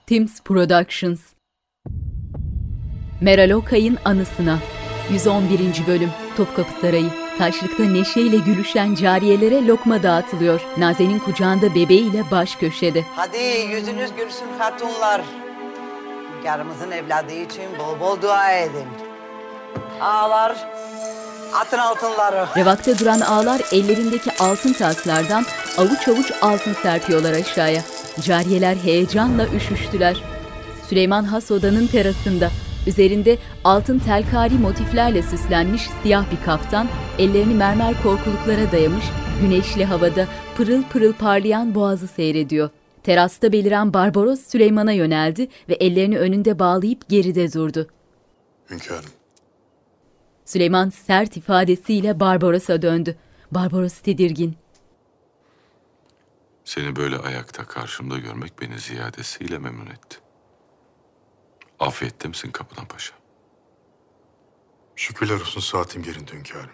Tims Productions. Meral Okay'ın anısına 111. bölüm. Topkapı Sarayı. Taşlıkta neşeyle gülüşen cariyelere lokma dağıtılıyor. Nazen'in kucağında bebeğiyle baş köşede. Hadi yüzünüz gülsün hatunlar. Hünkârımızın evladı için bol bol dua edin. Ağalar, atın altınları. Revakta duran ağalar ellerindeki altın taslardan avuç avuç altın serpiyorlar aşağıya. Cariyeler heyecanla üşüştüler. Süleyman Has odanın terasında. Üzerinde altın telkari motiflerle süslenmiş siyah bir kaftan, ellerini mermer korkuluklara dayamış, güneşli havada pırıl pırıl parlayan boğazı seyrediyor. Terasta beliren Barbaros Süleyman'a yöneldi ve ellerini önünde bağlayıp geride durdu. Hünkârım. Süleyman sert ifadesiyle Barbaros'a döndü. Barbaros tedirgin. Seni böyle ayakta karşımda görmek beni ziyadesiyle memnun etti. Afiyette misin Kapıdan Paşa? Şükürler olsun saatim yerinde hünkârım.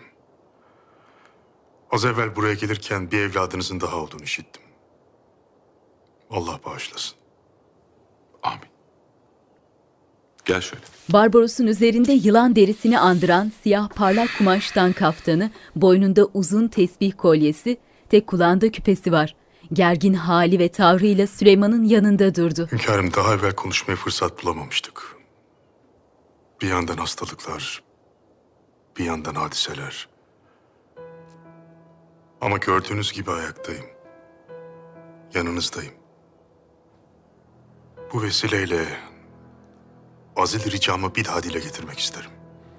Az evvel buraya gelirken bir evladınızın daha olduğunu işittim. Allah bağışlasın. Amin. Gel şöyle. Barbaros'un üzerinde yılan derisini andıran siyah parlak kumaştan kaftanı, boynunda uzun tesbih kolyesi, tek kulağında küpesi var. Gergin hali ve tavrıyla Süleyman'ın yanında durdu. Hünkârım, daha evvel konuşmaya fırsat bulamamıştık. Bir yandan hastalıklar, bir yandan hadiseler. Ama gördüğünüz gibi ayaktayım. Yanınızdayım. Bu vesileyle azil ricamı bir daha dile getirmek isterim.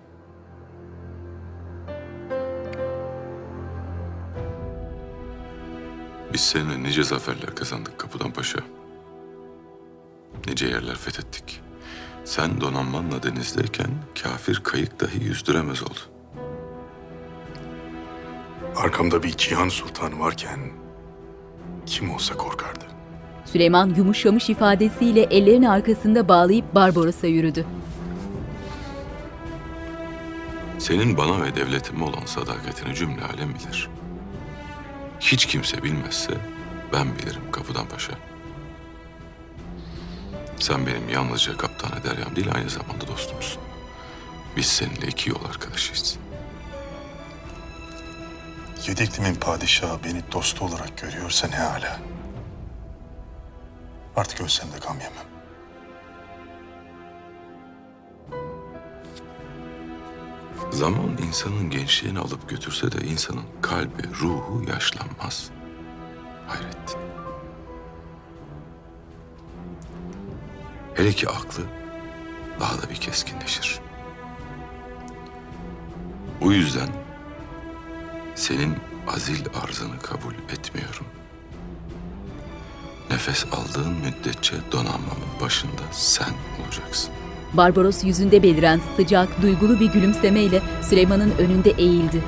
Biz seninle nice zaferler kazandık Kapıdan Paşa. Nice yerler fethettik. Sen donanmanla denizdeyken kafir kayık dahi yüzdüremez oldu. Arkamda bir Cihan Sultanı varken kim olsa korkardı. Süleyman yumuşamış ifadesiyle ellerini arkasında bağlayıp Barbaros'a yürüdü. Senin bana ve devletime olan sadakatini cümle alem bilir. Hiç kimse bilmezse ben bilirim Kapıdan Paşa. Sen benim yalnızca Kaptanı Deryam değil, aynı zamanda dostumsun. Biz seninle iki yol arkadaşıyız. Yedi iklimin padişahı beni dostu olarak görüyorsa ne hala. Artık ölsem de gam yemem. Zaman insanın gençliğini alıp götürse de insanın kalbi, ruhu yaşlanmaz. Hayrettin. Hele ki aklı daha da bir keskinleşir. Bu yüzden senin azil arzını kabul etmiyorum. Nefes aldığın müddetçe donanmamın başında sen olacaksın. Barbaros yüzünde beliren sıcak, duygulu bir gülümsemeyle Süleyman'ın önünde eğildi.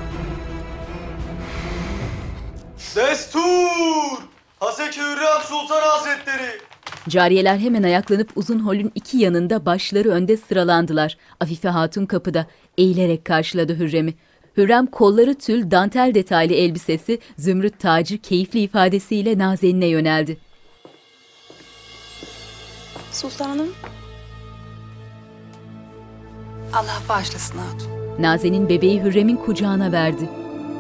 Destur! Haseki Hürrem Sultan Hazretleri! Cariyeler hemen ayaklanıp uzun holün iki yanında başları önde sıralandılar. Afife Hatun kapıda eğilerek karşıladı Hürrem'i. Hürrem kolları tül dantel detaylı elbisesi, zümrüt tacı keyifli ifadesiyle Nazen'ine yöneldi. Sultanım. Allah bağışlasın hatun. Nazen'in bebeği Hürrem'in kucağına verdi.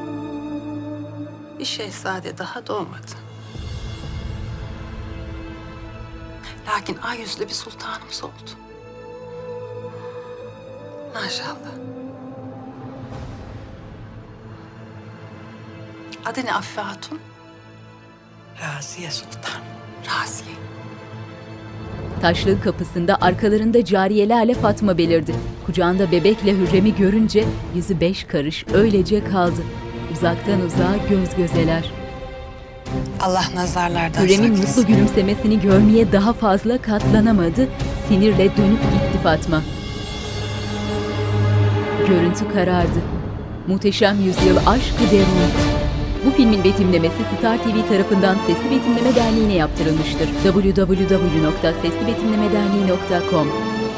Bir şehzade daha doğmadı. Lakin ay yüzlü bir sultanımız oldu. Maşallah. Adı ne Afife Hatun? Raziye Sultan. Raziye. Taşlığın kapısında arkalarında cariyelerle Fatma belirdi. Kucağında bebekle Hürrem'i görünce yüzü beş karış öylece kaldı. Uzaktan uzağa göz gözeler. Allah nazarlardan Hürrem'in saklasın. mutlu gülümsemesini görmeye daha fazla katlanamadı. Sinirle dönüp gitti Fatma. Görüntü karardı. Muhteşem Yüzyıl Aşk-ı Derun. Bu filmin betimlemesi Star TV tarafından Sesli Betimleme Derneği'ne yaptırılmıştır. www.seslibetimlemederneği.com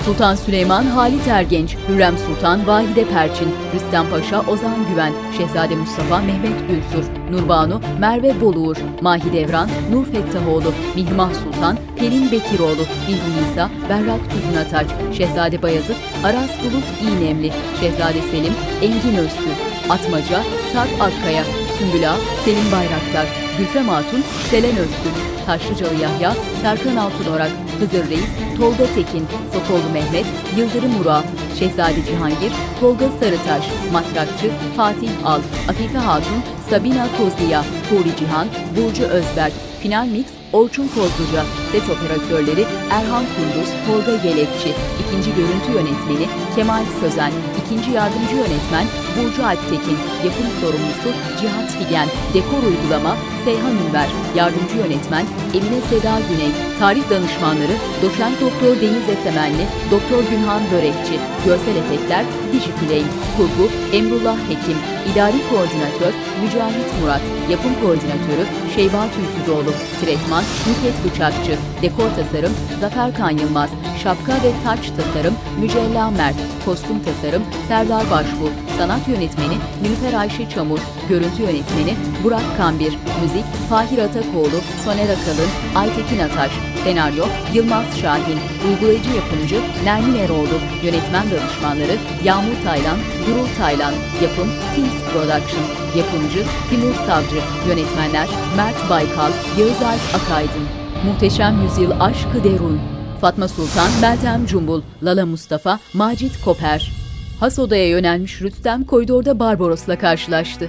Sultan Süleyman Halit Ergenç, Hürrem Sultan Vahide Perçin, Rüstem Paşa Ozan Güven, Şehzade Mustafa Mehmet Gülsur, Nurbanu Merve Boluğur, Mahidevran Nur Fettahoğlu, Mihrimah Sultan Pelin Bekiroğlu, Bilhunisa Berrak Tüzünataç, Şehzade Bayezid Aras Bulut İğnemli, Şehzade Selim Engin Öztürk, Atmaca Sarp Akkaya, Sümbüla Selim Bayraktar, Gülfem Hatun Selen Öztürk, Taşlıcalı Yahya Serkan Altınorak, Hızır Reis Tolga Tekin, Sokollu Mehmet Yıldırım Ural, Şehzade Cihangir Tolga Sarıtaş, Matrakçı Fatih Al, Afife Hatun Sabina Koziya, Huri Cihan Burcu Özberk, Final Mix Orçun Kozluca, ses operatörleri Erhan Kunduz, Tolga Yelekçi, ikinci görüntü yönetmeni Kemal Sözen, ikinci yardımcı yönetmen Burcu Alptekin, yapım sorumlusu Cihat Figen, dekor uygulama Seyhan Ünver, yardımcı yönetmen Emine Seda Güney, tarih danışmanları Doçent Doktor Deniz Esemenli, Doktor Günhan Börekçi, görsel efektler Digifiley, kurgu Emrullah Hekim, idari koordinatör Mücahit Murat, yapım koordinatörü Şeyba Tülsüzoğlu, tretman Nükhet Bıçakçı, dekor tasarım Zafer Kan Yılmaz, şapka ve taç tasarım Mücella Mert, kostüm tasarım Serdar Başbu, sanat yönetmeni Nilüfer Ayşe Çamur, görüntü yönetmeni Burak Kambir, müzik Fahir Atakoğlu, Soner Akalın, Aytekin Ataş, senaryo Yılmaz Şahin, uygulayıcı yapımcı Nermin Eroğlu, yönetmen danışmanları Yağmur Taylan, Durul Taylan, yapım Teams Productions, yapımcı Timur Savcı, yönetmenler Mert Baykal, Yağız Alp Akaydın. Muhteşem Yüzyıl Aşkı Derun, Fatma Sultan Meltem Cumbul, Lala Mustafa, Macit Koper. Has odaya yönelmiş Rüstem koridorda Barbaros'la karşılaştı.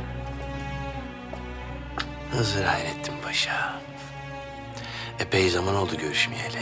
Hızır Hayrettin Paşa. Epey zaman oldu görüşmeyeli.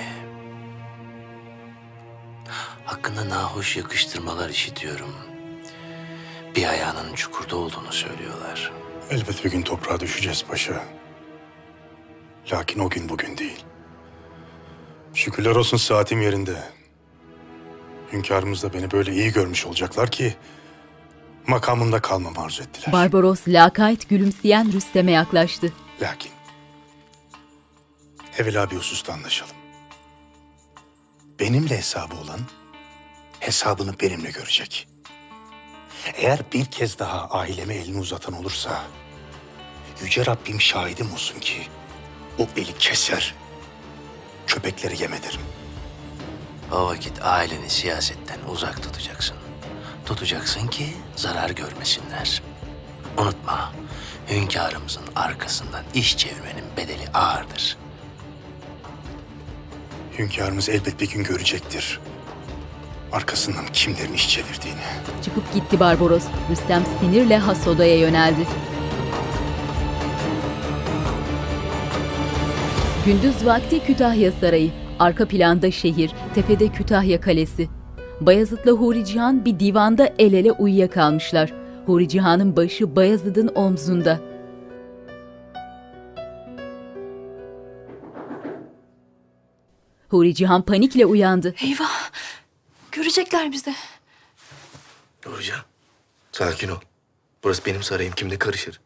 Hakkında nahoş yakıştırmalar işitiyorum. Bir ayağının çukurda olduğunu söylüyorlar. Elbet bir gün toprağa düşeceğiz paşa. Lakin o gün bugün değil. Şükürler olsun saatim yerinde. Hünkârımız da beni böyle iyi görmüş olacaklar ki makamımda kalmamı arzu ettiler. Barbaros lakayt gülümseyen Rüstem'e yaklaştı. Lakin evvela bir hususta anlaşalım. Benimle hesabı olan hesabını benimle görecek. Eğer bir kez daha aileme elini uzatan olursa Yüce Rabbim şahidim olsun ki o eli keser, köpekleri yem ederim. O vakit aileni siyasetten uzak tutacaksın. Tutacaksın ki zarar görmesinler. Unutma, hünkârımızın arkasından iş çevirmenin bedeli ağırdır. Hünkârımız elbet bir gün görecektir arkasından kimlerin iş çevirdiğini. Çıkıp gitti Barbaros. Rüstem sinirle has odaya yöneldi. Gündüz vakti Kütahya Sarayı. Arka planda şehir, tepede Kütahya Kalesi. Bayezid'le Huri Cihan bir divanda el ele uyuyakalmışlar. Huri Cihan'ın başı Bayezid'in omzunda. Huri Cihan panikle uyandı. Eyvah! Görecekler bizi. Hocam, sakin ol. Burası benim sarayım, kimle karışır?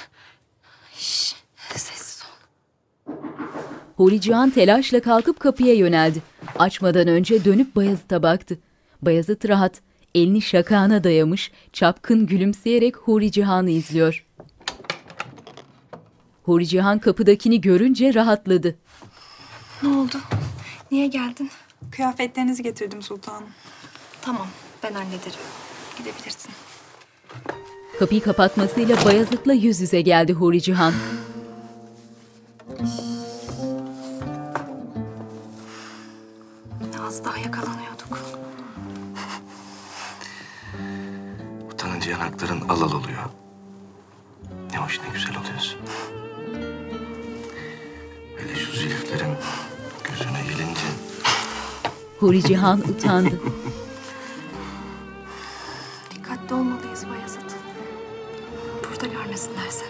Sessiz ol. Huri Cihan telaşla kalkıp kapıya yöneldi. Açmadan önce dönüp Bayezid'e baktı. Bayezid rahat, elini şakağına dayamış, çapkın gülümseyerek Huri Cihan'ı izliyor. Huri Cihan kapıdakini görünce rahatladı. Ne oldu? Niye geldin? Kıyafetlerinizi getirdim sultanım. Tamam, ben hallederim. Gidebilirsin. Kapıyı kapatmasıyla Bayezid'le yüz yüze geldi Huri Cihan. Az daha yakalanıyorduk. Utanınca yanakların al al oluyor. Ne hoş, ne güzel oluyorsun. Hele şu zülüflerin gözüne gelince... Huri Cihan utandı. Dikkatli olmalıyız Bayezid. Burada görmesinler seni.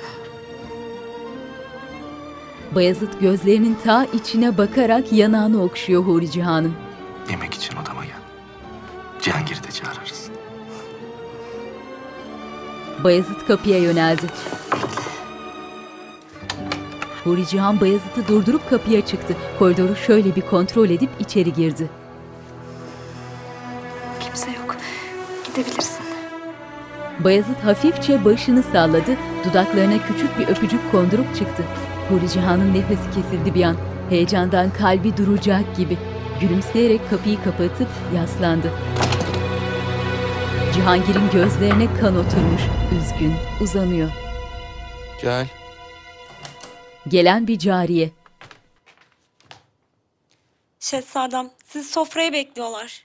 Bayezid gözlerinin ta içine bakarak yanağını okşuyor Huri Cihan'ın. Yemek için odama gel. Cihangir'i de çağırırız. Bayezid kapıya yöneldi. Huri Cihan Bayezid'i durdurup kapıya çıktı. Koridoru şöyle bir kontrol edip içeri girdi. Gidebilirsin. Bayezid hafifçe başını salladı, dudaklarına küçük bir öpücük kondurup çıktı. Huri Cihan'ın nefesi kesildi bir an. Heyecandan kalbi duracak gibi. Gülümseyerek kapıyı kapatıp yaslandı. Cihangir'in gözlerine kan oturmuş, üzgün, uzanıyor. Gel. Gelen bir cariye. Şehzadem, sizi sofraya bekliyorlar.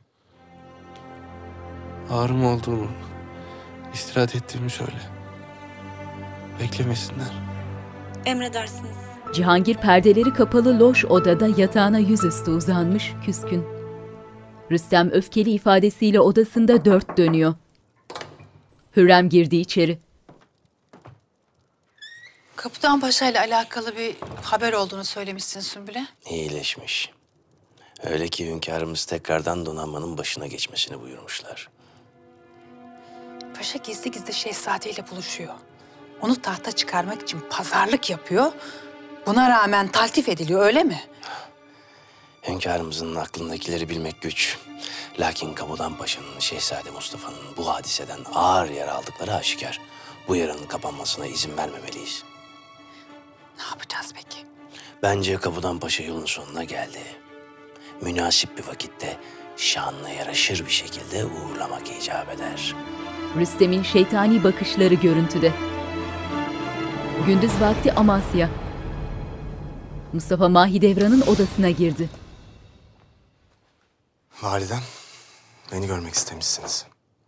Ağrım olduğunu, istirahat ettiğimi söyle. Beklemesinler. Emredersiniz. Cihangir perdeleri kapalı loş odada yatağına yüzüstü uzanmış, küskün. Rüstem öfkeli ifadesiyle odasında dört dönüyor. Hürrem girdi içeri. Kapıdan Paşa ile alakalı bir haber olduğunu söylemişsin Sümbül'e. İyileşmiş. Öyle ki hünkârımız tekrardan donanmanın başına geçmesini buyurmuşlar. Paşa gizli gizli şehzadeyle buluşuyor. Onu tahta çıkarmak için pazarlık yapıyor. Buna rağmen taltif ediliyor, öyle mi? Hünkârımızın aklındakileri bilmek güç. Lakin Kamudan Paşa'nın, Şehzade Mustafa'nın bu hadiseden ağır yara aldıkları aşikar. Bu yaranın kapanmasına izin vermemeliyiz. Ne yapacağız peki? Bence Kamudan Paşa yolun sonuna geldi. Münasip bir vakitte şanına yaraşır bir şekilde uğurlamak icap eder. Rüstem'in şeytani bakışları görüntüde. Gündüz vakti Amasya. Mustafa Mahidevran'ın odasına girdi. Validem, beni görmek istemişsiniz.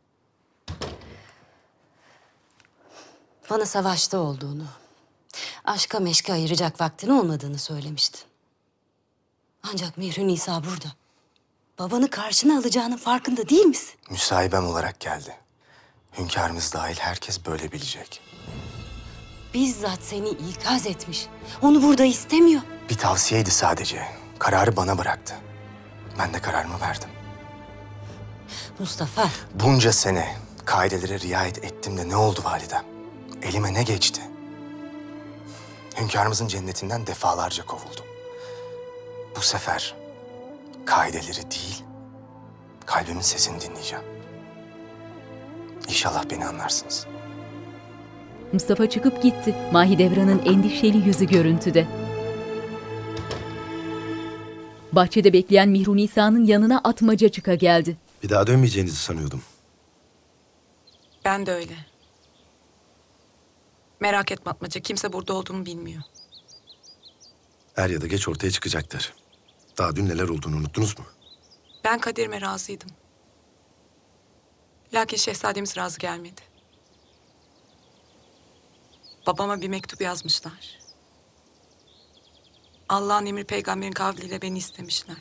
Bana savaşta olduğunu, aşka meşke ayıracak vaktin olmadığını söylemiştin. Ancak Mihri Nisa burada. Babanı karşına alacağının farkında değil misin? Müsahibem olarak geldi. Hünkârımız dahil herkes böyle bilecek. Bizzat seni ikaz etmiş. Onu burada istemiyor. Bir tavsiyeydi sadece. Kararı bana bıraktı. Ben de kararımı verdim. Mustafa. Bunca sene kaidelere riayet ettim de ne oldu validem? Elime ne geçti? Hünkârımızın cennetinden defalarca kovuldum. Bu sefer kaideleri değil, kalbimin sesini dinleyeceğim. İnşallah beni anlarsınız. Mustafa çıkıp gitti. Mahidevran'ın endişeli yüzü görüntüde. Bahçede bekleyen Mihru Nisa'nın yanına Atmaca çıka geldi. Bir daha dönmeyeceğinizi sanıyordum. Ben de öyle. Merak etme Atmaca, kimse burada olduğunu bilmiyor. Er ya da geç ortaya çıkacaktır. Daha dün neler olduğunu unuttunuz mu? Ben kaderime razıydım. Lakin şehzademiz razı gelmedi. Babama bir mektup yazmışlar. Allah'ın emri peygamberin kavliyle beni istemişler.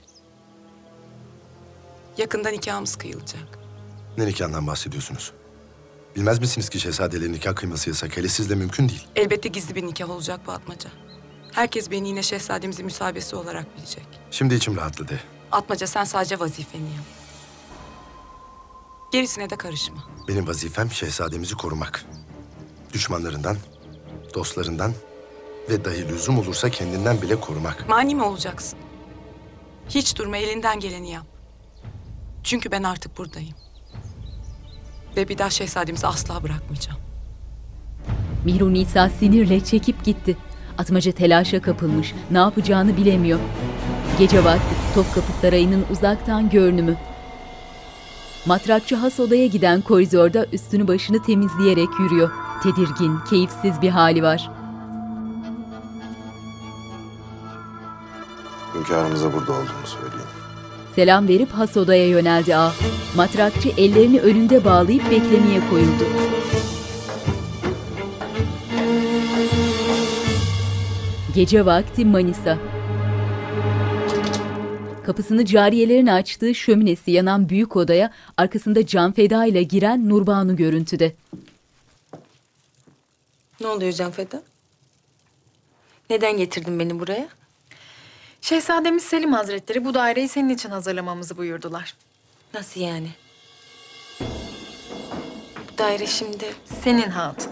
Yakında nikahımız kıyılacak. Ne nikahından bahsediyorsunuz? Bilmez misiniz ki şehzadelerin nikah kıyması yasak? Hele sizle mümkün değil. Elbette gizli bir nikah olacak bu Atmaca. Herkes beni yine şehzademizin müsahibesi olarak bilecek. Şimdi içim rahatladı. Atmaca, sen sadece vazifeni yap. Gerisine de karışma. Benim vazifem şehzademizi korumak. Düşmanlarından, dostlarından ve dahi lüzum olursa kendinden bile korumak. Mani mi olacaksın? Hiç durma, elinden geleni yap. Çünkü ben artık buradayım. Ve bir daha şehzademizi asla bırakmayacağım. Mihru Nisa sinirle çekip gitti. Atmaca telaşa kapılmış, ne yapacağını bilemiyor. Gece vakti Topkapı Sarayı'nın uzaktan görünümü. Matrakçı has odaya giden koridorda üstünü başını temizleyerek yürüyor. Tedirgin, keyifsiz bir hali var. Hünkârımıza burada olduğunu söyleyin. Selam verip has odaya yöneldi ağa. Matrakçı ellerini önünde bağlayıp beklemeye koyuldu. Gece vakti Manisa. Kapısını cariyelerin açtığı şöminesi yanan büyük odaya arkasında Canfeda ile giren Nurbanu görüntüde. Ne oluyor Canfeda? Neden getirdin beni buraya? Şehzademiz Selim Hazretleri bu daireyi senin için hazırlamamızı buyurdular. Nasıl yani? Bu daire şimdi... Senin hatun.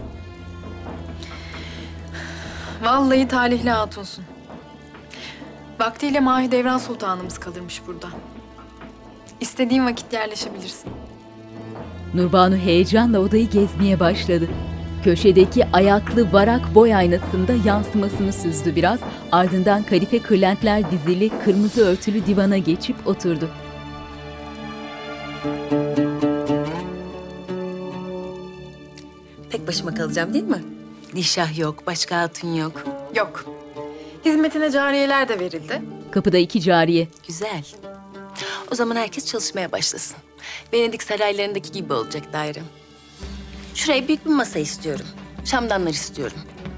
Vallahi talihli hatunsun. Vaktiyle Mahidevran Sultanımız kalırmış burada. İstediğin vakit yerleşebilirsin. Nurbanu heyecanla odayı gezmeye başladı. Köşedeki ayaklı varak boy aynasında yansımasını süzdü biraz, ardından kadife kırlentler dizili kırmızı örtülü divana geçip oturdu. Tek başıma kalacağım değil mi? Nişah yok, başka hatun yok. Yok. Hizmetine cariyeler de verildi. Kapıda 2 cariye. Güzel. O zaman herkes çalışmaya başlasın. Venedik saraylarındaki gibi olacak dairem. Şuraya büyük bir masa istiyorum. Şamdanlar istiyorum.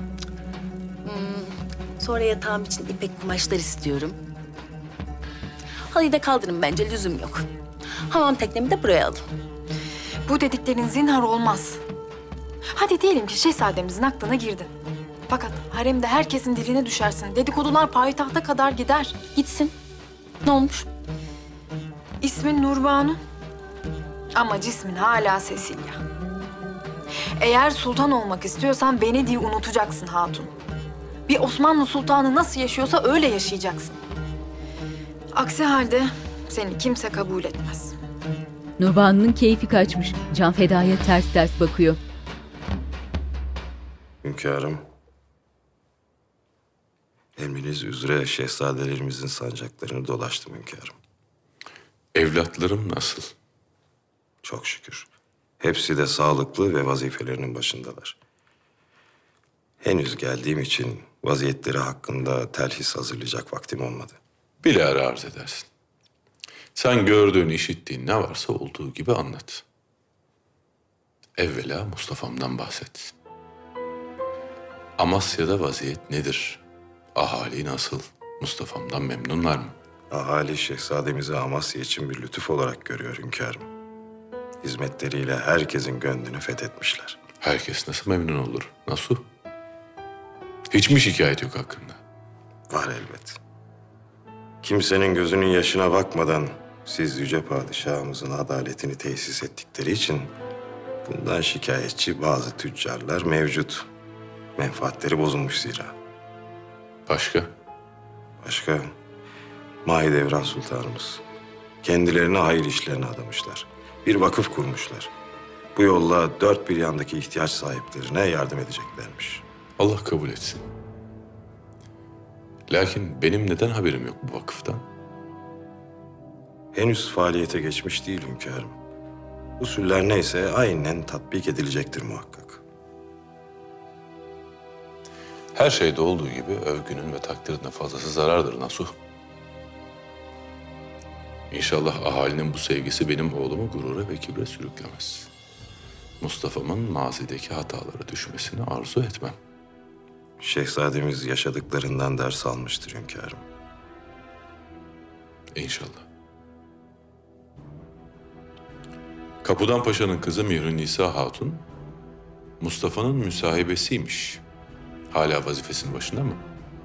Sonra yatağım için ipek kumaşlar istiyorum. Halıyı da kaldırın bence, lüzum yok. Hamam teknemi de buraya alın. Bu dediklerin zinhar olmaz. Hadi diyelim ki şehzademizin aklına girdin. Fakat haremde herkesin diline düşersin. Dedikodular payitahta kadar gider. Gitsin. Ne olmuş? İsmin Nurbanu ama cismin hala Cecilia. Eğer sultan olmak istiyorsan Venedik'i unutacaksın hatun. Bir Osmanlı sultanı nasıl yaşıyorsa öyle yaşayacaksın. Aksi halde seni kimse kabul etmez. Nurbanu'nun keyfi kaçmış. Can Feda'ya ters ters bakıyor. Hünkârım, emriniz üzere şehzadelerimizin sancaklarını dolaştım hünkârım. Evlatlarım nasıl? Çok şükür. Hepsi de sağlıklı ve vazifelerinin başındalar. Henüz geldiğim için vaziyetleri hakkında telhis hazırlayacak vaktim olmadı. Bilahare arz edersin. Sen gördüğün, işittiğin ne varsa olduğu gibi anlat. Evvela Mustafa'mdan bahset. Amasya'da vaziyet nedir? Ahali nasıl? Mustafa'mdan memnunlar mı? Ahali şehzademizi Amasya için bir lütuf olarak görüyor hünkârım. Hizmetleriyle herkesin gönlünü fethetmişler. Herkes nasıl memnun olur? Nasıl? Hiç mi şikayet yok hakkında? Var elbet. Kimsenin gözünün yaşına bakmadan siz yüce padişahımızın adaletini tesis ettikleri için bundan şikayetçi bazı tüccarlar mevcut. Menfaatleri bozulmuş zira. Başka? Başka? Mahidevran Sultanımız. Kendilerini hayır işlerine adamışlar. Bir vakıf kurmuşlar. Bu yolla dört bir yandaki ihtiyaç sahiplerine yardım edeceklermiş. Allah kabul etsin. Lakin benim neden haberim yok bu vakıftan? Henüz faaliyete geçmiş değil hünkârım. Usuller neyse aynen tatbik edilecektir muhakkak. Her şeyde olduğu gibi övgünün ve takdirin fazlası zarardır Nasuh. İnşallah ahalinin bu sevgisi benim oğlumu gurura ve kibre sürüklemez. Mustafa'mın mazideki hatalara düşmesini arzu etmem. Şehzademiz yaşadıklarından ders almıştır hünkârım. İnşallah. Kapudan Paşa'nın kızı Mihrünisa Hatun, Mustafa'nın müsahibesiymiş. Hala vazifesinin başında mı?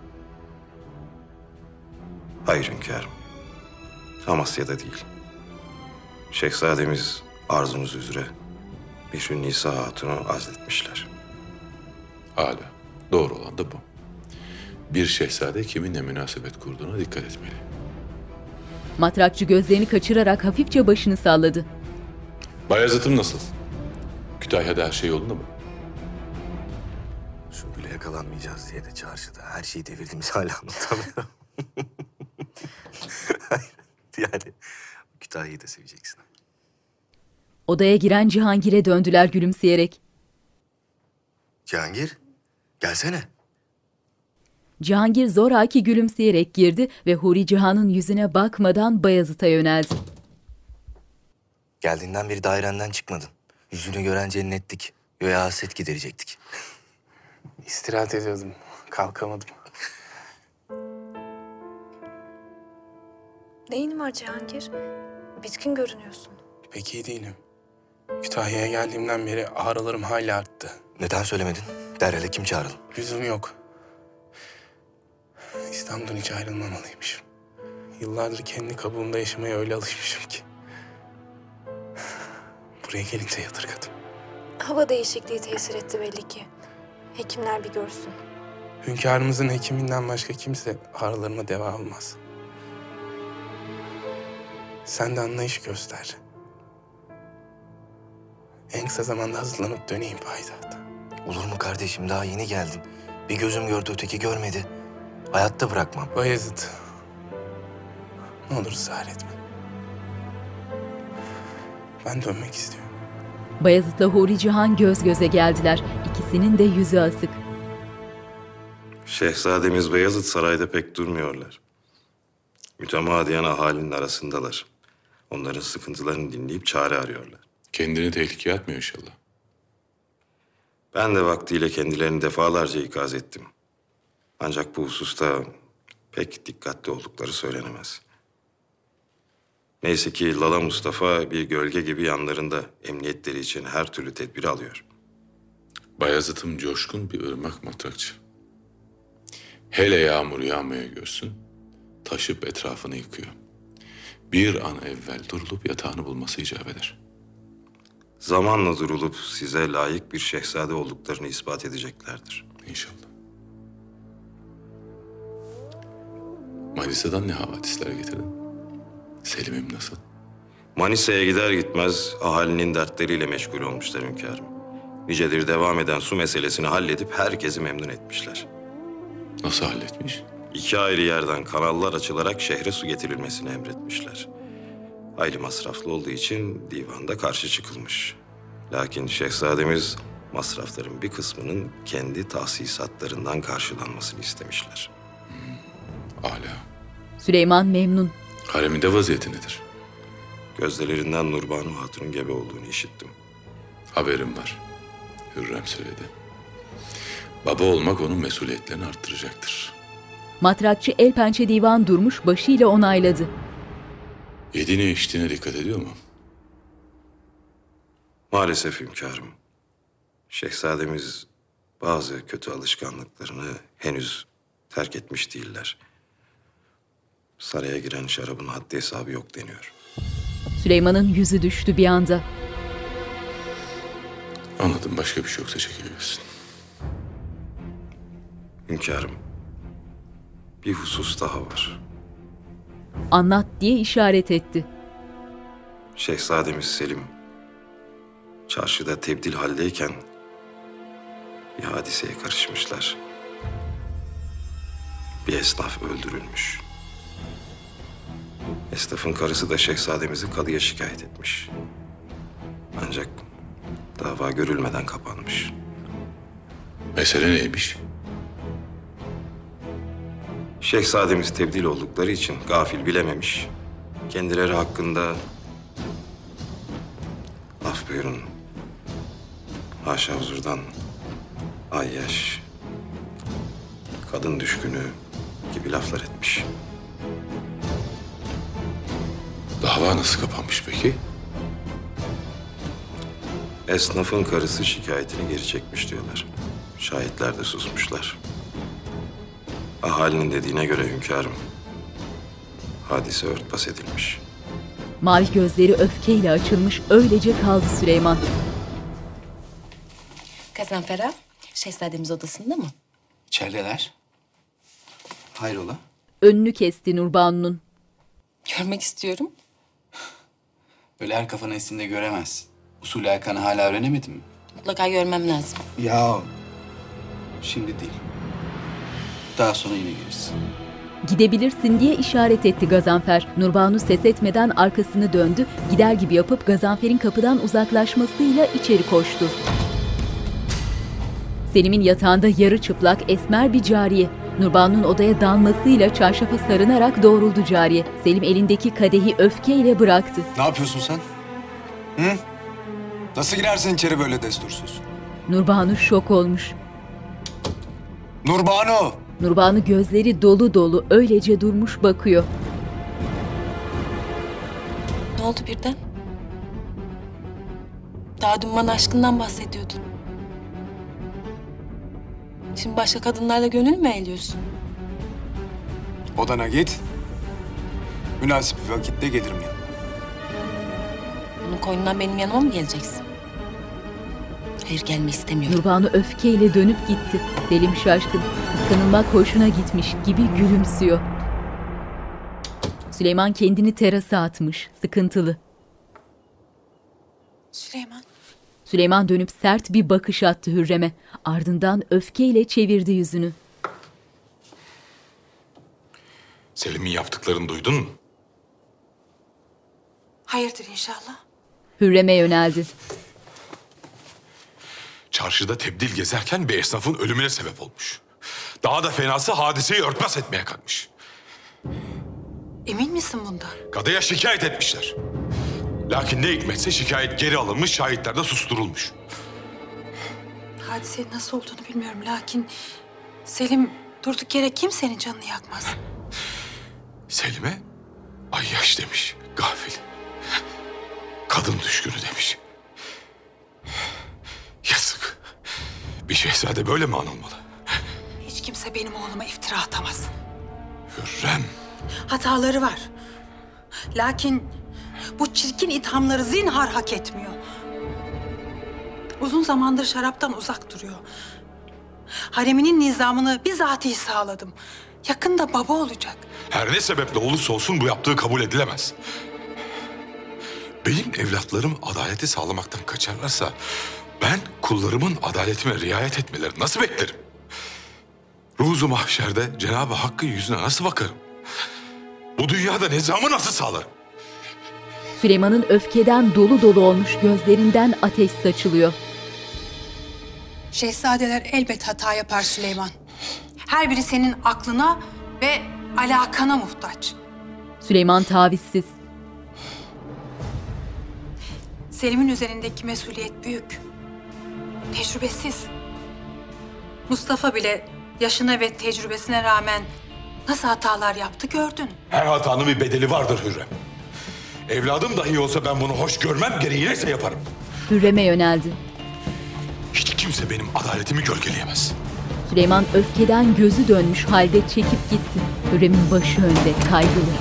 Hayır hünkârım. Amasya'da değil. Şehzademiz arzunuz üzere Mihrünisa Hatun'u azletmişler. Hala. Doğru olan da bu. Bir şehzade kiminle münasebet kurduğuna dikkat etmeli. Matrakçı gözlerini kaçırarak hafifçe başını salladı. Bayezid'im nasıl? Kütahya'da her şey yolunda mı? Şu bile yakalanmayacağız diye de çarşıda her şeyi devirdiğimizi hala unutamıyorum. Yani Kütahya'yı da seveceksin. Odaya giren Cihangir'e döndüler gülümseyerek. Cihangir, gelsene. Cihangir zoraki gülümseyerek girdi ve Huri Cihan'ın yüzüne bakmadan Bayezid'e yöneldi. Geldiğinden beri dairenden çıkmadın. Yüzünü gören cennettik. Göğe hasret giderecektik. İstirahat ediyordum. Kalkamadım. Neyin var Cihangir? Bitkin görünüyorsun. Pek iyi değilim. Kütahya'ya geldiğimden beri ağrılarım hala arttı. Neden söylemedin? Derhal hekim çağıralım. Lüzum yok. İstanbul'dan hiç ayrılmamalıymışım. Yıllardır kendi kabuğumda yaşamaya öyle alışmışım ki. Buraya gelince yadırgadım. Hava değişikliği tesir etti belli ki. Hekimler bir görsün. Hünkârımızın hekiminden başka kimse ağrılarıma deva olmaz. Sen de anlayış göster. En kısa zamanda hazırlanıp döneyim payitahta. Olur mu kardeşim? Daha yeni geldin. Bir gözüm gördü, öteki görmedi. Hayatta bırakmam. Bayezid, ne olur ısrar etme. Ben dönmek istiyorum. Bayezid'le Huri Cihan göz göze geldiler. İkisinin de yüzü asık. Şehzademiz Beyazıt sarayda pek durmuyorlar. Mütemadiyen ahalinin arasındalar. Onların sıkıntılarını dinleyip çare arıyorlar. Kendini tehlikeye atmıyor inşallah. Ben de vaktiyle kendilerini defalarca ikaz ettim. Ancak bu hususta pek dikkatli oldukları söylenemez. Neyse ki Lala Mustafa bir gölge gibi yanlarında, emniyetleri için her türlü tedbiri alıyor. Bayezid'im coşkun bir ırmak matrakçı. Hele yağmur yağmaya görsün, taşıp etrafını yıkıyor. Bir an evvel durulup yatağını bulması icap eder. Zamanla durulup size layık bir şehzade olduklarını ispat edeceklerdir. İnşallah. Manisa'dan ne havadisler getirdin? Selim'im nasıl? Manisa'ya gider gitmez ahalinin dertleriyle meşgul olmuşlar hünkârım. Nicedir devam eden su meselesini halledip herkesi memnun etmişler. Nasıl halletmiş? 2 ayrı yerden kanallar açılarak şehre su getirilmesini emretmişler. Hayli masraflı olduğu için divanda karşı çıkılmış. Lakin şehzademiz masrafların bir kısmının kendi tahsisatlarından karşılanmasını istemişler. Âlâ. Süleyman memnun. Hareminde vaziyeti nedir? Gözdelerinden Nurbanu Hatun'un gebe olduğunu işittim. Haberim var. Hürrem söyledi. Baba olmak onun mesuliyetlerini arttıracaktır. Matrakçı el pençe divan durmuş, başıyla onayladı. Yediğine içtiğine dikkat ediyor mu? Maalesef hünkârım. Şehzademiz bazı kötü alışkanlıklarını henüz terk etmiş değiller. Saraya giren şarabın haddi hesabı yok deniyor. Süleyman'ın yüzü düştü bir anda. Anladım, başka bir şey yoksa çekiliyorsun. Hünkârım, bir husus daha var. Anlat diye işaret etti. Şehzademiz Selim, çarşıda tebdil haldeyken bir hadiseye karışmışlar. Bir esnaf öldürülmüş. Esnafın karısı da şehzademizi kadıya şikayet etmiş. Ancak dava görülmeden kapanmış. Mesele neymiş? Şehzademiz tebdil oldukları için gafil bilememiş. Kendileri hakkında af buyurun. Haşa huzurdan ayyaş, kadın düşkünü gibi laflar etmiş. Dava nasıl kapanmış peki? Esnafın karısı şikayetini geri çekmiş diyorlar. Şahitler de susmuşlar. Ahalinin dediğine göre hünkârım, hadise örtbas edilmiş. Mavi gözleri öfkeyle açılmış, öylece kaldı Süleyman. Gazanfer ağa, şehzademiz odasında mı? İçerideler. Hayrola? Önünü kesti Nurbanu'nun. Görmek istiyorum. Öyle her kafana esinde göremez. Usul erkanı hala öğrenemedin mi? Mutlaka görmem lazım. Ya şimdi değil. Daha sonra yine gelirsin. Gidebilirsin diye işaret etti Gazanfer. Nurbanu ses etmeden arkasını döndü. Gider gibi yapıp Gazanfer'in kapıdan uzaklaşmasıyla içeri koştu. Selim'in yatağında yarı çıplak esmer bir cariye. Nurbanu'nun odaya dalmasıyla çarşafa sarınarak doğruldu cariye. Selim elindeki kadehi öfkeyle bıraktı. Ne yapıyorsun sen? Hı? Nasıl girersin içeri böyle destursuz? Nurbanu şok olmuş. Nurbanu! Nurbanu gözleri dolu dolu öylece durmuş bakıyor. Ne oldu birden? Daha dün bana aşkından bahsediyordun. Şimdi başka kadınlarla gönül mü eğliyorsun? Odana git. Münasip bir vakitte gelirim yanına. Bunun koynundan benim yanıma mı geleceksin? Hayır, gelme istemiyorum. Nurbanu öfkeyle dönüp gitti. Selim şaşkın. Kıskanılmak hoşuna gitmiş gibi gülümsüyor. Süleyman kendini terasa atmış. Sıkıntılı. Süleyman. Süleyman dönüp sert bir bakış attı Hürrem'e. Ardından öfkeyle çevirdi yüzünü. Selim'in yaptıklarını duydun mu? Hayırdır inşallah? Hürrem'e yöneldi. Çarşıda tebdil gezerken bir esnafın ölümüne sebep olmuş. Daha da fenası hadiseyi örtbas etmeye kalkmış. Emin misin bundan? Kadıya şikayet etmişler. Lakin ne hikmetse şikayet geri alınmış, şahitler de susturulmuş. Hadisenin nasıl olduğunu bilmiyorum lakin Selim durduk yere kimsenin canını yakmaz. Selim'e ayyaş demiş, gafil. Kadın düşkünü demiş. Yazık. Bir şehzade böyle mi anılmalı? Hiç kimse benim oğluma iftira atamaz. Hürrem. Hataları var. Lakin bu çirkin ithamları zinhar hak etmiyor. Uzun zamandır şaraptan uzak duruyor. Hareminin nizamını bizatihi sağladım. Yakında baba olacak. Her ne sebeple olursa olsun bu yaptığı kabul edilemez. Benim evlatlarım adaleti sağlamaktan kaçarlarsa ben kullarımın adaletime riayet etmelerini nasıl beklerim? Ruzu mahşerde Cenab-ı Hakk'ın yüzüne nasıl bakarım? Bu dünyada nizamı nasıl sağlarım? Süleyman'ın öfkeden dolu dolu olmuş gözlerinden ateş saçılıyor. Şehzadeler elbet hata yapar Süleyman. Her biri senin aklına ve alakana muhtaç. Süleyman tavizsiz. Selim'in üzerindeki mesuliyet büyük. Tecrübesiz. Mustafa bile yaşına ve tecrübesine rağmen nasıl hatalar yaptı gördün. Her hatanın bir bedeli vardır Hürrem. Evladım dahi olsa ben bunu hoş görmem, gereği neyse yaparım. Hürrem'e yöneldi. Hiç kimse benim adaletimi gölgeleyemez. Süleyman öfkeden gözü dönmüş halde çekip gitti. Hürrem'in başı önde, kaygılı.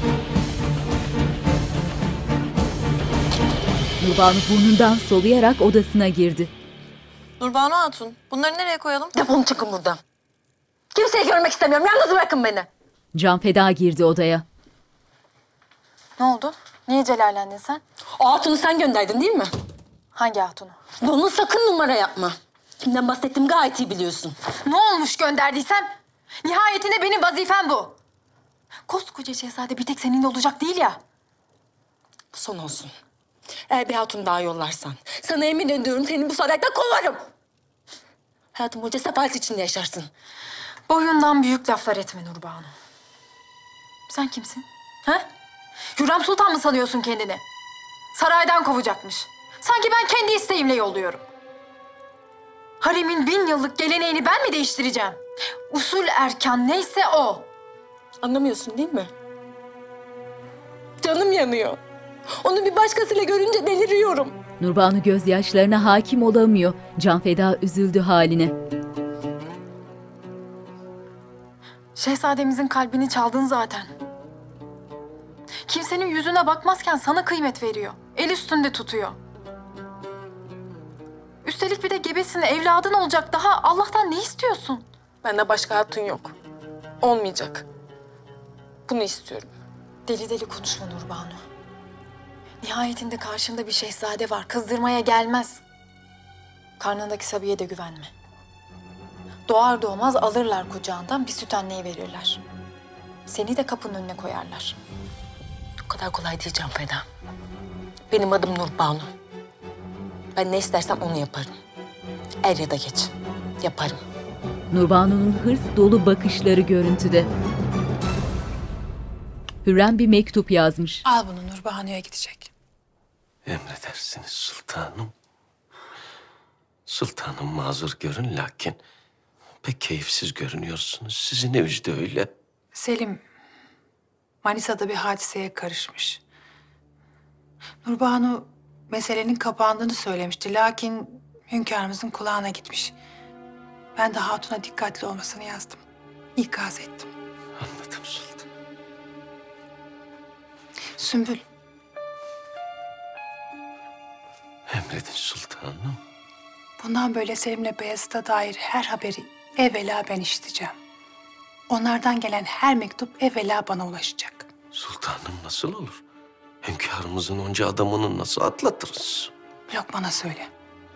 Nurbanu burnundan soluyarak odasına girdi. Nurbanu Hatun, bunları nereye koyalım? Defolun çıkın buradan. Kimseyi görmek istemiyorum. Yalnız bırakın beni. Canfeda girdi odaya. Ne oldu? Niye celallendin sen? O hatunu sen gönderdin değil mi? Hangi hatunu? Onu sakın numara yapma. Kimden bahsettiğimi gayet iyi biliyorsun. Ne olmuş gönderdiysem? Nihayetinde benim vazifem bu. Koskoca şehzade bir tek seninle olacak değil ya. Son olsun. Eğer bir hatun daha yollarsan sana emin ediyorum seni bu saraydan kovarım. Hayatım boyunca sefalet içinde yaşarsın. Boyundan büyük laflar etme Nurbanu. Sen kimsin? Ha? Hürrem Sultan mı sanıyorsun kendini? Saraydan kovacakmış. Sanki ben kendi isteğimle yolluyorum. Haremin 1000 yıllık geleneğini ben mi değiştireceğim? Usul erkan neyse o. Anlamıyorsun değil mi? Canım yanıyor. Onu bir başkasıyla görünce deliriyorum. Nurbanu gözyaşlarına hakim olamıyor. Canfeda üzüldü haline. Şehzademizin kalbini çaldın zaten. Kimsenin yüzüne bakmazken sana kıymet veriyor. El üstünde tutuyor. Üstelik bir de gebesin, evladın olacak. Daha Allah'tan ne istiyorsun? Bende başka hatun yok. Olmayacak. Bunu istiyorum. Deli deli konuşma Nurbanu. Nihayetinde karşında bir şehzade var. Kızdırmaya gelmez. Karnındaki Sabiye de güvenme. Doğar doğmaz alırlar kucağından bir süt anneye verirler. Seni de kapının önüne koyarlar. O kadar kolay değil Canfeda. Benim adım Nurbanu. Ben ne istersem onu yaparım. Er ya da geç. Yaparım. Nurbanu'nun hırs dolu bakışları görüntüde. Hürrem bir mektup yazmış. Al bunu, Nurbanu'ya gidecek. Emredersiniz sultanım. Sultanım mazur görün lakin pek keyifsiz görünüyorsunuz. Sizi ne üzdü öyle? Selim, Manisa'da bir hadiseye karışmış. Nurbanu meselenin kapandığını söylemişti. Lakin hünkârımızın kulağına gitmiş. Ben de hatuna dikkatli olmasını yazdım. İkaz ettim. Anladım sultan. Sümbül, Emredin sultanım. bundan böyle Selim'le Beyazıt'a dair her haberi evvela ben işiteceğim. Onlardan gelen her mektup evvela bana ulaşacak. Sultanım nasıl olur? Hünkârımızın onca adamını nasıl atlatırız? Lokman'a söyle.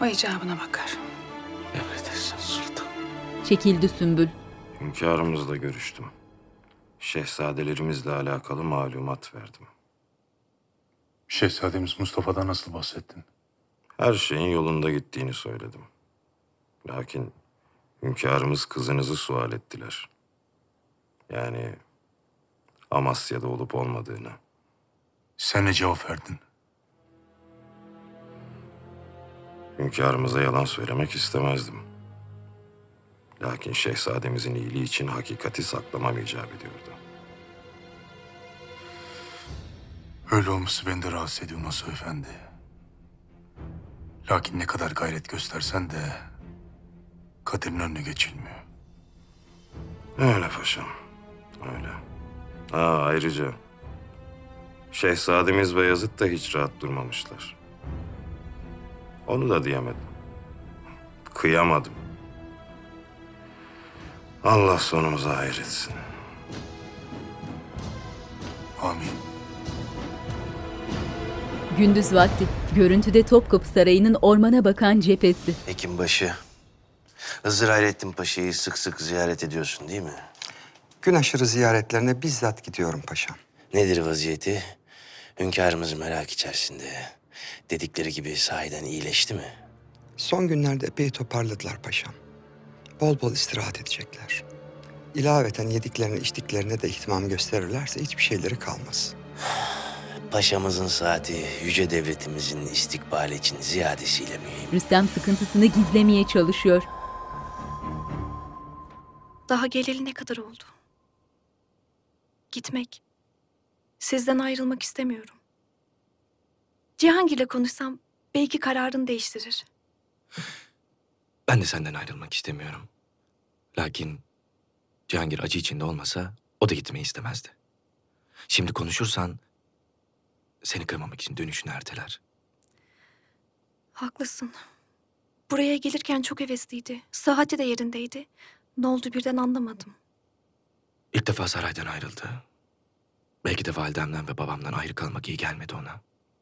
O icabına bakar. Emredersin sultan. Çekildi Sümbül. Hünkârımızla görüştüm. Şehzadelerimizle alakalı malumat verdim. Şehzademiz Mustafa'dan nasıl bahsettin? Her şeyin yolunda gittiğini söyledim. Lakin hünkârımız kızınızı sual ettiler. Yani Amasya'da olup olmadığını. Sen ne cevap verdin? Hünkârımıza yalan söylemek istemezdim. Lakin şehzademizin iyiliği için hakikati saklamam icap ediyordu. Öyle olması beni de rahatsız ediyor Nasuh Efendi. Lakin ne kadar gayret göstersen de kaderin önüne geçilmiyor. Öyle paşam, öyle. Ayrıca şehzademiz Beyazıt da hiç rahat durmamışlar. Onu da diyemedim. Kıyamadım. Allah sonumuzu hayır etsin. Amin. Gündüz vakti. Görüntüde Topkapı Sarayı'nın ormana bakan cephesi. Hekimbaşı, Hızır Hayrettin Paşa'yı sık sık ziyaret ediyorsun değil mi? Gün aşırı ziyaretlerine bizzat gidiyorum paşam. Nedir vaziyeti? Hünkârımız merak içerisinde. Dedikleri gibi sahiden iyileşti mi? Son günlerde epey toparladılar paşam. Bol bol istirahat edecekler. İlaveten yediklerine içtiklerine de ihtimam gösterirlerse hiçbir şeyleri kalmaz. Paşamızın saati yüce devletimizin istikbali için ziyadesiyle mühim. Rüstem sıkıntısını gizlemeye çalışıyor. Daha geleli ne kadar oldu? Gitmek. Sizden ayrılmak istemiyorum. Cihangir'le konuşsam belki kararını değiştirir. Ben de senden ayrılmak istemiyorum. Lakin Cihangir acı içinde olmasa o da gitmeyi istemezdi. Şimdi konuşursan seni kırmamak için dönüşünü erteler. Haklısın. Buraya gelirken çok hevesliydi. Sıhhati de yerindeydi. Ne oldu birden anlamadım. İlk defa saraydan ayrıldı. Belki de validemden ve babamdan ayrı kalmak iyi gelmedi ona.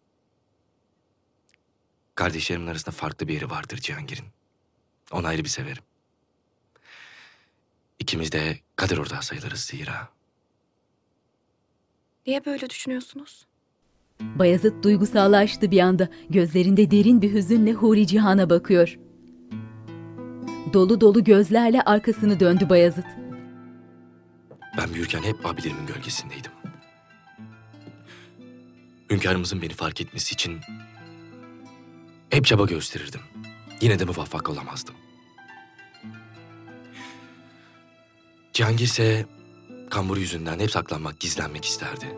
Kardeşlerimin arasında farklı bir yeri vardır Cihangir'in. Onu ayrı bir severim. İkimiz de kader ortağı sayılırız zira. Niye böyle düşünüyorsunuz? Bayezid duygusallaştı bir anda. Gözlerinde derin bir hüzünle Huri Cihan'a bakıyor. Dolu dolu gözlerle arkasını döndü Bayezid. Ben büyürken hep abilerimin gölgesindeydim. Hünkârımızın beni fark etmesi için hep çaba gösterirdim. Yine de muvaffak olamazdım. Cihangir ise kamburu yüzünden hep saklanmak, gizlenmek isterdi.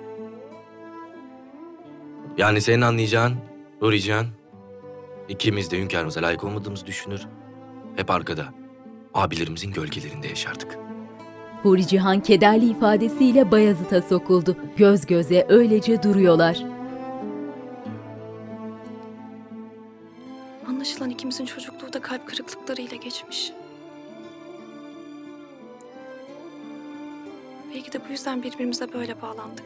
Yani senin anlayacağın Huri Cihan, ikimiz de hünkârımıza layık olmadığımızı düşünür. Hep arkada, abilerimizin gölgelerinde yaşardık. Huri Cihan kederli ifadesiyle Bayezid'e sokuldu. Göz göze öylece duruyorlar. Anlaşılan ikimizin çocukluğu da kalp kırıklıklarıyla geçmiş. Belki de bu yüzden birbirimize böyle bağlandık.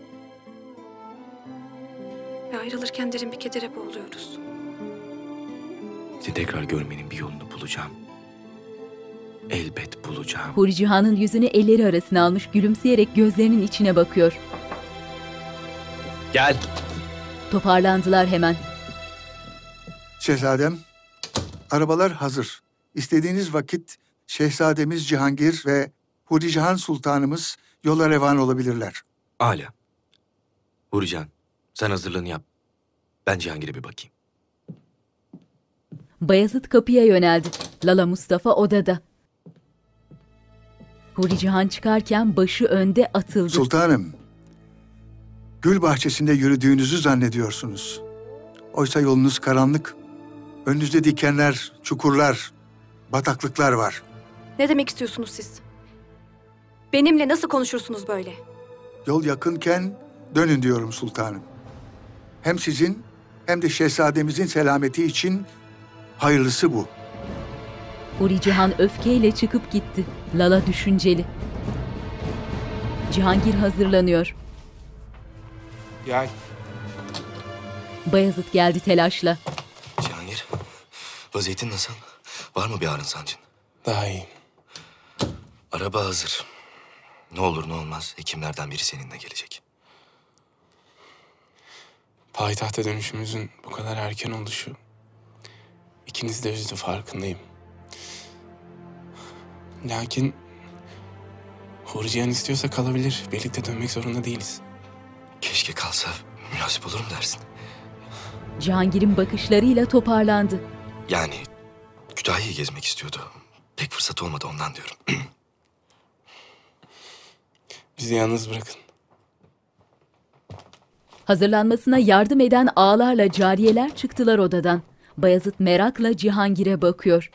Ve ayrılırken derin bir kedere boğuluyoruz. Seni tekrar görmenin bir yolunu bulacağım. Elbet bulacağım. Huri Cihan'ın yüzünü elleri arasına almış, gülümseyerek gözlerinin içine bakıyor. Gel. Toparlandılar hemen. Şehzadem, arabalar hazır. İstediğiniz vakit Şehzademiz Cihangir ve Huri Cihan Sultanımız yola revan olabilirler. Âlâ. Huri Cihan, sen hazırlığını yap. Ben Cihangir'e bir bakayım. Bayezid kapıya yöneldi. Lala Mustafa odada. Huri Cihan çıkarken başı önde atıldı. Sultanım, gül bahçesinde yürüdüğünüzü zannediyorsunuz. Oysa yolunuz karanlık. Önünüzde dikenler, çukurlar, bataklıklar var. Ne demek istiyorsunuz siz? Benimle nasıl konuşursunuz böyle? Yol yakınken dönün diyorum sultanım. Hem sizin hem de şehzademizin selameti için hayırlısı bu. Huri Cihan öfkeyle çıkıp gitti. Lala düşünceli. Cihangir hazırlanıyor. Gel. Bayezid geldi telaşla. Cihangir, Vaziyetin nasıl? Var mı bir ağrın sancın? Daha iyiyim. Araba hazır. Ne olur ne olmaz hekimlerden biri seninle gelecek. Payitahta dönüşümüzün bu kadar erken oluşu ikiniz de üzdü, farkındayım. Lakin Huri istiyorsa kalabilir. Birlikte dönmek zorunda değiliz. Keşke kalsa münasip olur mu dersin? Cihangir'in bakışlarıyla toparlandı. Yani Kütahya'yı gezmek istiyordu. Pek fırsat olmadı ondan diyorum. Bizi yalnız bırakın. Hazırlanmasına yardım eden ağalarla cariyeler çıktılar odadan. Bayezid merakla Cihangir'e bakıyor.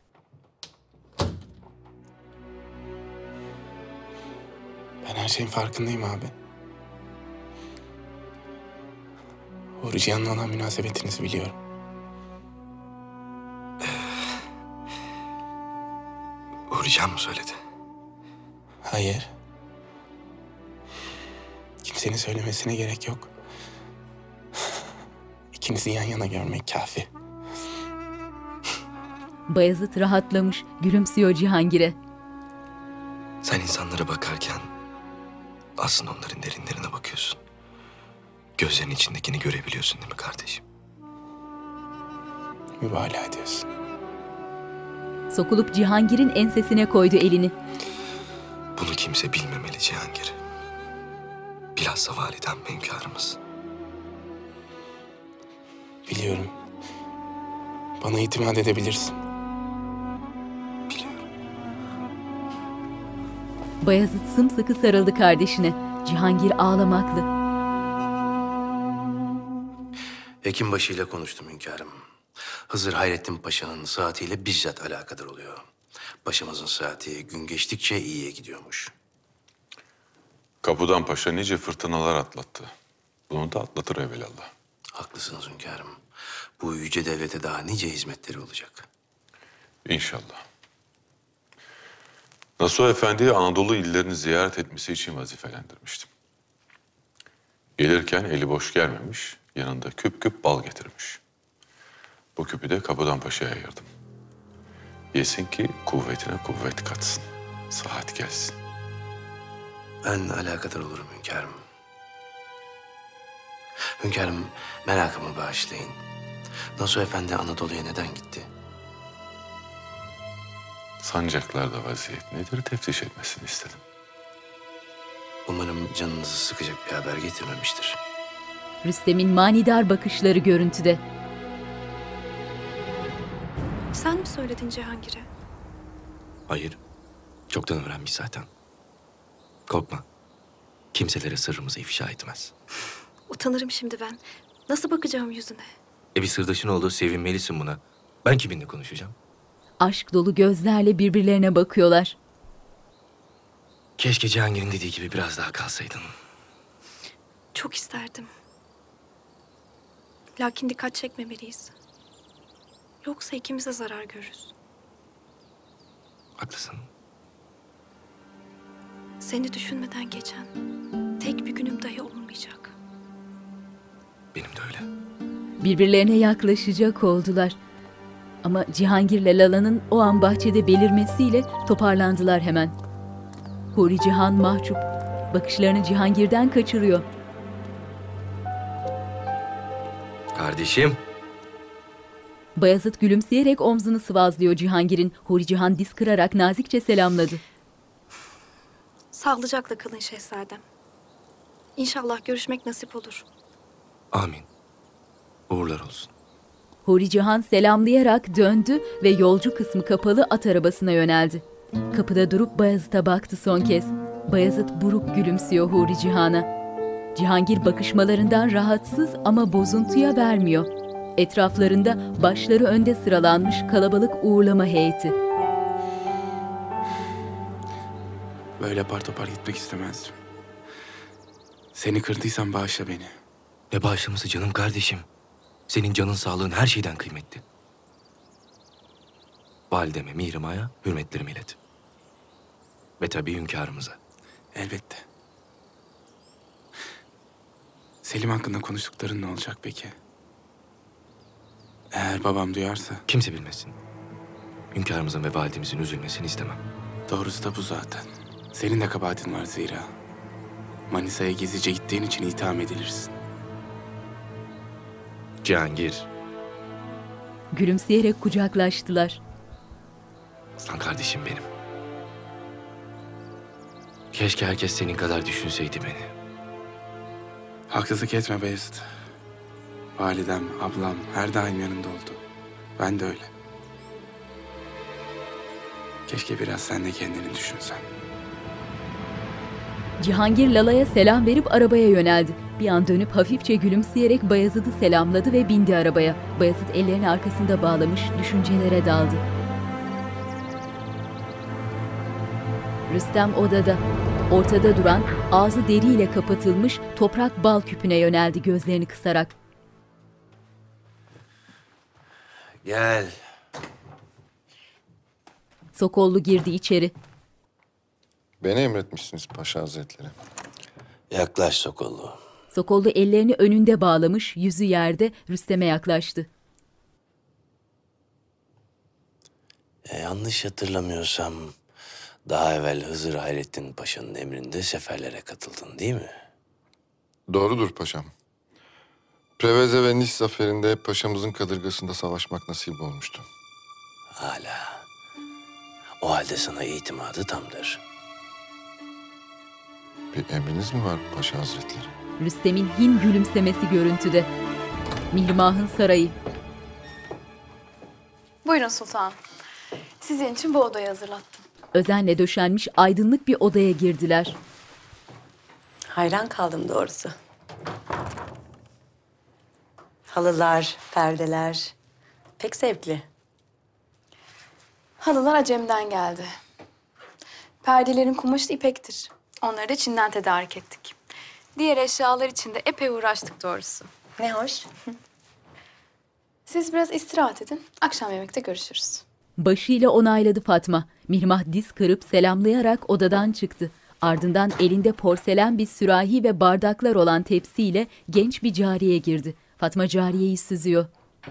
Ben her şeyin farkındayım abi. Huri olan münasebetinizi biliyorum. Huri mı söyledi? Hayır. Kimsenin söylemesine gerek yok. İkinizi yan yana görmek kafi. Bayezid rahatlamış, gülümsüyor Cihangir'e. Sen insanlara bakarken aslında onların derinlerine bakıyorsun. Gözlerinin içindekini görebiliyorsun değil mi kardeşim? Mübalağa ediyorsun. Sokulup Cihangir'in ensesine koydu elini. Bunu kimse bilmemeli Cihangir. Bilhassa validem ve hünkârımız. Biliyorum. Bana itimat edebilirsin. Bayezid sımsıkı sarıldı kardeşine. Cihangir ağlamaklı. Hekimbaşı konuştum hünkârım. Hızır Hayrettin Paşa'nın saatiyle bizzat alakadar oluyor. Başımızın saati gün geçtikçe iyiye gidiyormuş. Kapudan Paşa nice fırtınalar atlattı. Bunu da atlatır evvelallah. Haklısınız hünkârım. Bu yüce devlete daha nice hizmetleri olacak. İnşallah. Nasuh Efendi'yi Anadolu illerini ziyaret etmesi için vazifelendirmiştim. Gelirken eli boş gelmemiş, yanında küp küp bal getirmiş. Bu küpü de Kapudan Paşa'ya ayırdım. Yesin ki kuvvetine kuvvet katsın, sıhhat gelsin. Ben alakadar olurum hünkârım. Hünkârım, merakımı bağışlayın. Nasuh Efendi Anadolu'ya neden gitti? Sancaklarda vaziyet nedir teftiş etmesini istedim. Umarım canınızı sıkacak bir haber getirmemiştir. Rüstem'in manidar bakışları görüntüde. Sen mi söyledin Cihangir'e? Hayır. Çoktan öğrenmiş zaten. Korkma. Kimselere sırrımızı ifşa etmez. Utanırım şimdi ben. Nasıl bakacağım yüzüne? Bir sırdaşın oldu, sevinmelisin buna. Ben kiminle konuşacağım? Aşk dolu gözlerle birbirlerine bakıyorlar. Keşke Cihangir'in dediği gibi biraz daha kalsaydın. Çok isterdim. Lakin dikkat çekmemeliyiz. Yoksa ikimiz de zarar görürüz. Haklısın. Seni düşünmeden geçen tek bir günüm dahi olmayacak. Benim de öyle. Birbirlerine yaklaşacak oldular. Ama Cihangir'le Lala'nın o an bahçede belirmesiyle toparlandılar hemen. Huri Cihan mahcup. Bakışlarını Cihangir'den kaçırıyor. Kardeşim. Bayezid gülümseyerek omzunu sıvazlıyor Cihangir'in. Huri Cihan diz kırarak nazikçe selamladı. Sağlıcakla kalın şehzadem. İnşallah görüşmek nasip olur. Amin. Uğurlar olsun. Huri Cihan selamlayarak döndü ve yolcu kısmı kapalı at arabasına yöneldi. Kapıda durup Bayezid'e baktı son kez. Bayezid buruk gülümsüyor Huri Cihan'a. Cihangir bakışmalarından rahatsız ama bozuntuya vermiyor. Etraflarında başları önde sıralanmış kalabalık uğurlama heyeti. Böyle apar topar gitmek istemezdim. Seni kırdıysam bağışla beni. Ne bağışlaması canım kardeşim. Senin canın sağlığın her şeyden kıymetli. Valideme, Mihrimah'a hürmetlerimi ilet. Ve tabii hünkârımıza. Elbette. Selim hakkında konuştukların ne olacak peki? Eğer babam duyarsa? Kimse bilmesin. Hünkârımızın ve validemizin üzülmesini istemem. Doğrusu da bu zaten. Senin de kabahatin var zira. Manisa'ya gizlice gittiğin için itham edilirsin. Cihangir, Gülümseyerek kucaklaştılar. sen kardeşim benim. Keşke herkes senin kadar düşünseydi beni. Haksızlık etme Beyazıt. Validem, ablam her daim yanında oldu. Ben de öyle. Keşke biraz sen de kendini düşünsen. Cihangir Lala'ya selam verip arabaya yöneldi. Bir an dönüp hafifçe gülümseyerek Bayezid'i selamladı ve bindi arabaya. Bayezid ellerini arkasında bağlamış, düşüncelere daldı. Rüstem odada. Ortada duran, ağzı deriyle kapatılmış toprak bal küpüne yöneldi gözlerini kısarak. Gel. Sokollu girdi içeri. Beni emretmişsiniz Paşa Hazretleri. Yaklaş Sokollu. Sokollu ellerini önünde bağlamış, yüzü yerde Rüstem'e yaklaştı. Yanlış hatırlamıyorsam daha evvel Hızır Hayrettin Paşa'nın emrinde seferlere katıldın değil mi? Doğrudur paşam. Preveze ve Nis zaferinde paşamızın kadırgasında savaşmak nasip olmuştu. Hala. O halde sana itimadı tamdır. Bir emriniz mi var Paşa Hazretleri? Rüstem'in hin gülümsemesi görüntüde. Mihrimah'ın sarayı. Buyurun sultanım. Sizin için bu odayı hazırlattım. Özenle döşenmiş aydınlık bir odaya girdiler. Hayran kaldım doğrusu. Halılar, perdeler pek zevkli. Halılar Acem'den geldi. Perdelerin kumaşı ipektir. Onları da Çin'den tedarik ettik. Diğer eşyalar için de epey uğraştık doğrusu. Ne hoş. Siz biraz istirahat edin. Akşam yemekte görüşürüz. Başıyla onayladı Fatma. Mihrimah diz kırıp selamlayarak odadan çıktı. Ardından elinde porselen bir sürahi ve bardaklar olan tepsiyle genç bir cariye girdi. Fatma cariyeyi süzüyor.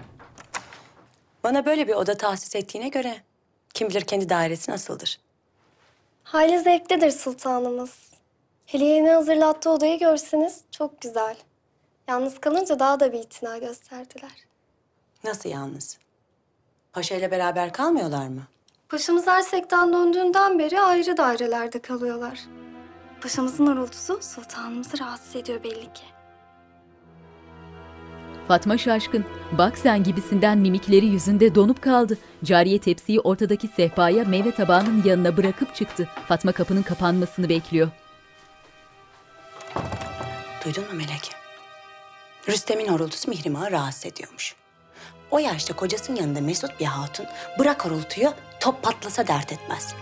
Bana böyle bir oda tahsis ettiğine göre kim bilir kendi dairesi nasıldır. Hayli zevklidir sultanımız. Hele yeni hazırlattığı odayı görseniz çok güzel. Yalnız kalınca daha da bir itina gösterdiler. Nasıl yalnız? Paşa ile beraber kalmıyorlar mı? Paşamız Ersek'ten döndüğünden beri ayrı dairelerde kalıyorlar. Paşamızın horultusu sultanımızı rahatsız ediyor belli ki. Fatma şaşkın. Bak sen gibisinden mimikleri yüzünde donup kaldı. Cariye tepsiyi ortadaki sehpaya meyve tabağının yanına bırakıp çıktı. Fatma kapının kapanmasını bekliyor. Duydun mu Melek? Rüstem'in horultusu Mihrimah'ı rahatsız ediyormuş. O yaşta kocasının yanında mesut bir hatun bırak horultuyu top patlasa dert etmez.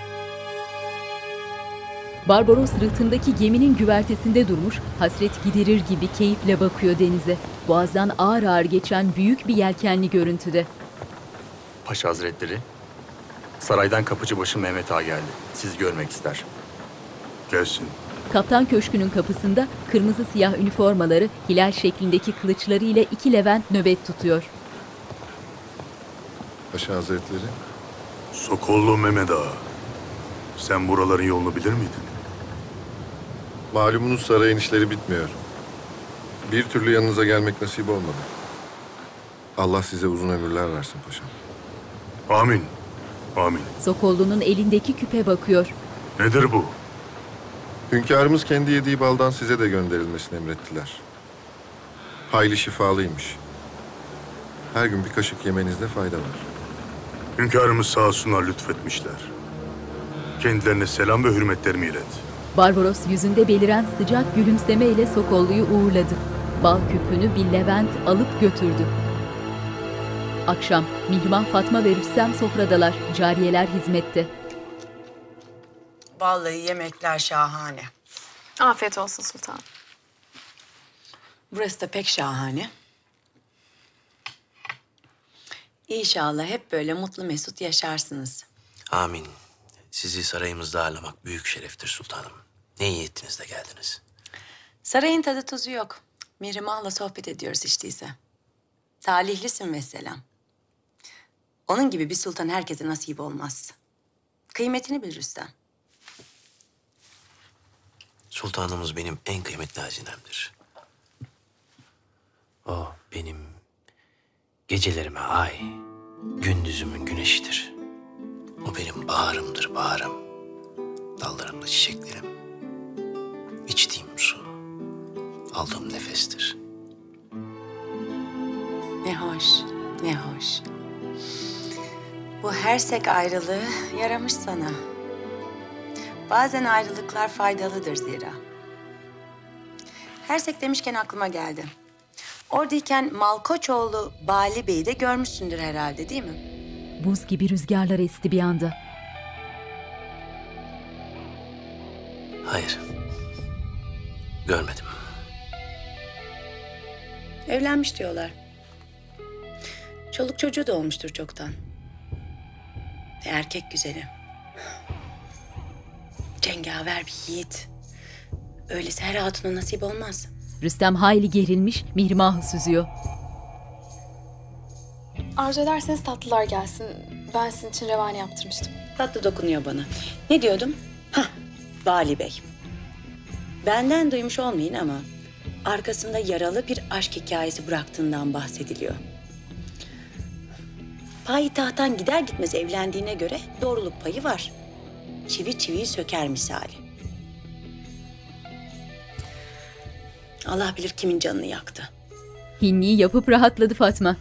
Barbaros rıhtımdaki geminin güvertesinde durmuş, hasret giderir gibi keyifle bakıyor denize. Boğazdan ağır ağır geçen büyük bir yelkenli görüntüde. Paşa Hazretleri, saraydan kapıcıbaşı Mehmet Ağa geldi. Sizi görmek ister. Gelsin. Kaptan Köşkü'nün kapısında kırmızı siyah üniformaları hilal şeklindeki kılıçlarıyla iki Levent nöbet tutuyor. Paşa Hazretleri. Sokollu Mehmet Ağa, sen buraların yolunu bilir miydin? Malumunuz sarayın işleri bitmiyor. Bir türlü yanınıza gelmek nasip olmadı. Allah size uzun ömürler versin paşam. Amin. Amin. Sokollu'nun elindeki küpe bakıyor. Nedir bu? Hünkârımız kendi yediği baldan size de gönderilmesini emrettiler. Hayli şifalıymış. Her gün bir kaşık yemenizde fayda var. Hünkârımız sağ olsunlar lütfetmişler. Kendilerine selam ve hürmetlerimi ilet. Barbaros yüzünde beliren sıcak gülümsemeyle Sokollu'yu uğurladı. Bal küpünü bir Levent alıp götürdü. Akşam Mihrimah, Fatma ve Rüstem sofradalar. Cariyeler hizmette. Vallahi yemekler şahane. Afiyet olsun sultanım. Burası da pek şahane. İnşallah hep böyle mutlu mesut yaşarsınız. Amin. Sizi sarayımızda ağırlamak büyük şereftir sultanım. Ne iyi ettiniz de geldiniz. Sarayın tadı tuzu yok. Mihrimah'la sohbet ediyoruz hiç değilse. Talihlisin mesela. Onun gibi bir sultan herkese nasip olmaz. Kıymetini bil Rüstem. Sultanımız benim en kıymetli hazinemdir. O benim gecelerime ay, gündüzümün güneşidir. O benim baharımdır, baharım. Dallarımda çiçeklerim. İçtiğim su, aldığım nefestir. Ne hoş, ne hoş. Bu hersek ayrılığı yaramış sana. Bazen ayrılıklar faydalıdır zira. Hersek demişken aklıma geldi. Oradayken Malkoçoğlu Bali Bey'i de görmüşsündür herhalde, değil mi? Buz gibi rüzgarlar esti bir anda. Hayır, görmedim. Evlenmiş diyorlar. Çoluk çocuğu da olmuştur çoktan. Erkek güzeli. Cengaver bir yiğit. Öylesi her hatuna nasip olmaz. Rüstem hayli gerilmiş, Mihrimah'ı süzüyor. Arzu ederseniz tatlılar gelsin. Ben sizin için revani yaptırmıştım. Tatlı dokunuyor bana. Ne diyordum? Hah, Bali Bey. Benden duymuş olmayın ama arkasında yaralı bir aşk hikayesi bıraktığından bahsediliyor. Payitahttan gider gitmez evlendiğine göre doğruluk payı var. Çivi çiviyi söker misali. Allah bilir kimin canını yaktı. Hinliği yapıp rahatladı Fatma.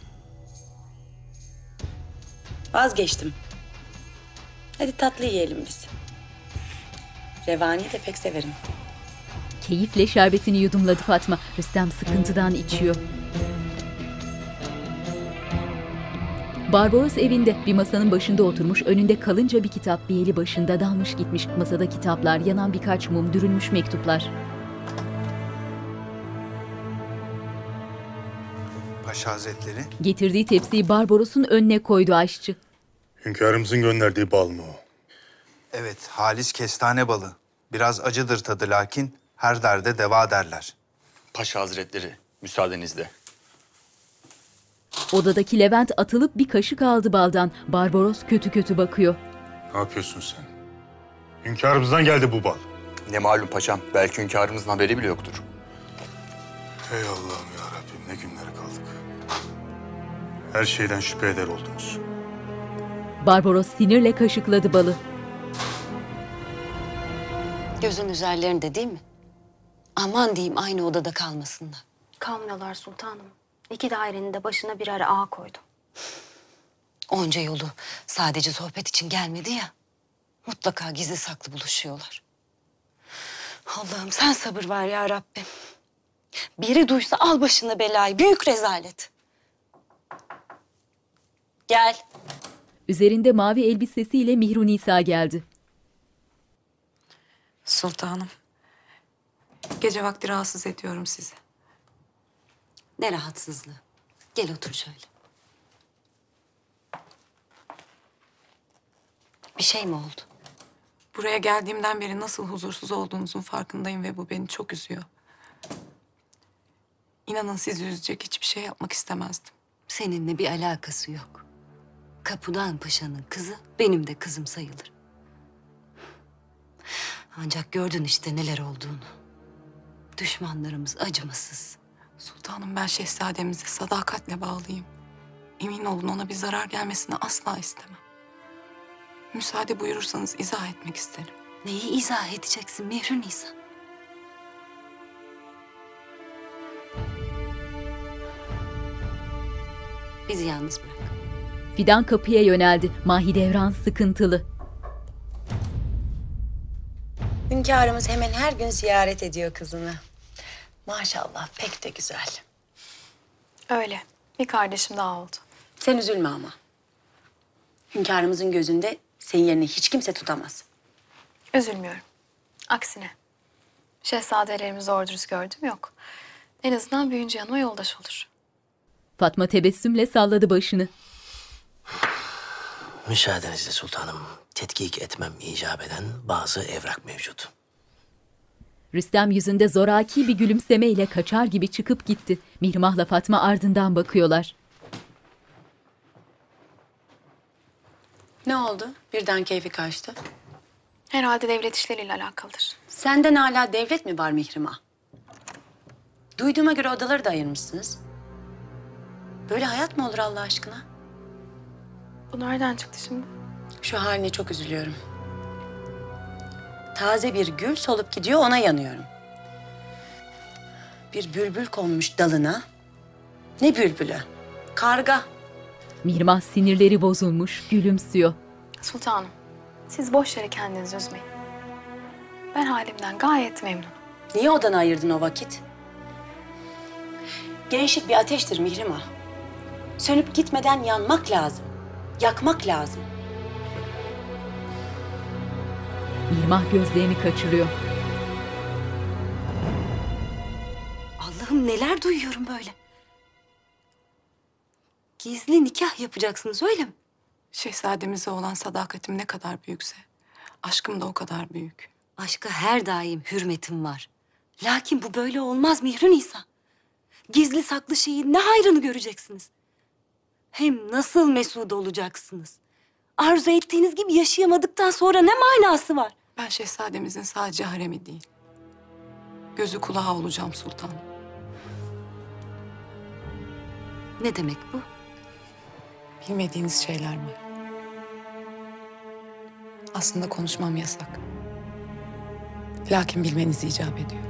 Vazgeçtim. Hadi tatlı yiyelim biz. Revani'yi de pek severim. Keyifle şerbetini yudumladı Fatma. Rüstem sıkıntıdan içiyor. Barbaros evinde bir masanın başında oturmuş, önünde kalınca bir kitap, bir eli başında dalmış gitmiş. Masada kitaplar, yanan birkaç mum, dürülmüş mektuplar. Paşa Hazretleri. Getirdiği tepsiyi Barbaros'un önüne koydu aşçı. Hünkârımızın gönderdiği bal mı o? Evet, halis kestane balı. Biraz acıdır tadı lakin her derde deva derler. Paşa Hazretleri, müsaadenizle. Odadaki Levent atılıp bir kaşık aldı baldan. Barbaros kötü kötü bakıyor. Ne yapıyorsun sen? Hünkârımızdan geldi bu bal. Ne malum paşam, belki hünkârımızın haberi bile yoktur. Ey Allah'ım ya Rabbim, ne günlere kaldık. Her şeyden şüphe eder oldunuz. Barbaros sinirle kaşıkladı balı. Gözün üzerlerinde değil mi? Aman diyeyim aynı odada kalmasınlar. Kalmıyorlar sultanım. 2 dairenin de başına birer ağa koydum. Onca yolu sadece sohbet için gelmedi ya. Mutlaka gizli saklı buluşuyorlar. Allah'ım sen sabır ver ya Rabbim. Biri duysa al başına belayı. Büyük rezalet. Gel. Üzerinde mavi elbisesiyle Mihrunisa geldi. Sultanım. Gece vakti rahatsız ediyorum sizi. Ne rahatsızlığı. Gel otur şöyle. Bir şey mi oldu? Buraya geldiğimden beri nasıl huzursuz olduğunuzun farkındayım ve bu beni çok üzüyor. İnanın sizi üzecek hiçbir şey yapmak istemezdim. Seninle bir alakası yok. Kapudan Paşa'nın kızı benim de kızım sayılır. Ancak gördün işte neler olduğunu. Düşmanlarımız acımasız. Sultanım ben şehzademize sadakatle bağlıyım. Emin olun ona bir zarar gelmesini asla istemem. Müsaade buyurursanız izah etmek isterim. Neyi izah edeceksin Mihrunisa? Bizi yalnız bırak. Fidan kapıya yöneldi. Mahidevran sıkıntılı. Hünkârımız hemen her gün ziyaret ediyor kızını. Maşallah pek de güzel. Öyle. Bir kardeşim daha oldu. Sen üzülme ama. Hünkârımızın gözünde senin yerini hiç kimse tutamaz. Üzülmüyorum. Aksine. Şehzadelerimizi doğru dürüst gördüm yok. En azından büyüyünce yanıma yoldaş olur. Fatma tebessümle salladı başını. Müsaadenizle sultanım, tetkik etmem icap eden bazı evrak mevcut. Rüstem yüzünde zoraki bir gülümsemeyle kaçar gibi çıkıp gitti. Mihrimah'la Fatma ardından bakıyorlar. Ne oldu? Birden keyfi kaçtı. Herhalde devlet işleriyle alakalıdır. Senden hala devlet mi var Mihrimah? Duyduğuma göre odaları da ayırmışsınız. Böyle hayat mı olur Allah aşkına? Bu nereden çıktı şimdi? Şu haline çok üzülüyorum. Taze bir gül solup gidiyor, ona yanıyorum. Bir bülbül konmuş dalına. Ne bülbülü? Karga. Mihrimah sinirleri bozulmuş, gülümsüyor. Sultanım, siz boş yere kendinizi üzmeyin. Ben halimden gayet memnunum. Niye odanı ayırdın o vakit? Gençlik bir ateştir Mihrimah. Sönüp gitmeden yanmak lazım. Yakmak lazım. Mihrimah gözlerini kaçırıyor. Allah'ım neler duyuyorum böyle. Gizli nikah yapacaksınız öyle mi? Şehzademize olan sadakatim ne kadar büyükse, aşkım da o kadar büyük. Aşka her daim hürmetim var. Lakin bu böyle olmaz Mihri Nisa. Gizli saklı şeyin ne hayrını göreceksiniz? Hem nasıl mesut olacaksınız? Arzu ettiğiniz gibi yaşayamadıktan sonra ne manası var? Ben şehzademizin sadece haremi değil, gözü kulağı olacağım sultanım. Ne demek bu? Bilmediğiniz şeyler var. Aslında konuşmam yasak. Lakin bilmeniz icap ediyor.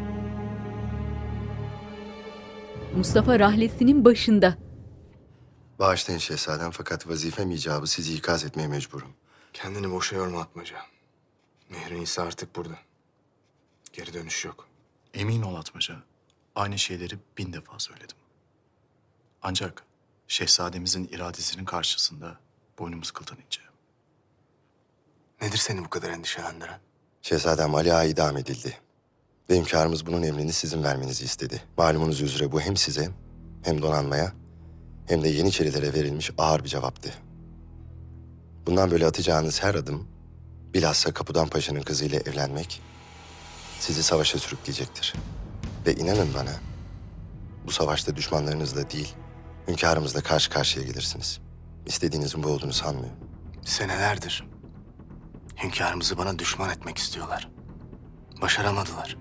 Mustafa rahlesinin başında. Bağışlayın şehzadem fakat vazifem icabı sizi ikaz etmeye mecburum. Kendini boşa yorma Atmaca. Mihri Nisa artık burada. Geri dönüş yok. Emin ol Atmaca. Aynı şeyleri 1000 defa söyledim. Ancak şehzademizin iradesinin karşısında boynumuz kıldan ince. Nedir seni bu kadar endişelendiren? Şehzadem Ali Ağa idam edildi. Ve hünkârımız bunun emrini sizin vermenizi istedi. Malumunuz üzere bu hem size hem donanmaya hem de Yeniçerilere verilmiş ağır bir cevaptı. Bundan böyle atacağınız her adım bilhassa Kapıdan Paşa'nın kızıyla evlenmek sizi savaşa sürükleyecektir. Ve inanın bana bu savaşta düşmanlarınızla değil hünkârımızla karşı karşıya gelirsiniz. İstediğinizin bu olduğunu sanmıyorum. Senelerdir hünkârımızı bana düşman etmek istiyorlar. Başaramadılar.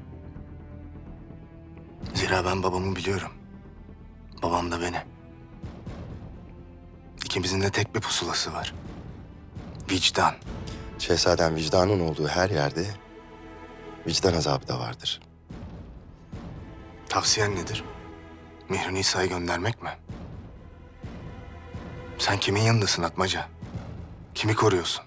Zira ben babamı biliyorum. Babam da beni. İkimizin de tek bir pusulası var. Vicdan. Şehzadem vicdanın olduğu her yerde vicdan azabı da vardır. Tavsiyen nedir? Mihri Nisa'yı göndermek mi? Sen kimin yanındasın Atmaca? Kimi koruyorsun?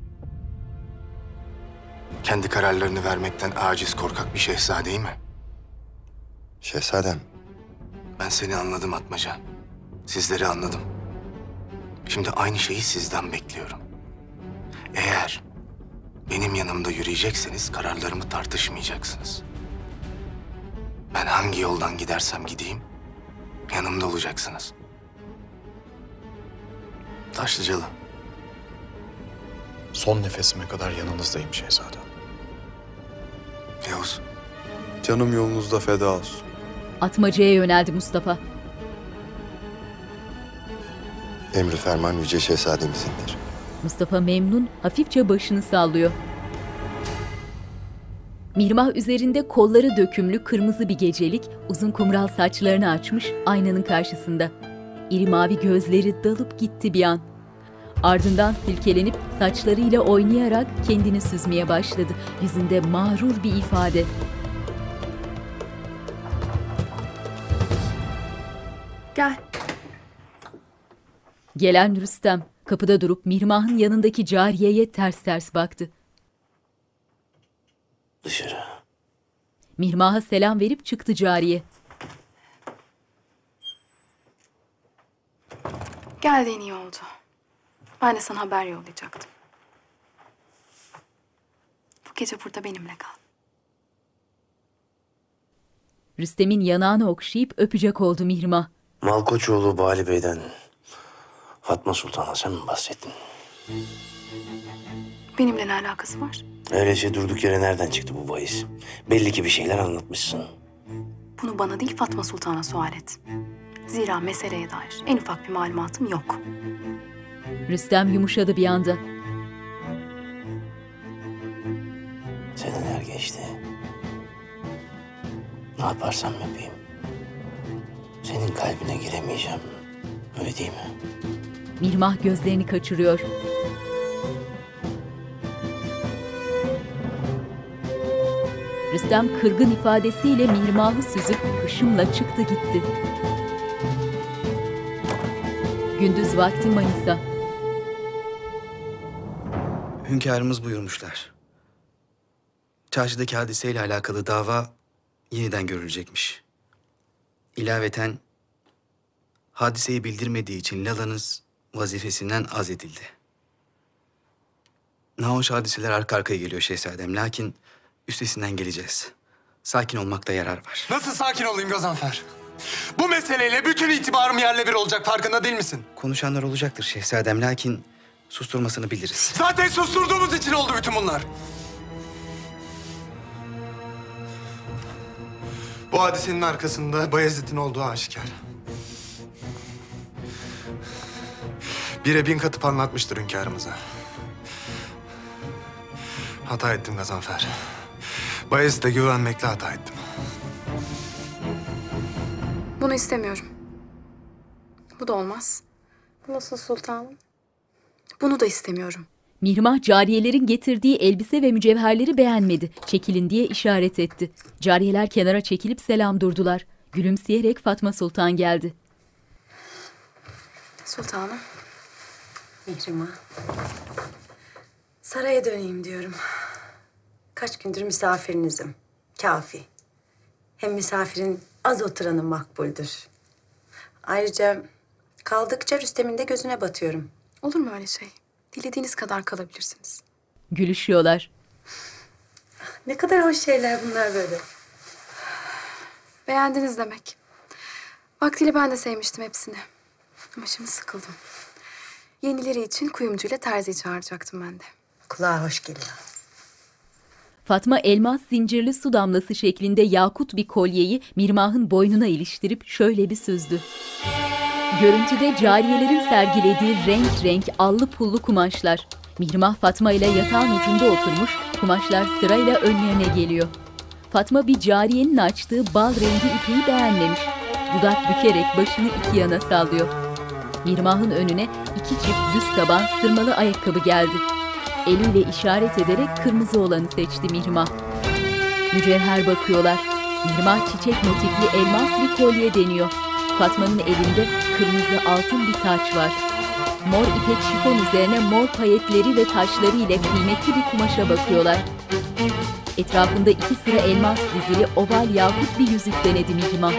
Kendi kararlarını vermekten aciz korkak bir şehzadeyi mi? Şehzadem. Ben seni anladım Atmaca. Sizleri anladım. Şimdi aynı şeyi sizden bekliyorum. Eğer benim yanımda yürüyecekseniz kararlarımı tartışmayacaksınız. Ben hangi yoldan gidersem gideyim yanımda olacaksınız. Taşlıcalı. Son nefesime kadar yanınızdayım şehzadem. Yavuz. Canım yolunuzda feda olsun. Atmaca'ya yöneldi Mustafa. Emri ferman yüce şehzademizindir. Mustafa memnun, hafifçe başını sallıyor. Mihrimah üzerinde kolları dökümlü kırmızı bir gecelik, uzun kumral saçlarını açmış aynanın karşısında. İri mavi gözleri dalıp gitti bir an. Ardından silkelenip saçlarıyla oynayarak kendini süzmeye başladı. Yüzünde mağrur bir ifade. Gel. Gelen Rüstem kapıda durup Mihrimah'ın yanındaki cariyeye ters ters baktı. Dışarı. Mihrimah'a selam verip çıktı cariye. Geldiğin iyi oldu. Ben de sana haber yollayacaktım. Bu gece burada benimle kal. Rüstem'in yanağını okşayıp öpecek oldu Mihrimah. Malkoçoğlu Bali Bey'den Fatma Sultan'a sen mi bahsettin? Benimle ne alakası var? Öylece durduk yere nereden çıktı bu bahis? Belli ki bir şeyler anlatmışsın. Bunu bana değil Fatma Sultan'a sual et. Zira meseleye dair en ufak bir malumatım yok. Rüstem yumuşadı bir anda. Seneler geçti. Ne yaparsam yapayım. Senin kalbine giremeyeceğim. Öyle değil mi? Mihrimah gözlerini kaçırıyor. Rüstem kırgın ifadesiyle Mihrimah'ı süzüp hışımla çıktı gitti. Gündüz vakti Manisa. Hünkârımız buyurmuşlar. Çarşıdaki hadiseyle alakalı dava yeniden görülecekmiş. İlaveten hadiseyi bildirmediği için Lala'nız vazifesinden azledildi. Nahoş hadiseler arka arkaya geliyor şehzadem. Lakin üstesinden geleceğiz. Sakin olmakta yarar var. Nasıl sakin olayım Gazanfer? Bu meseleyle bütün itibarım yerle bir olacak, farkında değil misin? Konuşanlar olacaktır şehzadem. Lakin susturmasını biliriz. Zaten susturduğumuz için oldu bütün bunlar. Bu hadisenin arkasında Bayezid'in olduğu aşikar. Bire bin katıp anlatmıştır hünkârımıza. Hata ettim Gazanfer. Bayezid'e güvenmekle hata ettim. Bunu istemiyorum. Bu da olmaz. Bu nasıl sultanım? Bunu da istemiyorum. Mihrimah cariyelerin getirdiği elbise ve mücevherleri beğenmedi. Çekilin diye işaret etti. Cariyeler kenara çekilip selam durdular. Gülümseyerek Fatma Sultan geldi. Sultanım. Mihrimah. Saraya döneyim diyorum. Kaç gündür misafirinizim. Kafi. Hem misafirin az oturanı makbuldür. Ayrıca kaldıkça Rüstem'in de gözüne batıyorum. Olur mu öyle şey? Dilediğiniz kadar kalabilirsiniz. Gülüşüyorlar. Ne kadar hoş şeyler bunlar böyle. Beğendiniz demek. Vaktiyle ben de sevmiştim hepsini. Ama şimdi sıkıldım. Yenileri için kuyumcuyla terziyi çağıracaktım ben de. Kulağa hoş geliyor. Fatma elmas zincirli su damlası şeklinde yakut bir kolyeyi Mihrimah'ın boynuna iliştirip şöyle bir süzdü. Görüntüde cariyelerin sergilediği renk renk allı pullu kumaşlar. Mihrimah Fatma ile yatağın ucunda oturmuş, kumaşlar sırayla önlerine geliyor. Fatma bir cariyenin açtığı bal rengi ipeği beğenmemiş. Dudak bükerek başını iki yana sallıyor. Mihrimah'ın önüne 2 çift düz taban sırmalı ayakkabı geldi. Eliyle işaret ederek kırmızı olanı seçti Mihrimah. Mücevher bakıyorlar. Mihrimah çiçek motifli elmas bir kolye deniyor. Fatma'nın elinde kırmızı altın bir taç var. Mor ipek şifon üzerine mor payetleri ve taşları ile kıymetli bir kumaşa bakıyorlar. Etrafında 2 sıra elmas dizili oval yakut bir yüzük denedi Mihrimah.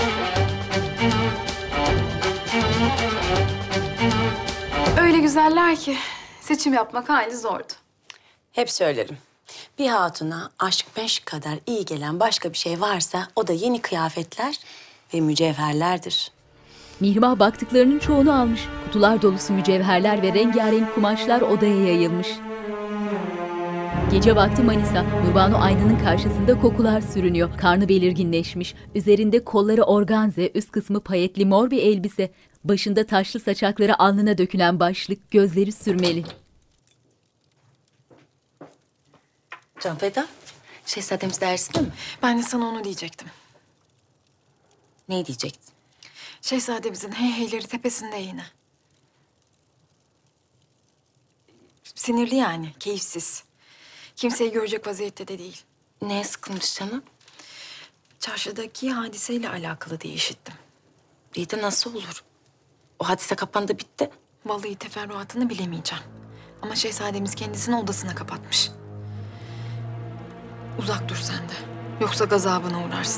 Öyle güzeller ki seçim yapmak hali zordu. Hep söylerim. Bir hatuna aşk meşk kadar iyi gelen başka bir şey varsa o da yeni kıyafetler ve mücevherlerdir. Mihrimah baktıklarının çoğunu almış. Kutular dolusu mücevherler ve rengarenk kumaşlar odaya yayılmış. Gece vakti Manisa, Nurbanu aynanın karşısında kokular sürünüyor. Karnı belirginleşmiş. Üzerinde kolları organze, üst kısmı payetli mor bir elbise. Başında taşlı saçakları alnına dökülen başlık, gözleri sürmeli. Canfeda, şehzademiz dersinde mi? Ben de sana onu diyecektim. Ne diyecektin? Şehzademizin heyheyleri tepesinde yine. Sinirli yani, keyifsiz. Kimseyi görecek vaziyette de değil. Neye sıkılmış canım? Çarşıdaki hadiseyle alakalı diye işittim. İyi de nasıl olur? O hadise kapandı bitti. Vallahi teferruatını bilemeyeceğim. Ama şehzademiz kendisini odasına kapatmış. Uzak dur sen de. Yoksa gazabına uğrarsın.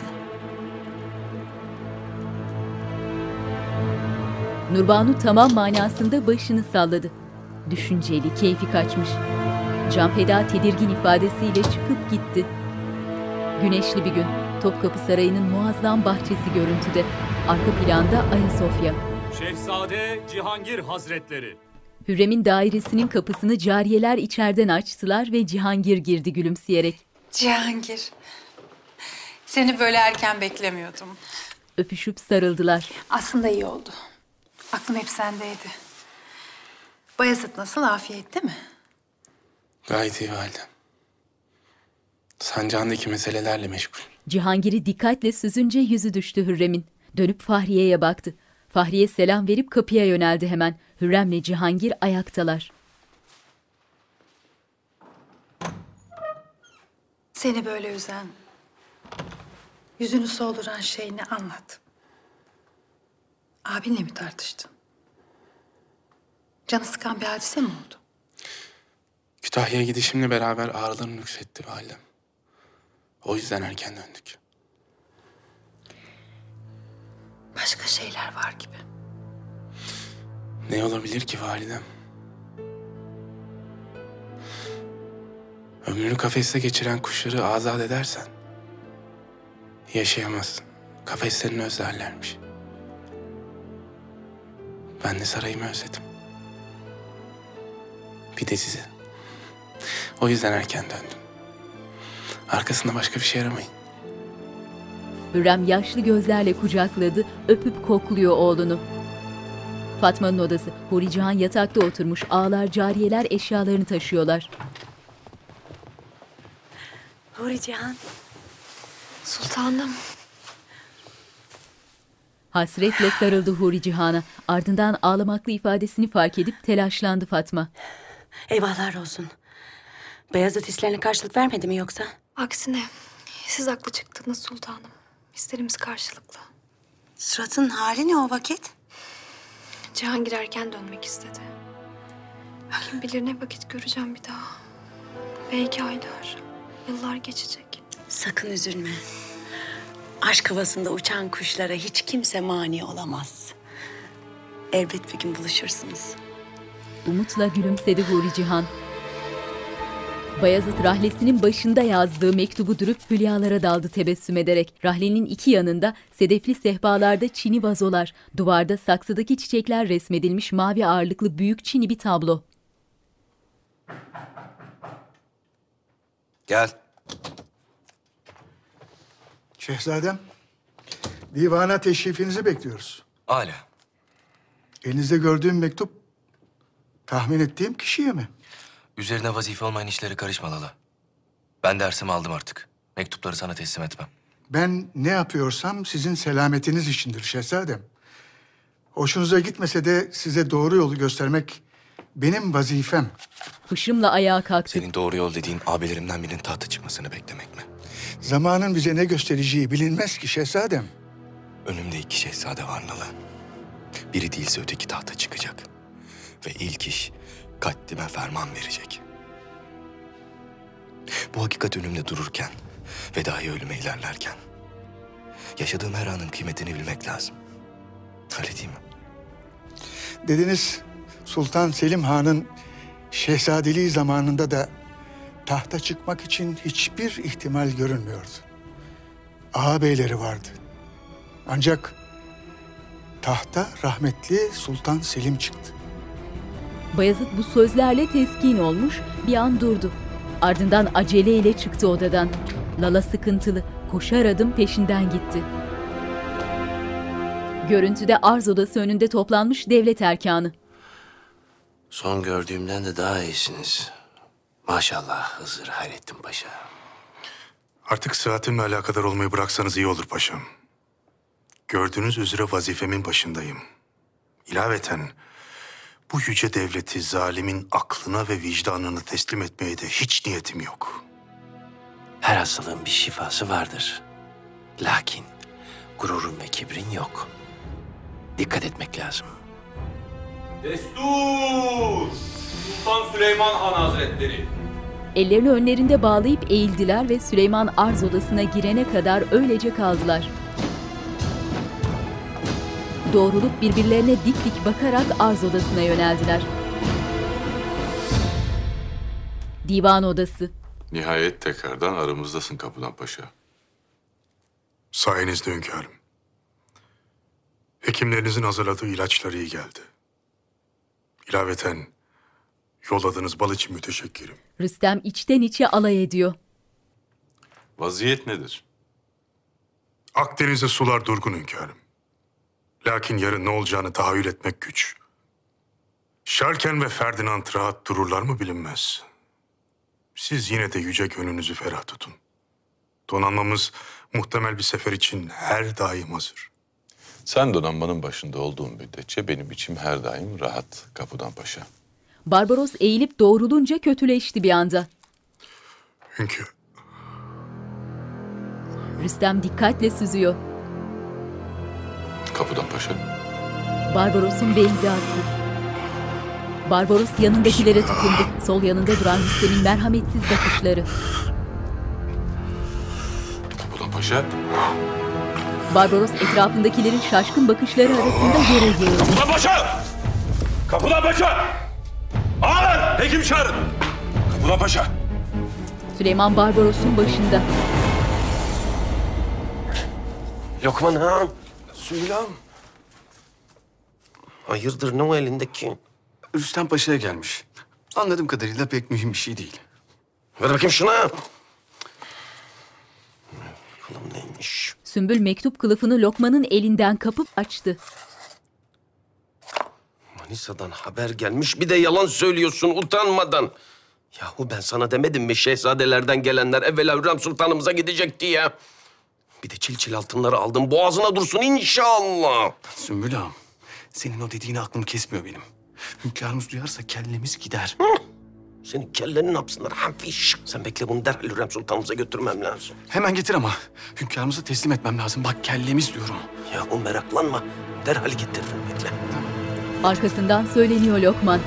Nurbanu tamam manasında başını salladı. Düşünceli, keyfi kaçmış. Canfeda tedirgin ifadesiyle çıkıp gitti. Güneşli bir gün. Topkapı Sarayı'nın muazzam bahçesi görüntüde. Arka planda Ayasofya. Şehzade Cihangir Hazretleri. Hürrem'in dairesinin kapısını cariyeler içeriden açtılar ve Cihangir girdi gülümseyerek. Cihangir, seni böyle erken beklemiyordum. Öpüşüp sarıldılar. Aslında iyi oldu. Aklım hep sendeydi. Bayezid nasıl? Afiyette mi? Gayet iyi validem. Sancağındaki meselelerle meşgul. Cihangir'i dikkatle süzünce yüzü düştü Hürrem'in. Dönüp Fahriye'ye baktı. Fahriye selam verip kapıya yöneldi hemen. Hürrem'le Cihangir ayaktalar. Seni böyle üzen, yüzünü solduran şey ne, anlat. Abinle mi tartıştın? Canı sıkan bir hadise mi oldu? Kütahya'ya gidişimle beraber ağrılarım yükseltti validem. O yüzden erken döndük. Başka şeyler var gibi. Ne olabilir ki validem? Ömrünü kafeste geçiren kuşları azat edersen yaşayamazsın. Kafeslerini özlerlermiş. Ben de sarayımı özledim. Bir de sizi. O yüzden erken döndüm. Arkasında başka bir şey aramayın. Hürrem yaşlı gözlerle kucakladı, öpüp kokluyor oğlunu. Fatma'nın odası. Huri Cihan yatakta oturmuş, ağlar, cariyeler eşyalarını taşıyorlar. Huri Cihan. Sultanım. Hasretle sarıldı Huri Cihan'a. Ardından ağlamaklı ifadesini fark edip telaşlandı Fatma. Eyvahlar olsun. Beyazıt hislerine karşılık vermedi mi yoksa? Aksine siz haklı çıktınız sultanım. Hislerimiz karşılıklı. Suratın hali ne o vakit? Cihangir erken dönmek istedi. Kim bilir ne vakit göreceğim bir daha. Belki aylar, yıllar geçecek. Sakın üzülme. Aşk havasında uçan kuşlara hiç kimse mani olamaz. Elbet bir gün buluşursunuz. Umutla gülümsedi Huri Cihan. Bayezid rahlesinin başında yazdığı mektubu durup hülyalara daldı tebessüm ederek. Rahlenin iki yanında sedefli sehpalarda çini vazolar, duvarda saksıdaki çiçekler resmedilmiş mavi ağırlıklı büyük çini bir tablo. Gel. Şehzadem, divana teşrifinizi bekliyoruz. Âlâ. Elinizde gördüğüm mektup tahmin ettiğim kişiye mi? Üzerine vazife olmayan işlere karışma Lala. Ben dersimi aldım artık. Mektupları sana teslim etmem. Ben ne yapıyorsam sizin selametiniz içindir şehzadem. Hoşunuza gitmese de size doğru yolu göstermek benim vazifem. Hışımla ayağa kalktı. Senin doğru yol dediğin ağabeylerimden birinin tahta çıkmasını beklemek mi? Zamanın bize ne göstereceği bilinmez ki şehzadem. Önümde iki şehzade var Lala. Biri değilse öteki tahta çıkacak. Ve ilk iş katlime ferman verecek. Bu hakikat önümde dururken ve dahi ölüme ilerlerken yaşadığım her anın kıymetini bilmek lazım. Öyle değil mi? Dediniz Sultan Selim Han'ın şehzadeliği zamanında da tahta çıkmak için hiçbir ihtimal görünmüyordu. Ağabeyleri vardı. Ancak tahta rahmetli Sultan Selim çıktı. Bayezid bu sözlerle teskin olmuş, bir an durdu. Ardından aceleyle çıktı odadan. Lala sıkıntılı, koşar adım peşinden gitti. Görüntüde arz odası önünde toplanmış devlet erkanı. Son gördüğümden de daha iyisiniz. Maşallah Hızır Hayrettin Paşa. Artık sıhhatimle alakadar olmayı bıraksanız iyi olur paşam. Gördüğünüz üzere vazifemin başındayım. İlaveten bu yüce devleti zalimin aklına ve vicdanına teslim etmeye de hiç niyetim yok. Her hastalığın bir şifası vardır. Lakin gururun ve kibrin yok. Dikkat etmek lazım. Destur! Sultan Süleyman Han Hazretleri. Ellerini önlerinde bağlayıp eğildiler ve Süleyman arz odasına girene kadar öylece kaldılar. Doğrulup birbirlerine dik dik bakarak arz odasına yöneldiler. Divan odası. Nihayet tekrardan aramızdasın Kapıdan Paşa. Sayenizde hünkârım. Hekimlerinizin hazırladığı ilaçlar iyi geldi. İlaveten yolladığınız bal için müteşekkirim. Rüstem içten içe alay ediyor. Vaziyet nedir? Akdeniz'de sular durgun hünkârım. Lakin yarın ne olacağını tahayyül etmek güç. Şarken ve Ferdinand rahat dururlar mı bilinmez. Siz yine de yüce gönlünüzü ferah tutun. Donanmamız muhtemel bir sefer için her daim hazır. Sen donanmanın başında olduğun müddetçe benim içim her daim rahat Kapıdan Paşa. Barbaros eğilip doğrulunca kötüleşti bir anda. Hünkâr. Rüstem dikkatle süzüyor. Kapıdan Paşa. Barbaros'un benzi attı. Barbaros yanındakilere tutundu. Sol yanında duran Rüstem'in merhametsiz bakışları. Kapıdan Paşa. Barbaros etrafındakilerin şaşkın bakışları arasında yere yığıldı. Kapıdan Paşa! Kapıdan Paşa! Ağalar! Hekim çağırın! Kapıdan Paşa! Süleyman Barbaros'un başında. Lokman ağam, Sümbül ağam. Hayırdır ne o elindeki? Rüstem Paşa'ya gelmiş. Anladığım kadarıyla pek mühim bir şey değil. Ver bakayım şuna. Bakalım neymiş? Sümbül mektup kılıfını Lokman'ın elinden kapıp açtı. Manisa'dan haber gelmiş, bir de yalan söylüyorsun utanmadan. Yahu ben sana demedim mi şehzadelerden gelenler evvela Hürrem Sultanımıza gidecek diye. Bir de çil çil altınları aldım, boğazına dursun inşallah. Sümbül ağam, senin o dediğini aklım kesmiyor benim. Hünkârımız duyarsa kellemiz gider. Senin kellenin ne yapsınlar hafiş. Sen bekle, bunu derhal Hürrem Sultanımıza götürmem lazım. Hemen getir ama. Hünkârımıza teslim etmem lazım. Bak kellemiz diyorum. Yahu meraklanma, derhal getiririm, bekle. Arkasından söyleniyor Lokman.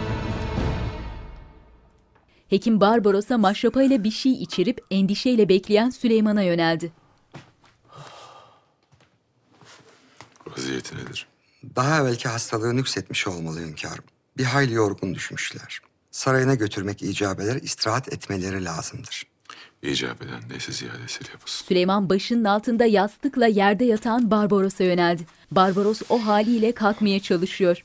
Hekim Barbaros'a maşrapayla bir şey içirip endişeyle bekleyen Süleyman'a yöneldi. Vaziyeti nedir? Daha evvelki hastalığı nüksetmiş olmalı hünkârım. Bir hayli yorgun düşmüşler. Sarayına götürmek icap eder, istirahat etmeleri lazımdır. İcap eden neyse ziyadesiyle yapılsın. Süleyman başının altında yastıkla yerde yatan Barbaros'a yöneldi. Barbaros o haliyle kalkmaya çalışıyor.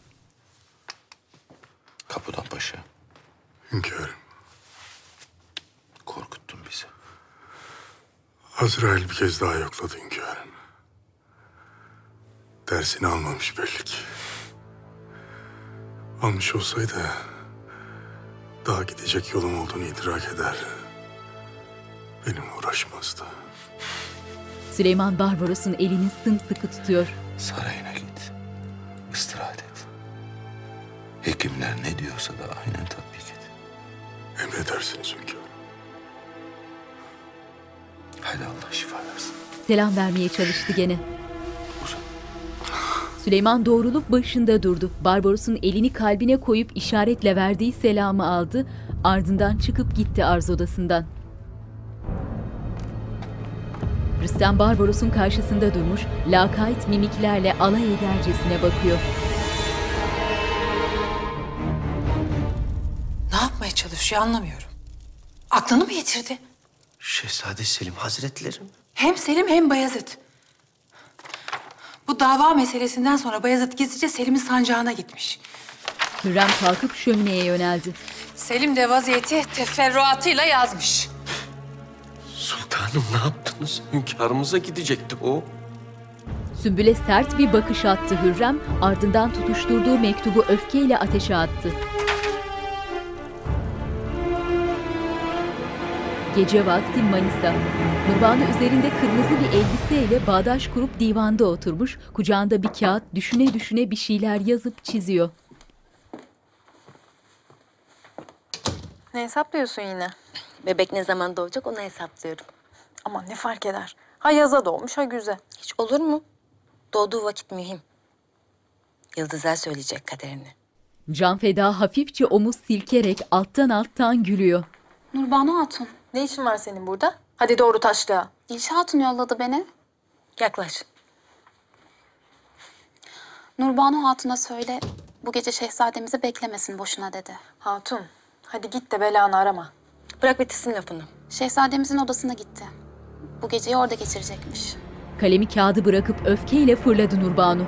Kapıdan Paşa. Hünkârım. Korkuttun bizi. Azrail bir kez daha yokladı hünkârım. Dersini almamış belli ki. Almış olsaydı daha gidecek yolum olduğunu idrak eder. Benimle uğraşmazdı. Süleyman Barbaros'un elini sımsıkı tutuyor. Sarayına git. İstirahat et. Hekimler ne diyorsa da aynen tatbik et. Emredersiniz hünkârım. Haydi Allah şifa versin. Selam vermeye çalıştı gene. Süleyman doğrulup başında durdu. Barbaros'un elini kalbine koyup işaretle verdiği selamı aldı. Ardından çıkıp gitti arz odasından. Rüstem Barbaros'un karşısında durmuş, lakayt mimiklerle alay edercesine bakıyor. Ne yapmaya çalışıyor anlamıyorum. Aklını mı yitirdi? Şehzade Selim Hazretleri mi? Hem Selim hem Bayezid. Bu dava meselesinden sonra Bayezid gizlice Selim'in sancağına gitmiş. Hürrem kalkıp şömineye yöneldi. Selim de vaziyeti teferruatıyla yazmış. Sultanım ne yaptınız? Hünkârımıza gidecekti o. Sümbül'e sert bir bakış attı Hürrem, ardından tutuşturduğu mektubu öfkeyle ateşe attı. Gece vakti Manisa. Nurbanu üzerinde kırmızı bir elbiseyle bağdaş kurup divanda oturmuş, kucağında bir kağıt düşüne düşüne bir şeyler yazıp çiziyor. Ne hesaplıyorsun yine? Bebek ne zaman doğacak onu hesaplıyorum. Aman ne fark eder? Ha yaza doğmuş ha güze. Hiç olur mu? Doğduğu vakit mühim. Yıldızlar söyleyecek kaderini. Can Feda hafifçe omuz silkerek alttan gülüyor. Nurbanu Hatun, ne işin var senin burada? Hadi doğru taşlığa. Dilşah Hatun yolladı beni. Yaklaş. Nurbanu Hatun'a söyle bu gece şehzademizi beklemesin boşuna dedi. Hatun, hadi git de belanı arama. Bırak bitirsin lafını. Şehzademizin odasına gitti. Bu geceyi orada geçirecekmiş. Kalemi kağıdı bırakıp öfkeyle fırladı Nurbanu.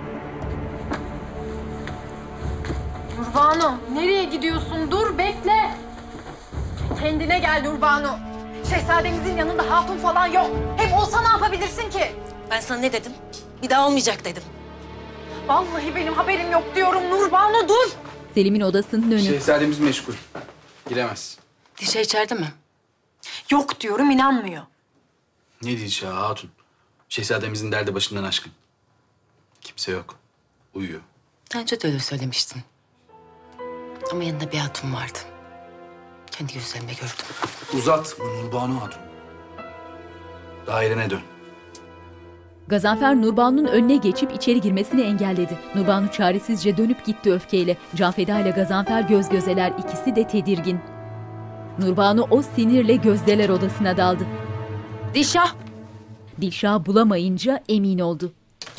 Nurbanu, nereye gidiyorsun? Dur, bekle. Kendine gel Nurbanu. Şehzademizin yanında hatun falan yok. Hem olsa ne yapabilirsin ki? Ben sana ne dedim? Bir daha olmayacak dedim. Vallahi benim haberim yok diyorum Nurbanu, dur. Selim'in odasının önü. Şehzademiz meşgul. Giremez. Dişe içeride mi? Yok diyorum, inanmıyor. Ne diyeceği hatun? Şehzademizin derdi başından aşkın. Kimse yok. Uyuyor. Önce de öyle söylemiştin. Ama yanında bir hatun vardı. Kendi gözlerimle gördüm. Uzat bu Nurbanu Hatun. Dairene dön. Gazanfer Nurbanu'nun önüne geçip içeri girmesini engelledi. Nurbanu çaresizce dönüp gitti öfkeyle. Canfeda ile Gazanfer göz gözeler, ikisi de tedirgin. Nurbanu o sinirle gözdeler odasına daldı. Dilşah! Dilşah'ı bulamayınca emin oldu.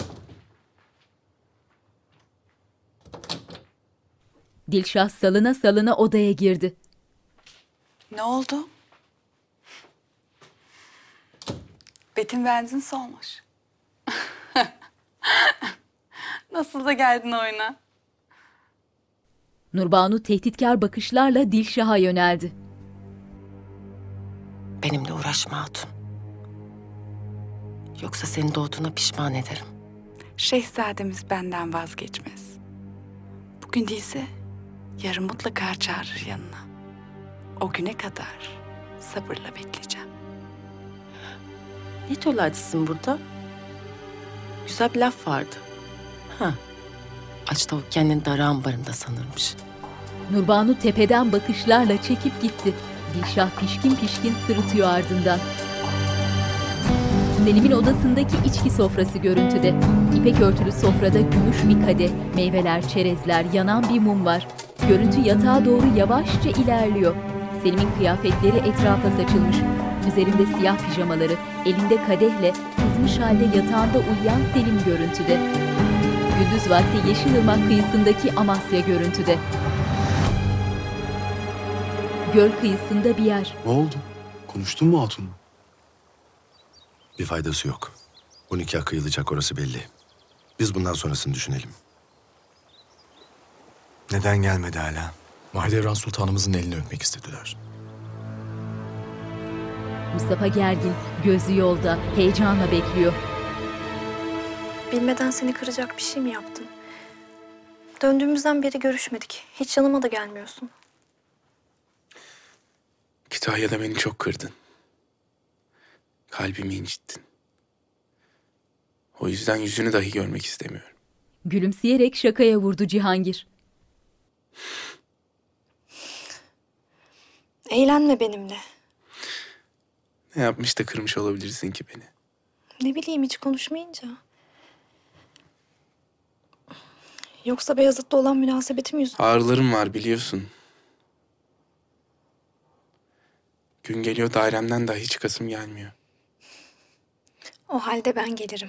Dilşah salına salına odaya girdi. Ne oldu? Betin benzin solmuş. Nasıl da geldin oyuna? Nurbanu tehditkar bakışlarla Dilşah'a yöneldi. Benimle uğraşma hatun. Yoksa senin doğduğuna pişman ederim. Şehzademiz benden vazgeçmez. Bugün değilse yarın mutlaka çağırır yanına. O güne kadar sabırla bekleyeceğim. Ne tölercisin burada? Güzel bir laf vardı. Ha, aç tavuk kendini darı ambarında sanırmış. Nurbanu tepeden bakışlarla çekip gitti. Dilşah pişkin pişkin sırıtıyor ardından. Selim'in odasındaki içki sofrası görüntüde. İpek örtülü sofrada gümüş bir kadeh, meyveler, çerezler, yanan bir mum var. Görüntü yatağa doğru yavaşça ilerliyor. Selim'in kıyafetleri etrafa saçılmış. Üzerinde siyah pijamaları, elinde kadehle sızmış halde yatağında uyuyan Selim görüntüde. Gündüz vakti Yeşilırmak kıyısındaki Amasya görüntüde. Göl kıyısında bir yer. Ne oldu? Konuştun mu hatunla? Bir faydası yok. Bu nikah kıyılacak, orası belli. Biz bundan sonrasını düşünelim. Neden gelmedi hala? Mahidevran Sultanımızın elini öpmek istediler. Mustafa gergin, gözü yolda, heyecanla bekliyor. Bilmeden seni kıracak bir şey mi yaptım? Döndüğümüzden beri görüşmedik. Hiç yanıma da gelmiyorsun. Kütahya'da beni çok kırdın. Kalbimi incittin. O yüzden yüzünü dahi görmek istemiyorum. Gülümseyerek şakaya vurdu Cihangir. Eğlenme benimle. Ne yapmış da kırmış olabilirsin ki beni? Ne bileyim, hiç konuşmayınca. Yoksa Beyazıt'la olan münasebetim yüzünden. Ağrılarım var biliyorsun. Gün geliyor dairemden dahi çıkasım gelmiyor. O halde ben gelirim.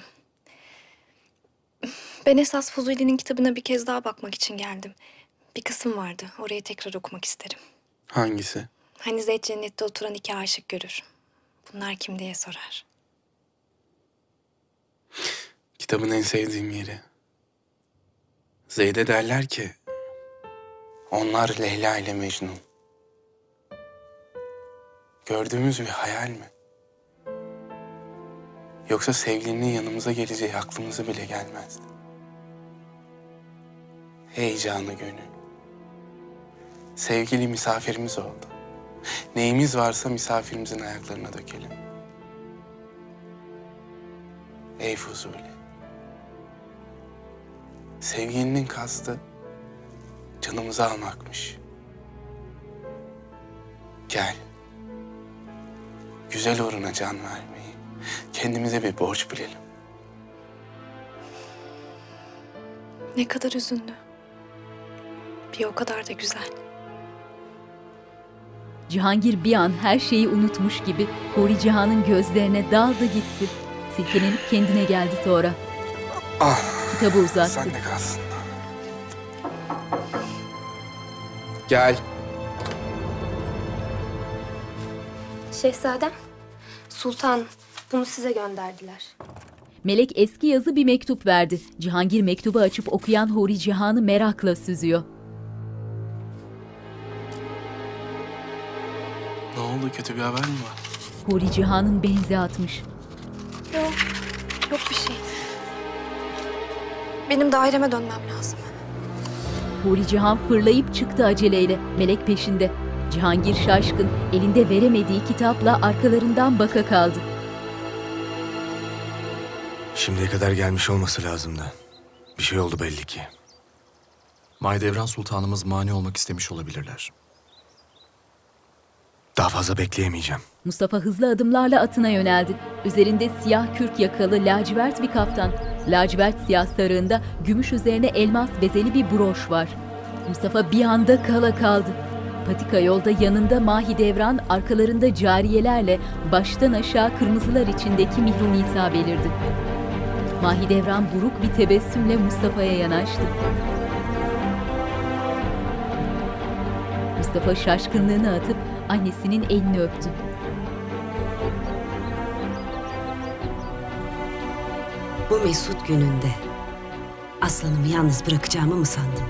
Ben esas Fuzuli'nin kitabına bir kez daha bakmak için geldim. Bir kısım vardı. Orayı tekrar okumak isterim. Hangisi? Hani Zeyd cennette oturan iki aşık görür. Bunlar kim diye sorar. Kitabın en sevdiğim yeri. Zeyd'e derler ki onlar Leyla ile Mecnun. Gördüğümüz bir hayal mi? Yoksa sevgilinin yanımıza geleceği aklımıza bile gelmezdi. Heyecanı gönül. Sevgili misafirimiz oldu. Neyimiz varsa misafirimizin ayaklarına dökelim. Ey Fuzuli. Sevgilinin kastı canımızı almakmış. Gel. Güzel uğruna can vermeyi kendimize bir borç bilelim. Ne kadar üzünlü. Bir o kadar da güzel. Cihangir bir an her şeyi unutmuş gibi Huri Cihan'ın gözlerine daldı gitti. Silkelenip kendine geldi sonra. Kitabı uzattı. Sen de kalsın. Gel. Şehzadem, Sultan bunu size gönderdiler. Melek eski yazı bir mektup verdi. Cihangir mektubu açıp okuyan Huri Cihan'ı merakla süzüyor. Ne oldu? Kötü bir haber mi var? Huri Cihan'ın benzi atmış. Yok bir şey. Benim daireme dönmem lazım. Huri Cihan fırlayıp çıktı aceleyle. Melek peşinde. Cihangir şaşkın, elinde veremediği kitapla arkalarından baka kaldı. Şimdiye kadar gelmiş olması lazımdı. Bir şey oldu belli ki. Mahidevran Sultanımız mani olmak istemiş olabilirler. Daha fazla bekleyemeyeceğim. Mustafa hızlı adımlarla atına yöneldi. Üzerinde siyah kürk yakalı lacivert bir kaftan. Lacivert siyah sarığında gümüş üzerine elmas bezeli bir broş var. Mustafa bir anda kala kaldı. Patika yolda yanında Mahidevran, arkalarında cariyelerle baştan aşağı kırmızılar içindeki Mihru Nisa belirdi. Mahidevran buruk bir tebessümle Mustafa'ya yanaştı. Mustafa şaşkınlığını atıp annesinin elini öptü. Bu mesut gününde aslanımı yalnız bırakacağımı mı sandın?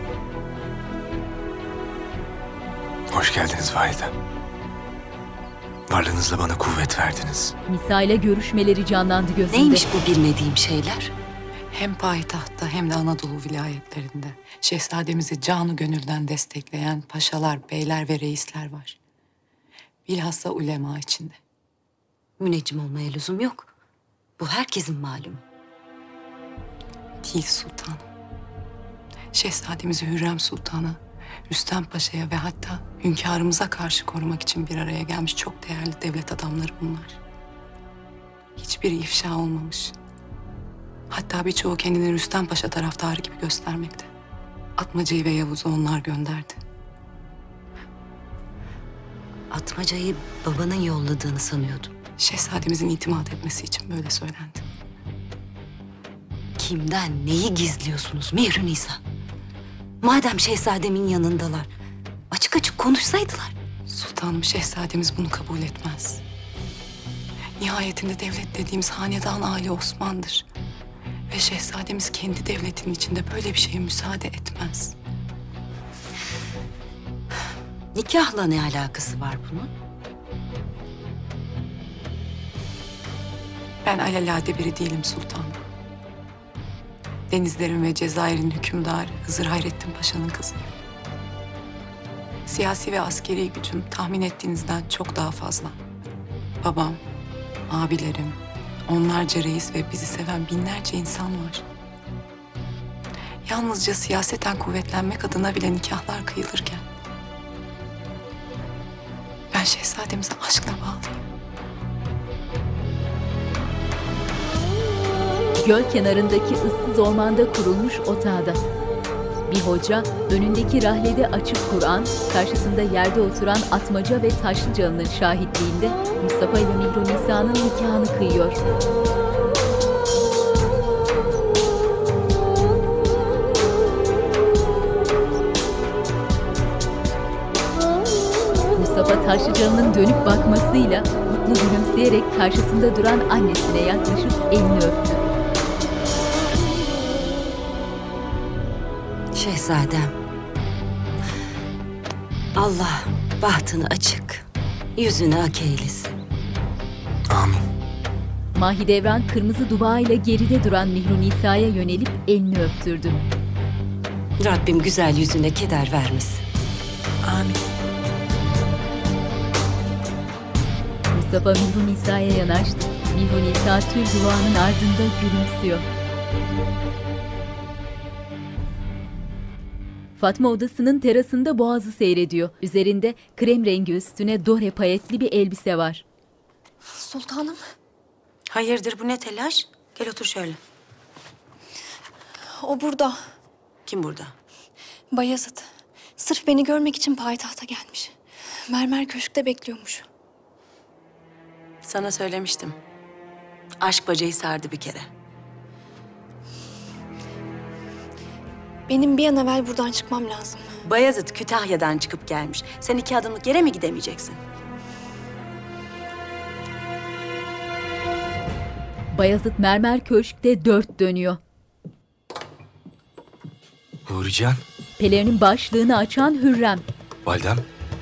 Hoş geldiniz validem. Varlığınızla bana kuvvet verdiniz. Nisa ile görüşmeleri canlandı gözünde. Neymiş bu bilmediğim şeyler? Hem payitahtta hem de Anadolu vilayetlerinde şehzademizi canı gönülden destekleyen paşalar, beyler ve reisler var. Bilhassa ulema içinde. Müneccim olmaya lüzum yok. Bu herkesin malumu. Değil sultanım. Şehzademizi Hürrem Sultan'a, Rüstem Paşa'ya ve hatta hünkârımıza karşı korumak için bir araya gelmiş çok değerli devlet adamları bunlar. Hiçbiri ifşa olmamış. Hatta birçoğu kendini Rüstem Paşa taraftarı gibi göstermekte. Atmaca'yı ve Yavuz'u onlar gönderdi. Atmaca'yı babanın yolladığını sanıyordum. Şehzademizin itimat etmesi için böyle söylendi. Kimden neyi gizliyorsunuz Mihru Nisa? Madem şehzademin yanındalar, açık açık konuşsaydılar. Sultanım, şehzademiz bunu kabul etmez. Nihayetinde devlet dediğimiz hanedan Ali Osman'dır. Ve şehzademiz kendi devletinin içinde böyle bir şeye müsaade etmez. Nikahla ne alakası var bunun? Ben alelade biri değilim sultanım. Denizlerin ve Cezayir'in hükümdarı Hızır Hayrettin Paşa'nın kızıyım. Siyasi ve askeri gücüm tahmin ettiğinizden çok daha fazla. Babam, abilerim, onlarca reis ve bizi seven binlerce insan var. Yalnızca siyaseten kuvvetlenmek adına bile nikahlar kıyılırken ben şehzademize aşkla bağlıyım. Göl kenarındaki ıssız ormanda kurulmuş otağda. Bir hoca önündeki rahlede açık Kur'an, karşısında yerde oturan Atmaca ve Taşlıcalı'nın şahitliğinde Mustafa ile Mihru Nisa'nın nikahını kıyıyor. Mustafa Taşlıcalı'nın dönüp bakmasıyla mutlu gülümseyerek karşısında duran annesine yaklaşıp elini öptü. Şehzadem, Allah bahtını açık, yüzünü ak eylesin. Amin. Mahidevran kırmızı duvağıyla geride duran Mihru Nisa'ya yönelip elini öptürdü. Rabbim güzel yüzüne keder vermesin. Amin. Mustafa Mihru Nisa'ya yanaştı. Mihru Nisa tül duvağının ardında gülümsüyor. Fatma odasının terasında boğazı seyrediyor. Üzerinde krem rengi üstüne dore payetli bir elbise var. Sultanım. Hayırdır, bu ne telaş? Gel otur şöyle. O burada. Kim burada? Bayezid. Sırf beni görmek için payitahta gelmiş. Mermer köşkte bekliyormuş. Sana söylemiştim. Aşk bacayı sardı bir kere. Benim bir an evvel buradan çıkmam lazım. Bayezid Kütahya'dan çıkıp gelmiş. Sen 2 adımlık yere mi gidemeyeceksin? Bayezid mermer köşkte 4 dönüyor. Hurican. Pelerinin başlığını açan Hürrem. Validem.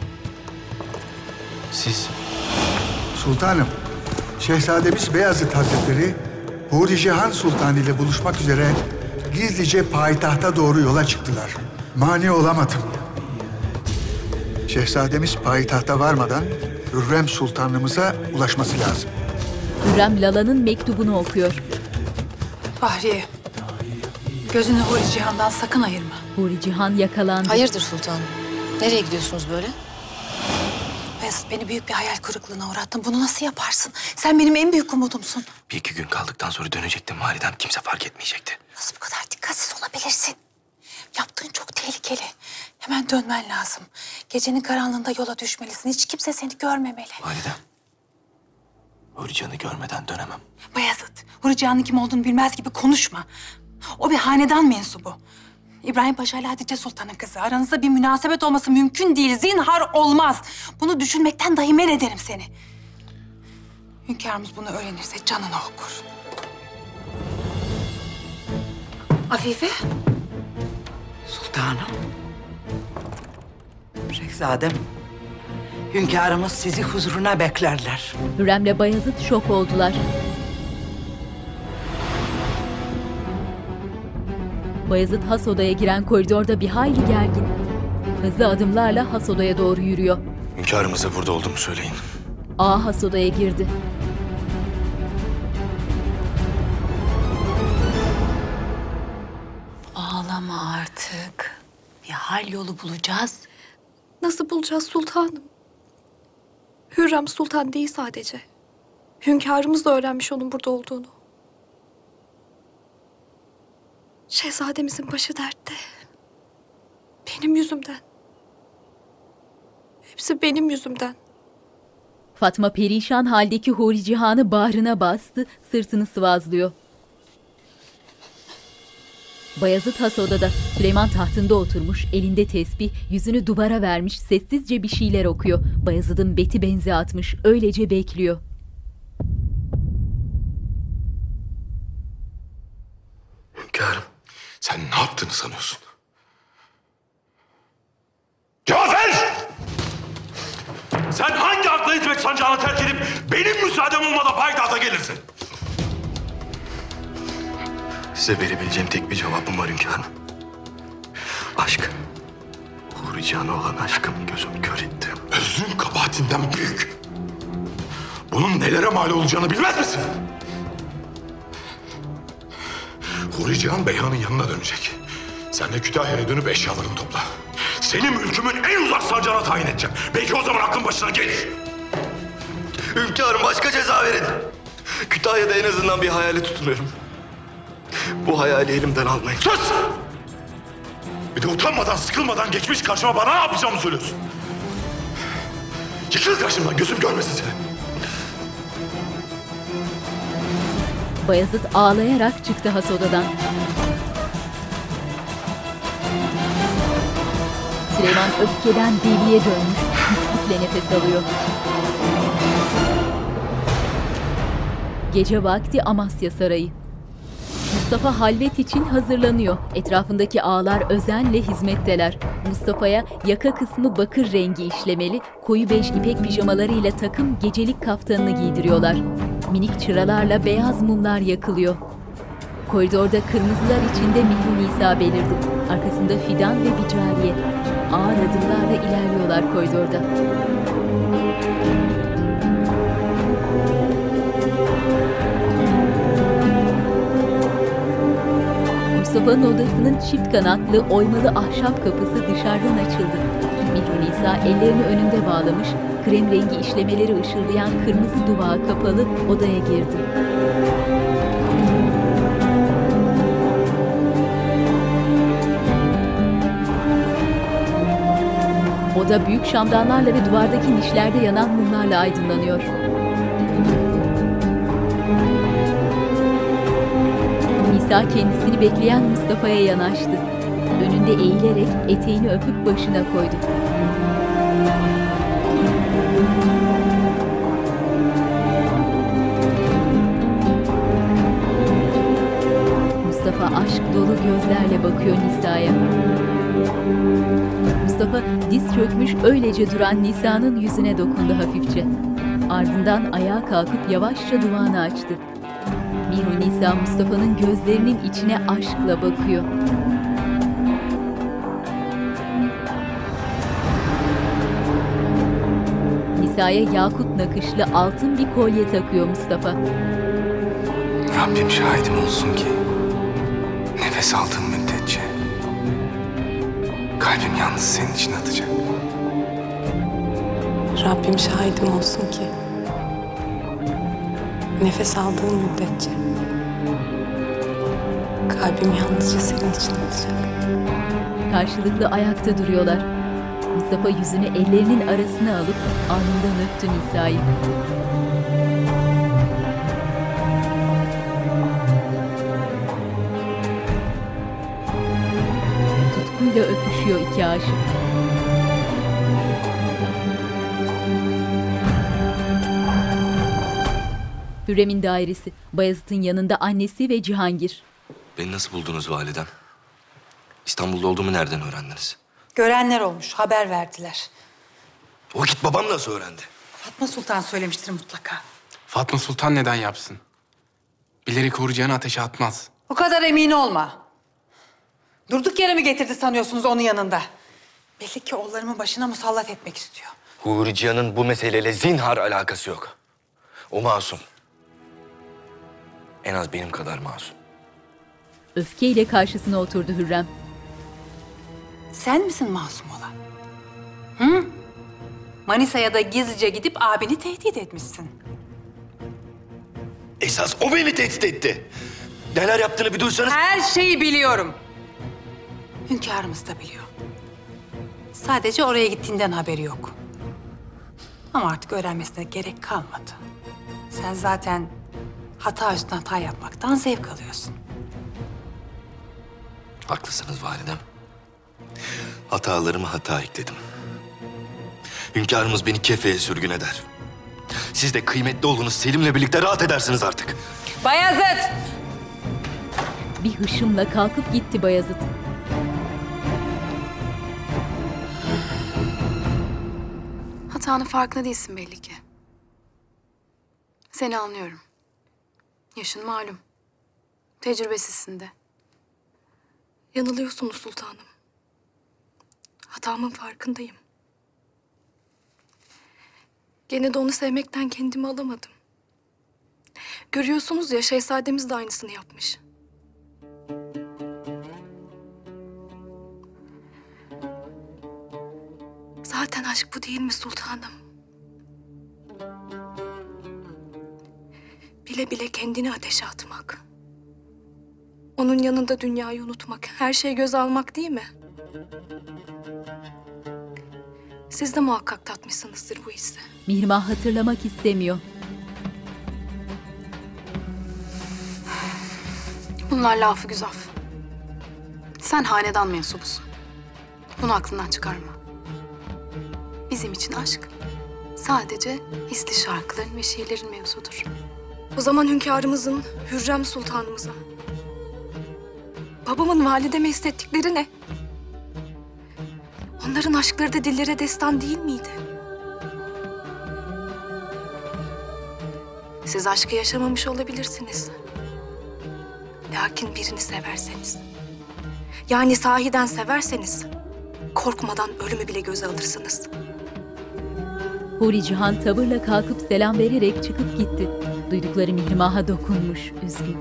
Siz... Sultanım, Şehzademiz Beyazıt Hazretleri Huri Cihan Sultan ile buluşmak üzere gizlice payitahta doğru yola çıktılar. Mani olamadım. Şehzademiz payitahta varmadan Hürrem Sultanlığımıza ulaşması lazım. Hürrem Lala'nın mektubunu okuyor. Fahriye, gözünü Huri Cihan'dan sakın ayırma. Huri Cihan yakalandı. Hayırdır sultanım? Nereye gidiyorsunuz böyle? Beyazıt, beni büyük bir hayal kırıklığına uğrattın. Bunu nasıl yaparsın? Sen benim en büyük umudumsun. Bir iki gün kaldıktan sonra dönecektim validem. Kimse fark etmeyecekti. Nasıl bu kadar dikkatsiz olabilirsin? Yaptığın çok tehlikeli. Hemen dönmen lazım. Gecenin karanlığında yola düşmelisin. Hiç kimse seni görmemeli. Validem. Huri Cihan'ı görmeden dönemem. Bayezid, Huri Cihan'ın kim olduğunu bilmez gibi konuşma. O bir hanedan mensubu. İbrahim Paşa ile Hatice Sultan'ın kızı. Aranızda bir münasebet olması mümkün değil. Zinhar olmaz. Bunu düşünmekten dahi men ederim seni. Hünkârımız bunu öğrenirse canını okur. Afife. Sultanım. Şehzadem. Hünkârımız sizi huzuruna beklerler. Hürrem'le Bayezid şok oldular. Bayezid has odaya giren koridorda bir hayli gergin. Hızlı adımlarla has odaya doğru yürüyor. Hünkârımıza burada olduğumu söyleyin. Ağa has odaya girdi. Ağlama artık. Bir hal yolu bulacağız. Nasıl bulacağız sultanım? Hürrem Sultan değil sadece. Hünkârımız da öğrenmiş onun burada olduğunu. Şehzademizin başı dertte. Benim yüzümden. Hepsi benim yüzümden. Fatma perişan haldeki Huri Cihan'ı bağrına bastı, sırtını sıvazlıyor. Bayezid has odada. Süleyman tahtında oturmuş, elinde tesbih, yüzünü duvara vermiş, sessizce bir şeyler okuyor. Bayezid'in beti benzi atmış, öylece bekliyor. Hünkârım, sen ne yaptığını sanıyorsun? Cafer! Sen hangi akla hizmet sancağını terk edip benim müsaadem olmadan payitahta gelirsin? Size verebileceğim tek bir cevabım var hünkârım. Aşk. Huri Cihan'a olan aşkım gözüm kör etti. Özrün kabahatinden büyük. Bunun nelere mal olacağını bilmez misin? Huri Cihan Beyhan'ın yanına dönecek. Sen de Kütahya'ya dönüp eşyalarını topla. Seni mülkümün en uzak sancağına tayin edeceğim. Belki o zaman aklın başına gelir. Hünkârım başka ceza verin. Kütahya'da en azından bir hayale tutunuyorum. Bu hayali elimden almayın. Sus! Bir de utanmadan, sıkılmadan geçmiş karşıma bana ne yapacağımı söylüyorsun. Yıkıl karşımdan, gözüm görmesin seni. Bayezid ağlayarak çıktı has odadan. Süleyman öfkeden deliye dönmüş, güçlükle nefes alıyor. Gece vakti Amasya Sarayı. Mustafa halvet için hazırlanıyor. Etrafındaki ağalar özenle hizmetteler. Mustafa'ya yaka kısmı bakır rengi işlemeli, koyu beş ipek pijamalarıyla takım gecelik kaftanını giydiriyorlar. Minik çıralarla beyaz mumlar yakılıyor. Koridorda kırmızılar içinde Mihri Nisa belirdi. Arkasında Fidan ve bir cariye. Ağır adımlarla ilerliyorlar koridorda. Mustafa'nın odasının çift kanatlı oymalı ahşap kapısı dışarıdan açıldı. Mihri Nisa ellerini önünde bağlamış, krem rengi işlemeleri ışıldayan kırmızı duvağı kapalı odaya girdi. Oda büyük şamdanlarla ve duvardaki nişlerde yanan mumlarla aydınlanıyor. Nisa kendisini bekleyen Mustafa'ya yanaştı. Önünde eğilerek eteğini öpüp başına koydu. Mustafa aşk dolu gözlerle bakıyor Nisa'ya. Mustafa diz çökmüş öylece duran Nisa'nın yüzüne dokundu hafifçe. Ardından ayağa kalkıp yavaşça duvağını açtı. Mihri Nisa Mustafa'nın gözlerinin içine aşkla bakıyor. Nisa'ya yakut nakışlı altın bir kolye takıyor Mustafa. Rabbim şahidim olsun ki nefes aldığım müddetçe kalbim yalnız senin için atacak. Rabbim şahidim olsun ki nefes aldığım müddetçe kalbim yalnızca senin için atacak. Karşılıklı ayakta duruyorlar. Mustafa yüzünü ellerinin arasına alıp alnından öptü Nisa'yı. Tutkuyla öpüşüyor iki aşık. Hürrem'in dairesi. Bayezid'in yanında annesi ve Cihangir. Beni nasıl buldunuz validem? İstanbul'da olduğumu nereden öğrendiniz? Görenler olmuş, haber verdiler. O vakit babam nasıl öğrendi? Fatma Sultan söylemiştir mutlaka. Fatma Sultan neden yapsın? Bilerek Hurican'ı ateşe atmaz. O kadar emin olma. Durduk yere mi getirdi sanıyorsunuz onun yanında? Belli ki oğullarımın başına musallat etmek istiyor. Huri Cihan'ın bu meseleyle zinhar alakası yok. O masum. En az benim kadar masum. Öfkeyle karşısına oturdu Hürrem. Sen misin masum olan? Hı? Manisa'ya da gizlice gidip abini tehdit etmişsin. Esas o beni tehdit etti. Neler yaptığını bir duysanız... Her şeyi biliyorum. Hünkârımız da biliyor. Sadece oraya gittiğinden haberi yok. Ama artık öğrenmesine gerek kalmadı. Sen zaten hata üstüne hata yapmaktan zevk alıyorsun. Haklısınız validem. Hatalarımı hata ekledim. Hünkârımız beni kefeye sürgün eder. Siz de kıymetli oğlunuz Selim'le birlikte rahat edersiniz artık. Bayezid! Bir hışımla kalkıp gitti Bayezid. Hatanın farkında değilsin belli ki. Seni anlıyorum. Yaşın malum. Tecrübesizsin de. Yanılıyorsunuz sultanım. Hatamın farkındayım. Gene de onu sevmekten kendimi alamadım. Görüyorsunuz ya, şehzademiz de aynısını yapmış. Zaten aşk bu değil mi sultanım? Bile bile kendini ateşe atmak. Onun yanında dünyayı unutmak, her şeyi göze almak değil mi? Siz de muhakkak tatmışsınızdır bu hissi. Mihrimah hatırlamak istemiyor. Bunlar lafı güzaf. Sen hanedan mensubusun. Bunu aklından çıkarma. Bizim için aşk sadece hisli şarkıların ve şiirlerin mevzudur. O zaman hünkârımızın, Hürrem Sultanımıza, babamın valideme hissettikleri ne? Onların aşkları da dillere destan değil miydi? Siz aşkı yaşamamış olabilirsiniz. Lakin birini severseniz, yani sahiden severseniz, korkmadan ölümü bile göze alırsınız. Huri Cihan tavırla kalkıp selam vererek çıkıp gitti. Duydukları Mihrimah'a dokunmuş, üzgün.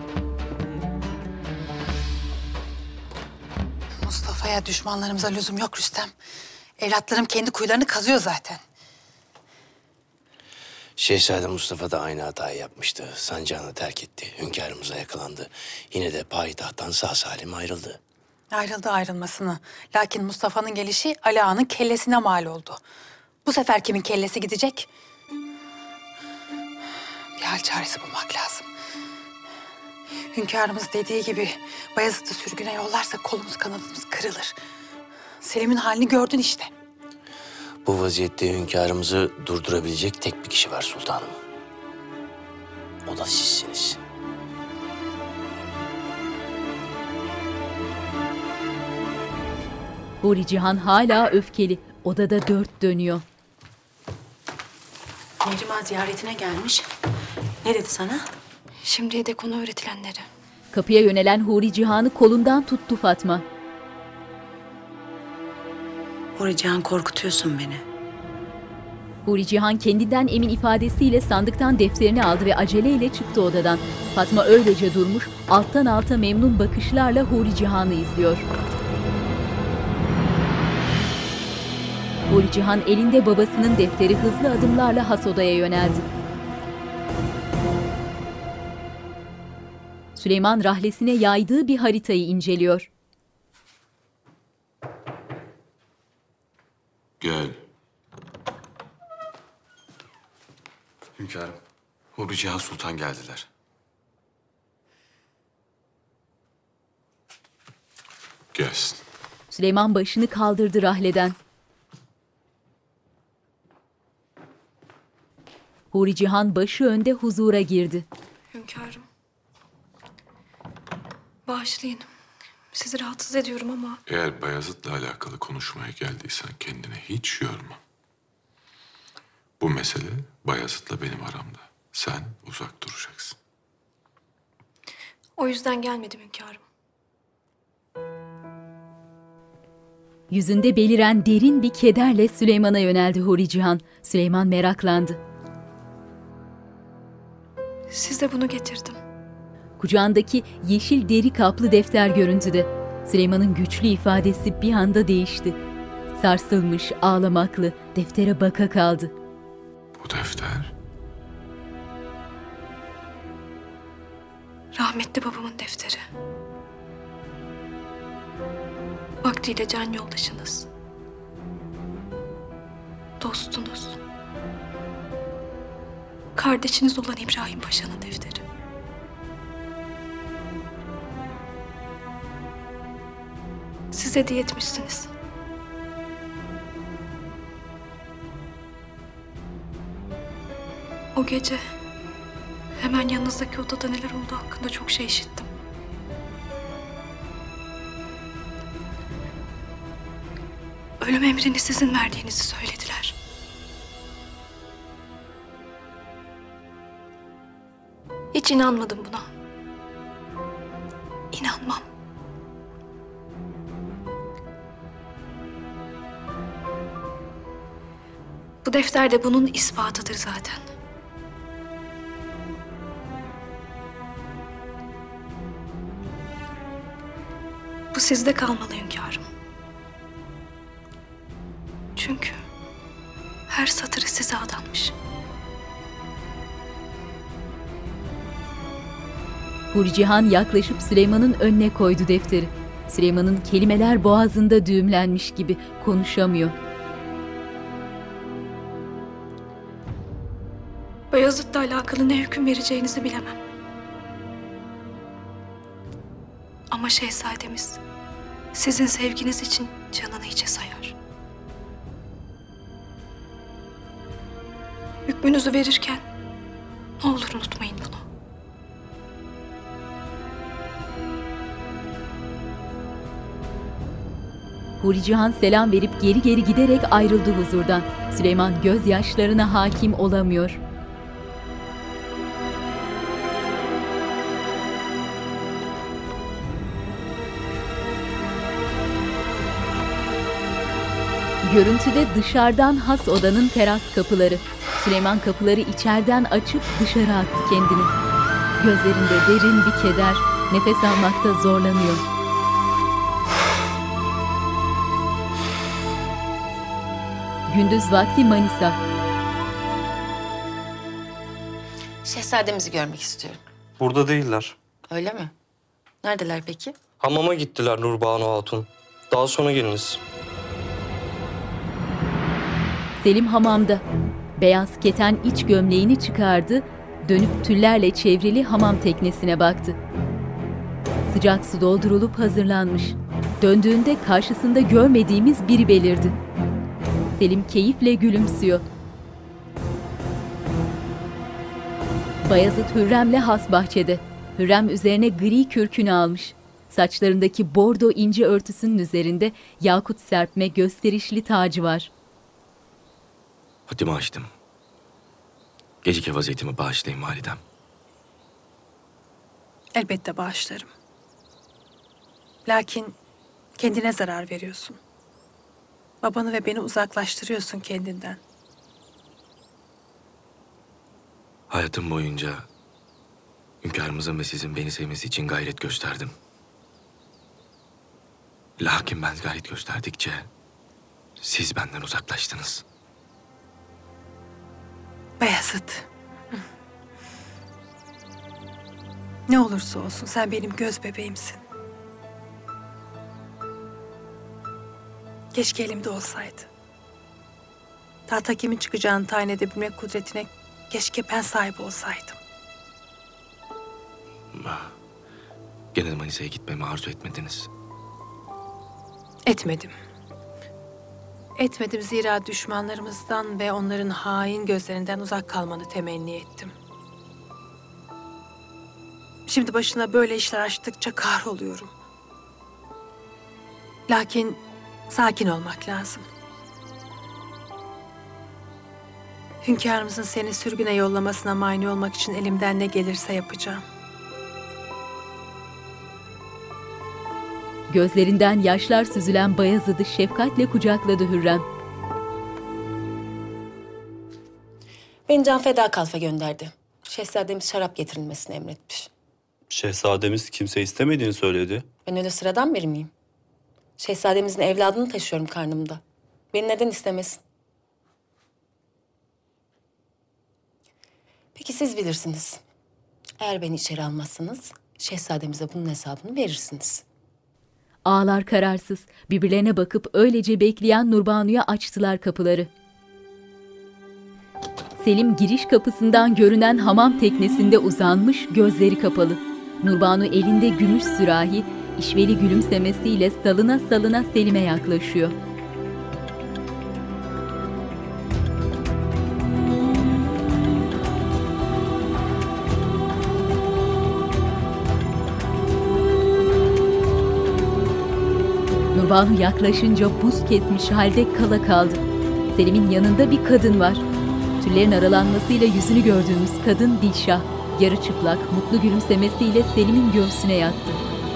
Mustafa'ya, düşmanlarımıza lüzum yok Rüstem. Evlatlarım kendi kuyularını kazıyor zaten. Şehzade Mustafa da aynı hatayı yapmıştı. Sancağını terk etti. Hünkârımıza yakalandı. Yine de payitahttan sağ salim ayrıldı. Ayrıldı ayrılmasını. Lakin Mustafa'nın gelişi Ali Ağa'nın kellesine mal oldu. Bu sefer kimin kellesi gidecek? Bir hal çaresi bulmak lazım. Hünkârımız dediği gibi Bayezid'i sürgüne yollarsa kolumuz kanadımız kırılır. Selim'in halini gördün işte. Bu vaziyette hünkârımızı durdurabilecek tek bir kişi var sultanım. O da sizsiniz. Huri Cihan hala öfkeli. Odada dört dönüyor. Mihrimah ziyaretine gelmiş. Ne dedi sana? Şimdiye dek ona öğretilenleri. Kapıya yönelen Huri Cihan'ı kolundan tuttu Fatma. Huri Cihan, korkutuyorsun beni. Huri Cihan kendinden emin ifadesiyle sandıktan defterini aldı ve aceleyle çıktı odadan. Fatma öylece durmuş, alttan alta memnun bakışlarla Huri Cihan'ı izliyor. Huri Cihan elinde babasının defteri hızlı adımlarla has odaya yöneldi. Süleyman rahlesine yaydığı bir haritayı inceliyor. Gel. Hünkârım, Huri Cihan Sultan geldiler. Gelsin. Süleyman başını kaldırdı rahleden. Huri Cihan başı önde huzura girdi. Hünkârım. Bağışlayın. Sizi rahatsız ediyorum ama... Eğer Bayezid'le alakalı konuşmaya geldiysen kendini hiç yorma. Bu mesele Bayezid'le benim aramda. Sen uzak duracaksın. O yüzden gelmedim hünkârım. Yüzünde beliren derin bir kederle Süleyman'a yöneldi Huri Cihan. Süleyman meraklandı. Size bunu getirdim. Kucağındaki yeşil deri kaplı defter görüntüde. Süleyman'ın güçlü ifadesi bir anda değişti. Sarsılmış, ağlamaklı, deftere baka kaldı. Bu defter? Rahmetli babamın defteri. Vaktiyle can yoldaşınız. Dostunuz. Kardeşiniz olan İbrahim Paşa'nın defteri. Siz hediye etmişsiniz. O gece hemen yanınızdaki odada neler olduğu hakkında çok şey işittim. Ölüm emrini sizin verdiğinizi söylediler. Hiç inanmadım buna. İnanmam. Bu defter de bunun ispatıdır zaten. Bu sizde kalmalı hünkârım. Çünkü her satırı size adanmış. Huri Cihan yaklaşıp Süleyman'ın önüne koydu defteri. Süleyman'ın kelimeler boğazında düğümlenmiş gibi konuşamıyor. Bayezid'le alakalı ne hüküm vereceğinizi bilemem. Ama şehzademiz sizin sevginiz için canını hiçe sayar. Hükmünüzü verirken ne olur unutmayın bunu. Huri Cihan selam verip geri geri giderek ayrıldı huzurdan. Süleyman gözyaşlarına hakim olamıyor. Görüntüde dışarıdan has odanın teras kapıları. Süleyman kapıları içeriden açıp dışarı attı kendini. Gözlerinde derin bir keder, nefes almakta zorlanıyor. Gündüz vakti Manisa. Şehzademizi görmek istiyorum. Burada değiller. Öyle mi? Neredeler peki? Hamama gittiler Nurbanu Hatun. Daha sonra geliniz. Selim hamamda. Beyaz keten iç gömleğini çıkardı, dönüp tüllerle çevrili hamam teknesine baktı. Sıcak su doldurulup hazırlanmış. Döndüğünde karşısında görmediğimiz biri belirdi. Selim keyifle gülümsüyor. Bayezid Hürrem'le has bahçede. Hürrem üzerine gri kürkünü almış. Saçlarındaki bordo ince örtüsünün üzerinde yakut serpme gösterişli tacı var. Haddimi aştım. Geceki vaziyetimi bağışlayın validem. Elbette bağışlarım. Lakin kendine zarar veriyorsun. Babanı ve beni uzaklaştırıyorsun kendinden. Hayatım boyunca hünkârımızın ve sizin beni sevmesi için gayret gösterdim. Lakin ben gayret gösterdikçe siz benden uzaklaştınız. Beyazıt. Ne olursa olsun sen benim göz bebeğimsin. Keşke elimde olsaydı. Tahta kimin çıkacağını tayin edebilmek kudretine keşke ben sahip olsaydım. Gene de Manisa'ya gitmemi arzu etmediniz. Etmedim. Etmedim zira düşmanlarımızdan ve onların hain gözlerinden uzak kalmanı temenni ettim. Şimdi başına böyle işler açtıkça kahroluyorum. Lakin sakin olmak lazım. Hünkârımızın seni sürgüne yollamasına mani olmak için elimden ne gelirse yapacağım. Gözlerinden yaşlar süzülen Bayezid'i şefkatle kucakladı Hürrem. Beni Can Feda Kalf'a gönderdi. Şehzademiz şarap getirilmesini emretmiş. Şehzademiz kimse istemediğini söyledi. Ben öyle sıradan biri miyim? Şehzademizin evladını taşıyorum karnımda. Beni neden istemesin? Peki siz bilirsiniz. Eğer beni içeri almazsanız şehzademize bunun hesabını verirsiniz. Ağlar kararsız, birbirlerine bakıp öylece bekleyen Nurbanu'ya açtılar kapıları. Selim giriş kapısından görünen hamam teknesinde uzanmış, gözleri kapalı. Nurbanu elinde gümüş sürahi, işveli gülümsemesiyle salına salına Selim'e yaklaşıyor. Nurbanu yaklaşınca buz kesmiş halde kala kaldı. Selim'in yanında bir kadın var. Tüllerin aralanmasıyla yüzünü gördüğümüz kadın Dilşah. Yarı çıplak, mutlu gülümsemesiyle Selim'in göğsüne yattı.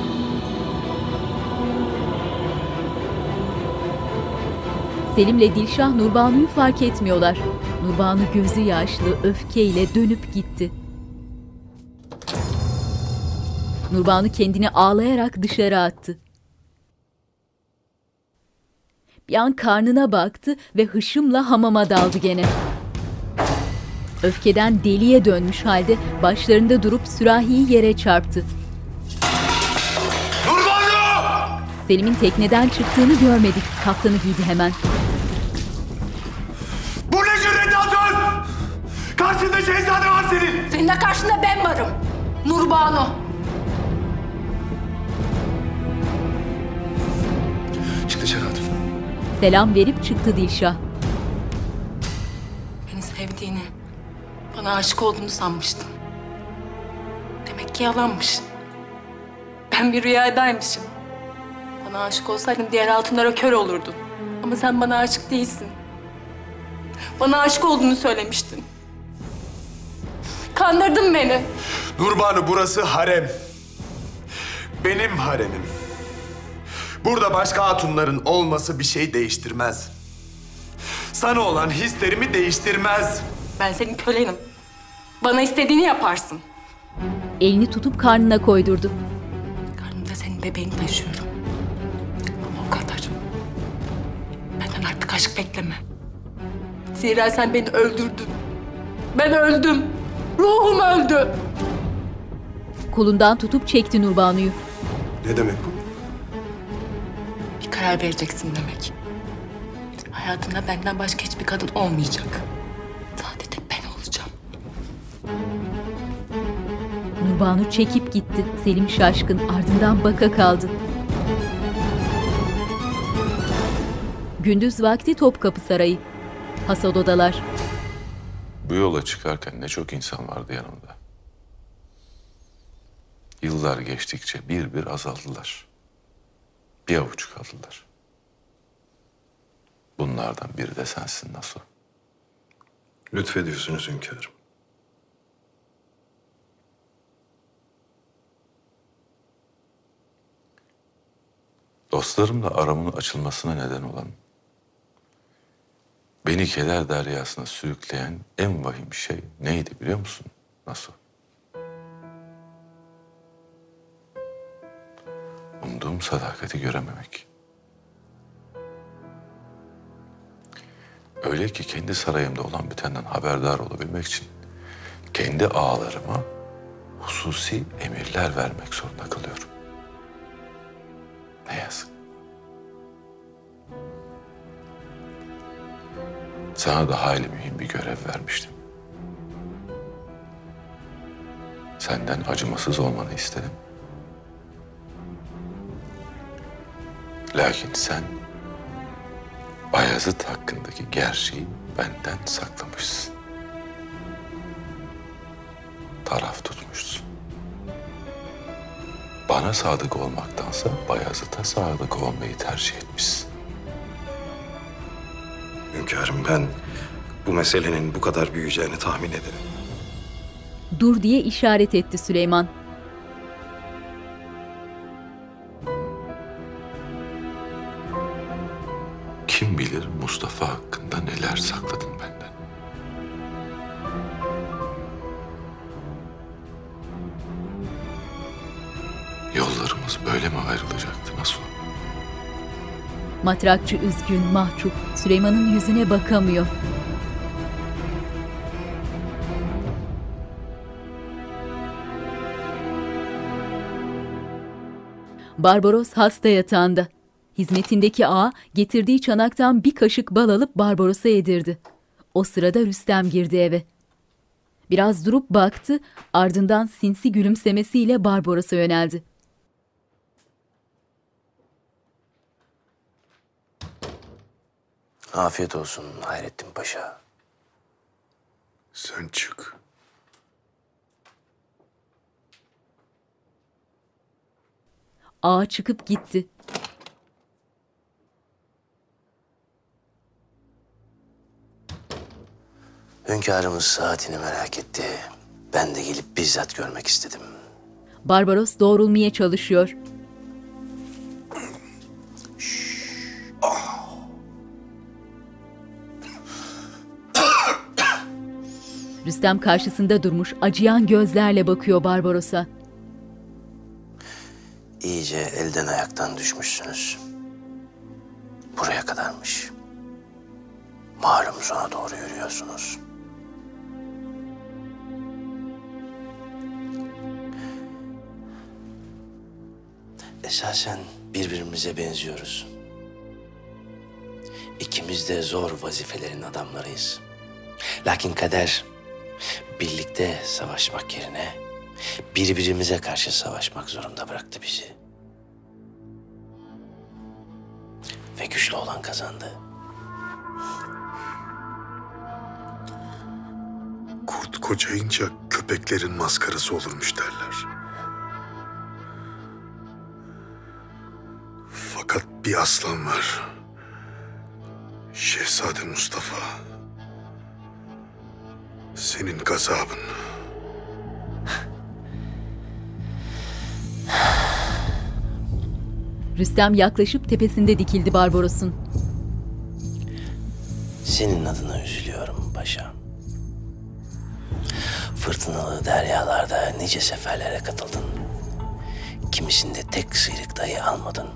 Selim'le Dilşah Nurbanu'yu fark etmiyorlar. Nurbanu gözü yaşlı, öfkeyle dönüp gitti. Nurbanu kendini ağlayarak dışarı attı. Bir an karnına baktı ve hışımla hamama daldı gene. Öfkeden deliye dönmüş halde başlarında durup sürahiyi yere çarptı. Nurbanu! Selim'in tekneden çıktığını görmedik. Kaftanı giydi hemen. Bu ne cüret hatun? Karşında şehzade var senin. Senin de karşında ben varım. Nurbanu. Çık dışarı hatun. Selam verip çıktı Dilşah. Beni sevdiğini, bana aşık olduğunu sanmıştım. Demek ki yalanmış. Ben bir rüyadaymışım. Bana aşık olsaydın diğer hatunlara kör olurdun. Ama sen bana aşık değilsin. Bana aşık olduğunu söylemiştin. Kandırdın beni. Nurbanu, burası harem. Benim haremim. Burada başka hatunların olması bir şey değiştirmez. Sana olan hislerimi değiştirmez. Ben senin kölenim. Bana istediğini yaparsın. Elini tutup karnına koydurdu. Karnımda senin bebeğini taşıyorum. Ama o kadar. Benden artık aşk bekleme. Zira sen beni öldürdün. Ben öldüm. Ruhum öldü. Kolundan tutup çekti Nurbanu'yu. Ne demek bu? Bir karar vereceksin demek. Hayatımda benden başka hiçbir kadın olmayacak. Sadece ben olacağım. Nurbanu çekip gitti. Selim şaşkın, ardından baka kaldı. Gündüz vakti Topkapı Sarayı. Hasat odalar. Bu yola çıkarken ne çok insan vardı yanımda. Yıllar geçtikçe bir bir azaldılar. Bir avuç kaldılar. Bunlardan biri de sensin Naso. Lütfediyorsunuz hünkârım. Dostlarımla aramın açılmasına neden olan, Beni keder deryasına sürükleyen en vahim şey neydi biliyor musun? Nasıl? Umduğum sadakati görememek. Öyle ki kendi sarayımda olan bitenden haberdar olabilmek için kendi ağalarıma hususi emirler vermek zorunda kalıyorum. Ne yazık. Sana da hayli mühim bir görev vermiştim. Senden acımasız olmanı istedim. Lakin sen Bayezid hakkındaki gerçeği benden saklamışsın. Taraf tutmuşsun. Bana sadık olmaktansa Bayezid'e sadık olmayı tercih etmişsin. Hünkârım, ben bu meselenin bu kadar büyüyeceğini tahmin ederim. Dur diye işaret etti Süleyman. Kim bilir Mustafa hakkında neler sakladın benden. Yollarımız böyle mi ayrılacaktı nasıl? Matrakçı üzgün, mahcup, Süleyman'ın yüzüne bakamıyor. Barbaros hasta yatağında. Hizmetindeki ağa getirdiği çanaktan bir kaşık bal alıp Barbaros'a yedirdi. O sırada Rüstem girdi eve. Biraz durup baktı, ardından sinsi gülümsemesiyle Barbaros'a yöneldi. Afiyet olsun Hayrettin Paşa. Sen çık. Ağa çıkıp gitti. Hünkârımız saatini merak etti. Ben de gelip bizzat görmek istedim. Barbaros doğrulmaya çalışıyor. Rüstem karşısında durmuş, acıyan gözlerle bakıyor Barbaros'a. İyice elden ayaktan düşmüşsünüz. Buraya kadarmış. Malum sona doğru yürüyorsunuz. Esasen birbirimize benziyoruz. İkimiz de zor vazifelerin adamlarıyız. Lakin kader birlikte savaşmak yerine birbirimize karşı savaşmak zorunda bıraktı bizi. Ve güçlü olan kazandı. Kurt kocayınca köpeklerin maskarası olurmuş derler. Fakat bir aslan var. Şehzade Mustafa. Senin gazabın. Rüstem yaklaşıp tepesinde dikildi Barbaros'un. Senin adına üzülüyorum paşa. Fırtınalı deryalarda nice seferlere katıldın. Kimisinde tek sıyrık dahi almadın.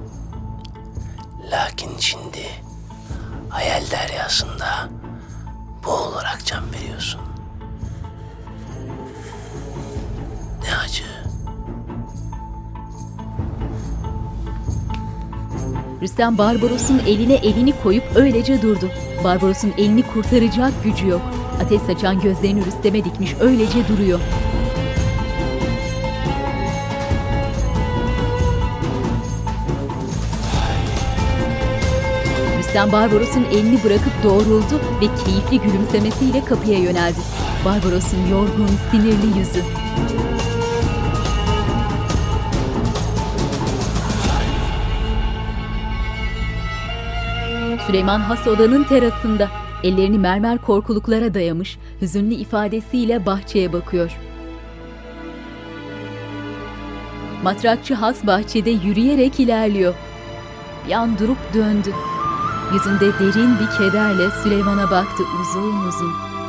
Lakin şimdi hayal deryasında boğularak can veriyorsun. Ne acı. Rüstem Barbaros'un eline elini koyup öylece durdu. Barbaros'un elini kurtaracak gücü yok. Ateş saçan gözlerini Rüstem'e dikmiş öylece duruyor. Rüstem Barbaros'un elini bırakıp doğruldu ve keyifli gülümsemesiyle kapıya yöneldi. Barbaros'un yorgun, sinirli yüzü. Süleyman has odanın terasında, ellerini mermer korkuluklara dayamış, hüzünlü ifadesiyle bahçeye bakıyor. Matrakçı has bahçede yürüyerek ilerliyor. Bir an durup döndü. Yüzünde derin bir kederle Süleyman'a baktı uzun uzun.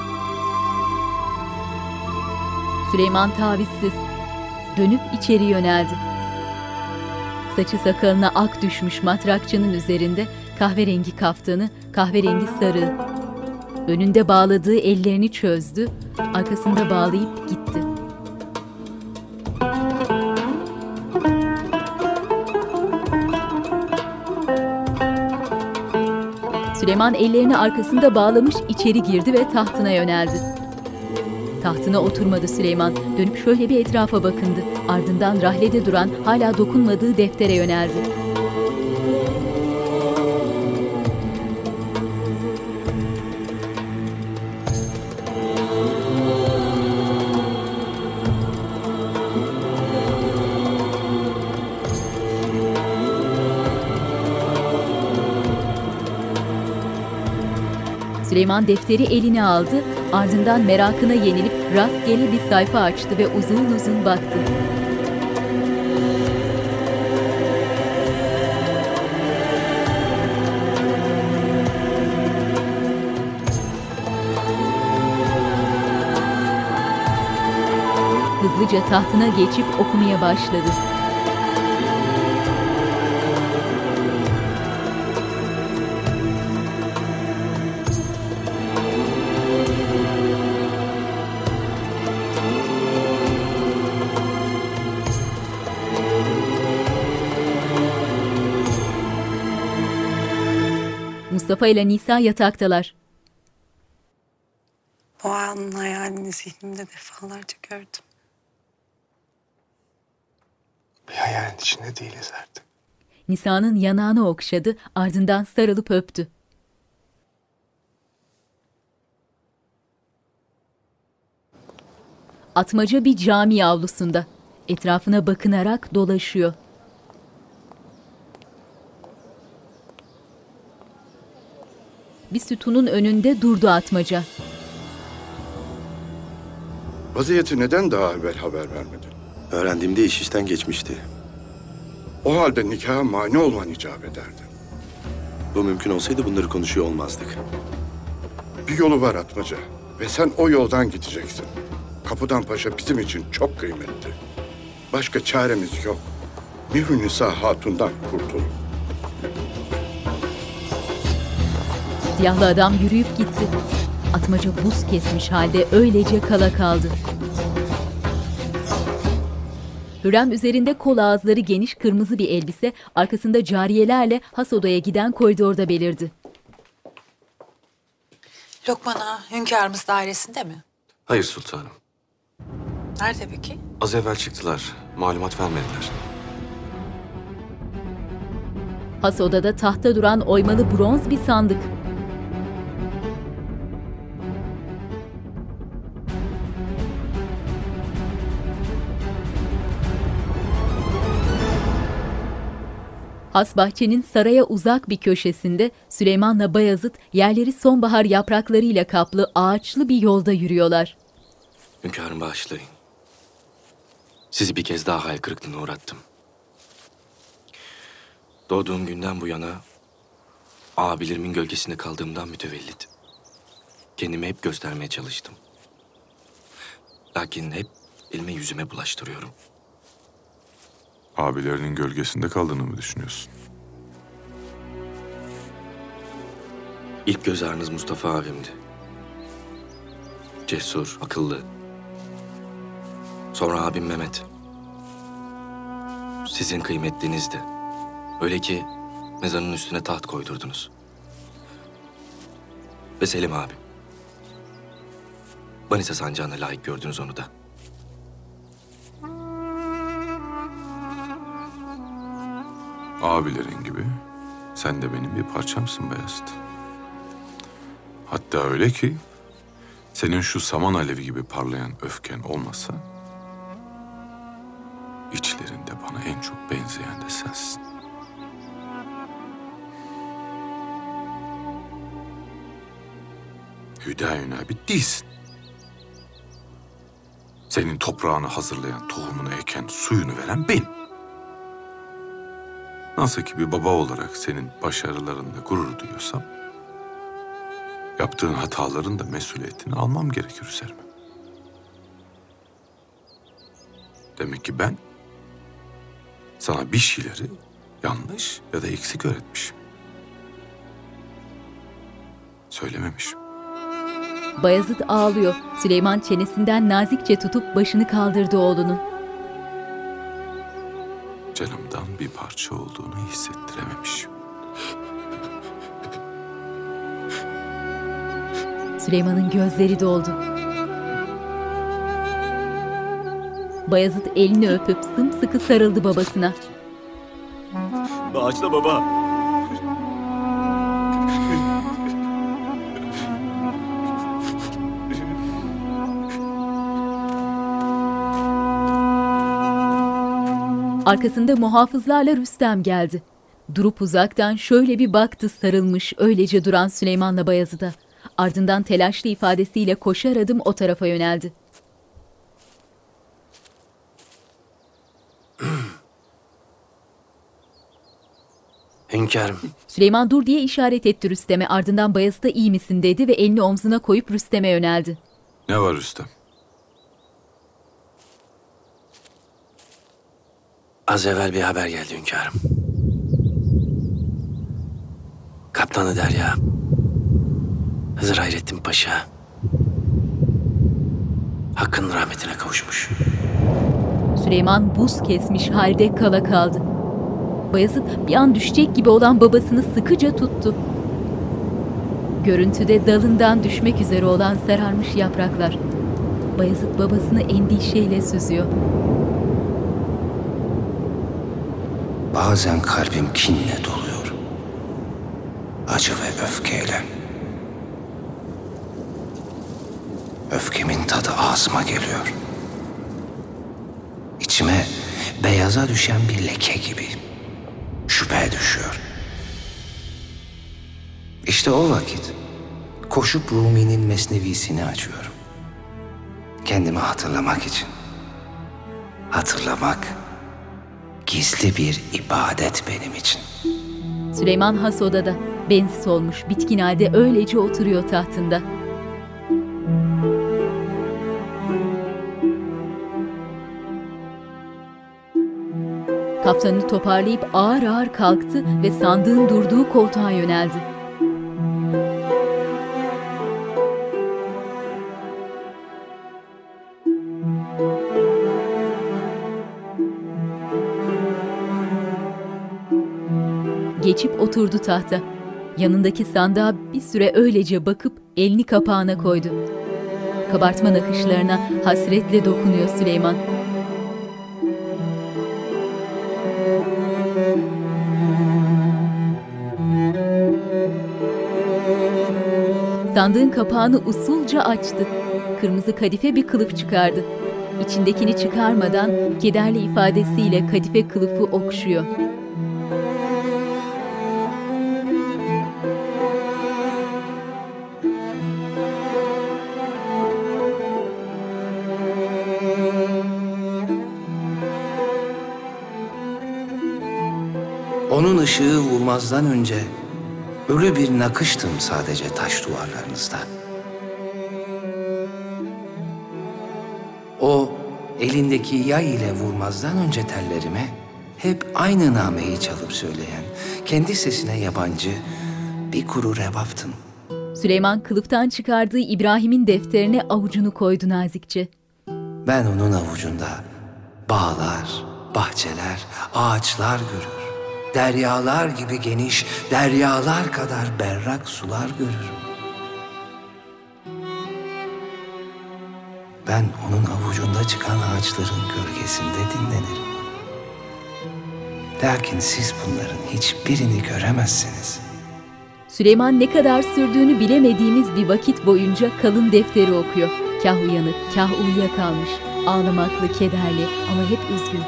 Süleyman tavizsiz dönüp içeri yöneldi. Saçı sakalına ak düşmüş matrakçının üzerinde kahverengi kaftanı, kahverengi sarığı. Önünde bağladığı ellerini çözdü, arkasında bağlayıp gitti. Süleyman ellerini arkasında bağlamış içeri girdi ve tahtına yöneldi. Tahtına oturmadı Süleyman. Dönüp şöyle bir etrafa bakındı. Ardından rahlede duran, hala dokunmadığı deftere yöneldi. Süleyman defteri eline aldı, ardından merakına yenilip rastgele bir sayfa açtı ve uzun uzun baktı. Hızlıca tahtına geçip okumaya başladı. Mustafa ile Nisa yataktalar. O anın hayalini zihnimde defalarca gördüm. Bir hayalin içinde değiliz artık. Nisa'nın yanağını okşadı, ardından sarılıp öptü. Atmaca bir cami avlusunda. Etrafına bakınarak dolaşıyor. Bir sütunun önünde durdu Atmaca. Vaziyeti neden daha evvel haber vermedin? Öğrendiğimde iş işten geçmişti. O halde nikaha mani olman icap ederdi. Bu mümkün olsaydı bunları konuşuyor olmazdık. Bir yolu var Atmaca ve sen o yoldan gideceksin. Kapıdan Paşa bizim için çok kıymetli. Başka çaremiz yok. Mihri Nisa Hatun'dan kurtul. Siyahlı adam yürüyüp gitti. Atmaca buz kesmiş halde öylece kala kaldı. Hürrem üzerinde kol ağızları geniş kırmızı bir elbise, arkasında cariyelerle has odaya giden koridorda belirdi. Lokman Ağa, hünkârımız dairesinde mi? Hayır sultanım. Nerede peki? Az evvel çıktılar. Malumat vermediler. Has odada tahta duran oymalı bronz bir sandık. Has bahçenin saraya uzak bir köşesinde Süleyman'la Bayezid yerleri sonbahar yapraklarıyla kaplı ağaçlı bir yolda yürüyorlar. Hünkârım bağışlayın. Sizi bir kez daha hayal kırıklığına uğrattım. Doğduğum günden bu yana abilerimin gölgesinde kaldığımdan mütevellit. Kendimi hep göstermeye çalıştım. Lakin hep elime yüzüme bulaştırıyorum. Abilerinin gölgesinde kaldığını mı düşünüyorsun? İlk göz ağrınız Mustafa abimdi. Cesur, akıllı. Sonra abim Mehmet. Sizin kıymetlinizdi. Öyle ki mezarının üstüne taht koydurdunuz. Ve Selim abim. Manisa sancağına layık gördünüz onu da. Abilerin gibi sen de benim bir parçamsın Bayezid. Hatta öyle ki senin şu saman alevi gibi parlayan öfken olmasa içlerinde bana en çok benzeyen de sensin. Hüdayün abi değilsin. Senin toprağını hazırlayan, tohumunu eken, suyunu veren benim. Nasıl ki bir baba olarak senin başarılarınla gurur duyuyorsam, yaptığın hataların da mesuliyetini almam gerekir üzerime. Demek ki ben sana bir şeyleri yanlış ya da eksik öğretmişim. Söylememişim. Bayezid ağlıyor. Süleyman çenesinden nazikçe tutup başını kaldırdı oğlunun. Canımdan bir parça olduğunu hissettirememişim. Süleyman'ın gözleri doldu. Bayezid elini öpüp sımsıkı sarıldı babasına. Bağışla baba. Arkasında muhafızlarla Rüstem geldi. Durup uzaktan şöyle bir baktı sarılmış öylece duran Süleyman'la Bayezid'e. Ardından telaşlı ifadesiyle koşar adım o tarafa yöneldi. Hünkârım. Süleyman dur diye işaret etti Rüstem'e. Ardından Bayezid'e iyi misin dedi ve elini omzuna koyup Rüstem'e yöneldi. Ne var Rüstem? Az evvel bir haber geldi hünkârım. Kaptanı Derya, Hızır Hayrettin Paşa, Hakk'ın rahmetine kavuşmuş. Süleyman buz kesmiş halde kala kaldı. Bayezid bir an düşecek gibi olan babasını sıkıca tuttu. Görüntüde dalından düşmek üzere olan sararmış yapraklar. Bayezid babasını endişeyle süzüyor. Bazen kalbim kinle doluyor. Acı ve öfkeyle. Öfkemin tadı ağzıma geliyor. İçime beyaza düşen bir leke gibi şüphe düşüyor. İşte o vakit koşup Rumi'nin mesnevisini açıyorum. Kendimi hatırlamak için. Hatırlamak gizli bir ibadet benim için. Süleyman has odada, bensiz olmuş, bitkin halde öylece oturuyor tahtında. Kaftanını toparlayıp ağır ağır kalktı ve sandığın durduğu koltuğa yöneldi. Geçip oturdu tahta. Yanındaki sandığa bir süre öylece bakıp elini kapağına koydu. Kabartma nakışlarına hasretle dokunuyor Süleyman. Sandığın kapağını usulca açtı. Kırmızı kadife bir kılıf çıkardı. İçindekini çıkarmadan kederli ifadesiyle kadife kılıfı okşuyor. Onun ışığı vurmazdan önce ölü bir nakıştım sadece taş duvarlarınızda. O elindeki yay ile vurmazdan önce tellerime hep aynı nameyi çalıp söyleyen, kendi sesine yabancı bir kuru rebaptın. Süleyman kılıftan çıkardığı İbrahim'in defterine avucunu koydu nazikçe. Ben onun avucunda bağlar, bahçeler, ağaçlar görür. Deryalar gibi geniş, deryalar kadar berrak sular görürüm. Ben onun avucunda çıkan ağaçların gölgesinde dinlenirim. Lakin siz bunların hiçbirini göremezsiniz. Süleyman ne kadar sürdüğünü bilemediğimiz bir vakit boyunca kalın defteri okuyor. Kah uyanık, kah uyuyakalmış, ağlamaklı, kederli ama hep üzgün.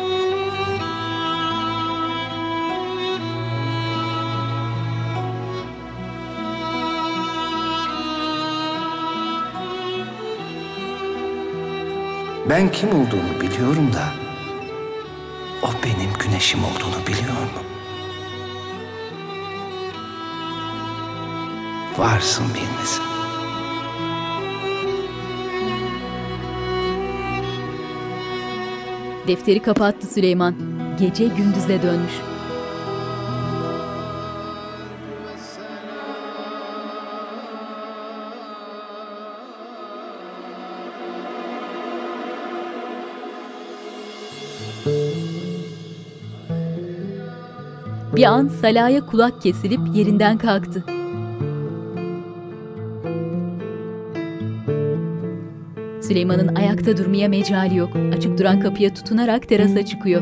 Ben kim olduğunu biliyorum da o benim güneşim olduğunu biliyor mu? varsın bilmesin. Defteri kapattı Süleyman. Gece gündüze dönmüş. Bir an Salah'a kulak kesilip yerinden kalktı. Süleyman'ın ayakta durmaya mecali yok. Açık duran kapıya tutunarak terasa çıkıyor.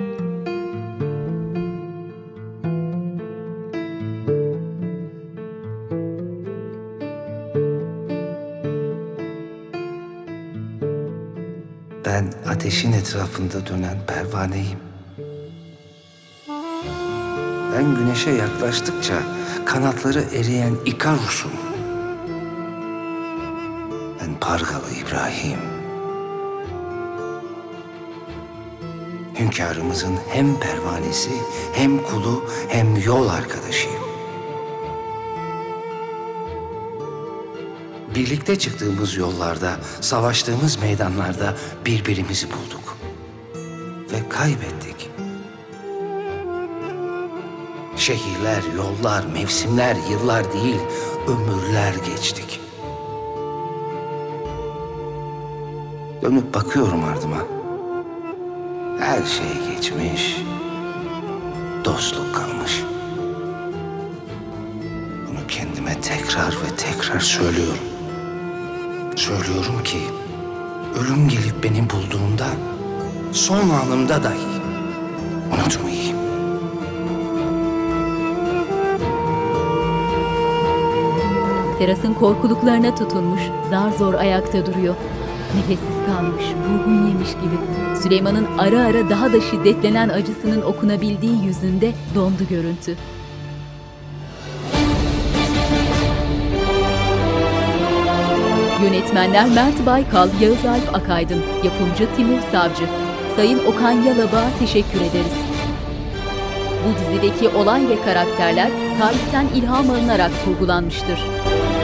Ben ateşin etrafında dönen pervaneyim. Ben güneşe yaklaştıkça kanatları eriyen İkarus'um. Ben Pargalı İbrahim. Hünkârımızın hem pervanesi, hem kulu, hem yol arkadaşıyım. Birlikte çıktığımız yollarda, savaştığımız meydanlarda birbirimizi bulduk. Ve kaybettik. Şehirler, yollar, mevsimler, yıllar değil, ömürler geçtik. Dönüp bakıyorum ardıma. Her şey geçmiş, dostluk kalmış. Bunu kendime tekrar ve tekrar söylüyorum. Söylüyorum ki ölüm gelip beni bulduğunda son anımda dahi unutmayayım. Terasın korkuluklarına tutunmuş, zar zor ayakta duruyor. Nefessiz kalmış, vurgun yemiş gibi. Süleyman'ın ara ara daha da şiddetlenen acısının okunabildiği yüzünde dondu görüntü. Yönetmenler Mert Baykal, Yağız Alp Akaydın, yapımcı Timur Savcı. Sayın Okan Yalabağ'a teşekkür ederiz. Bu dizideki olay ve karakterler tarihten ilham alınarak kurgulanmıştır.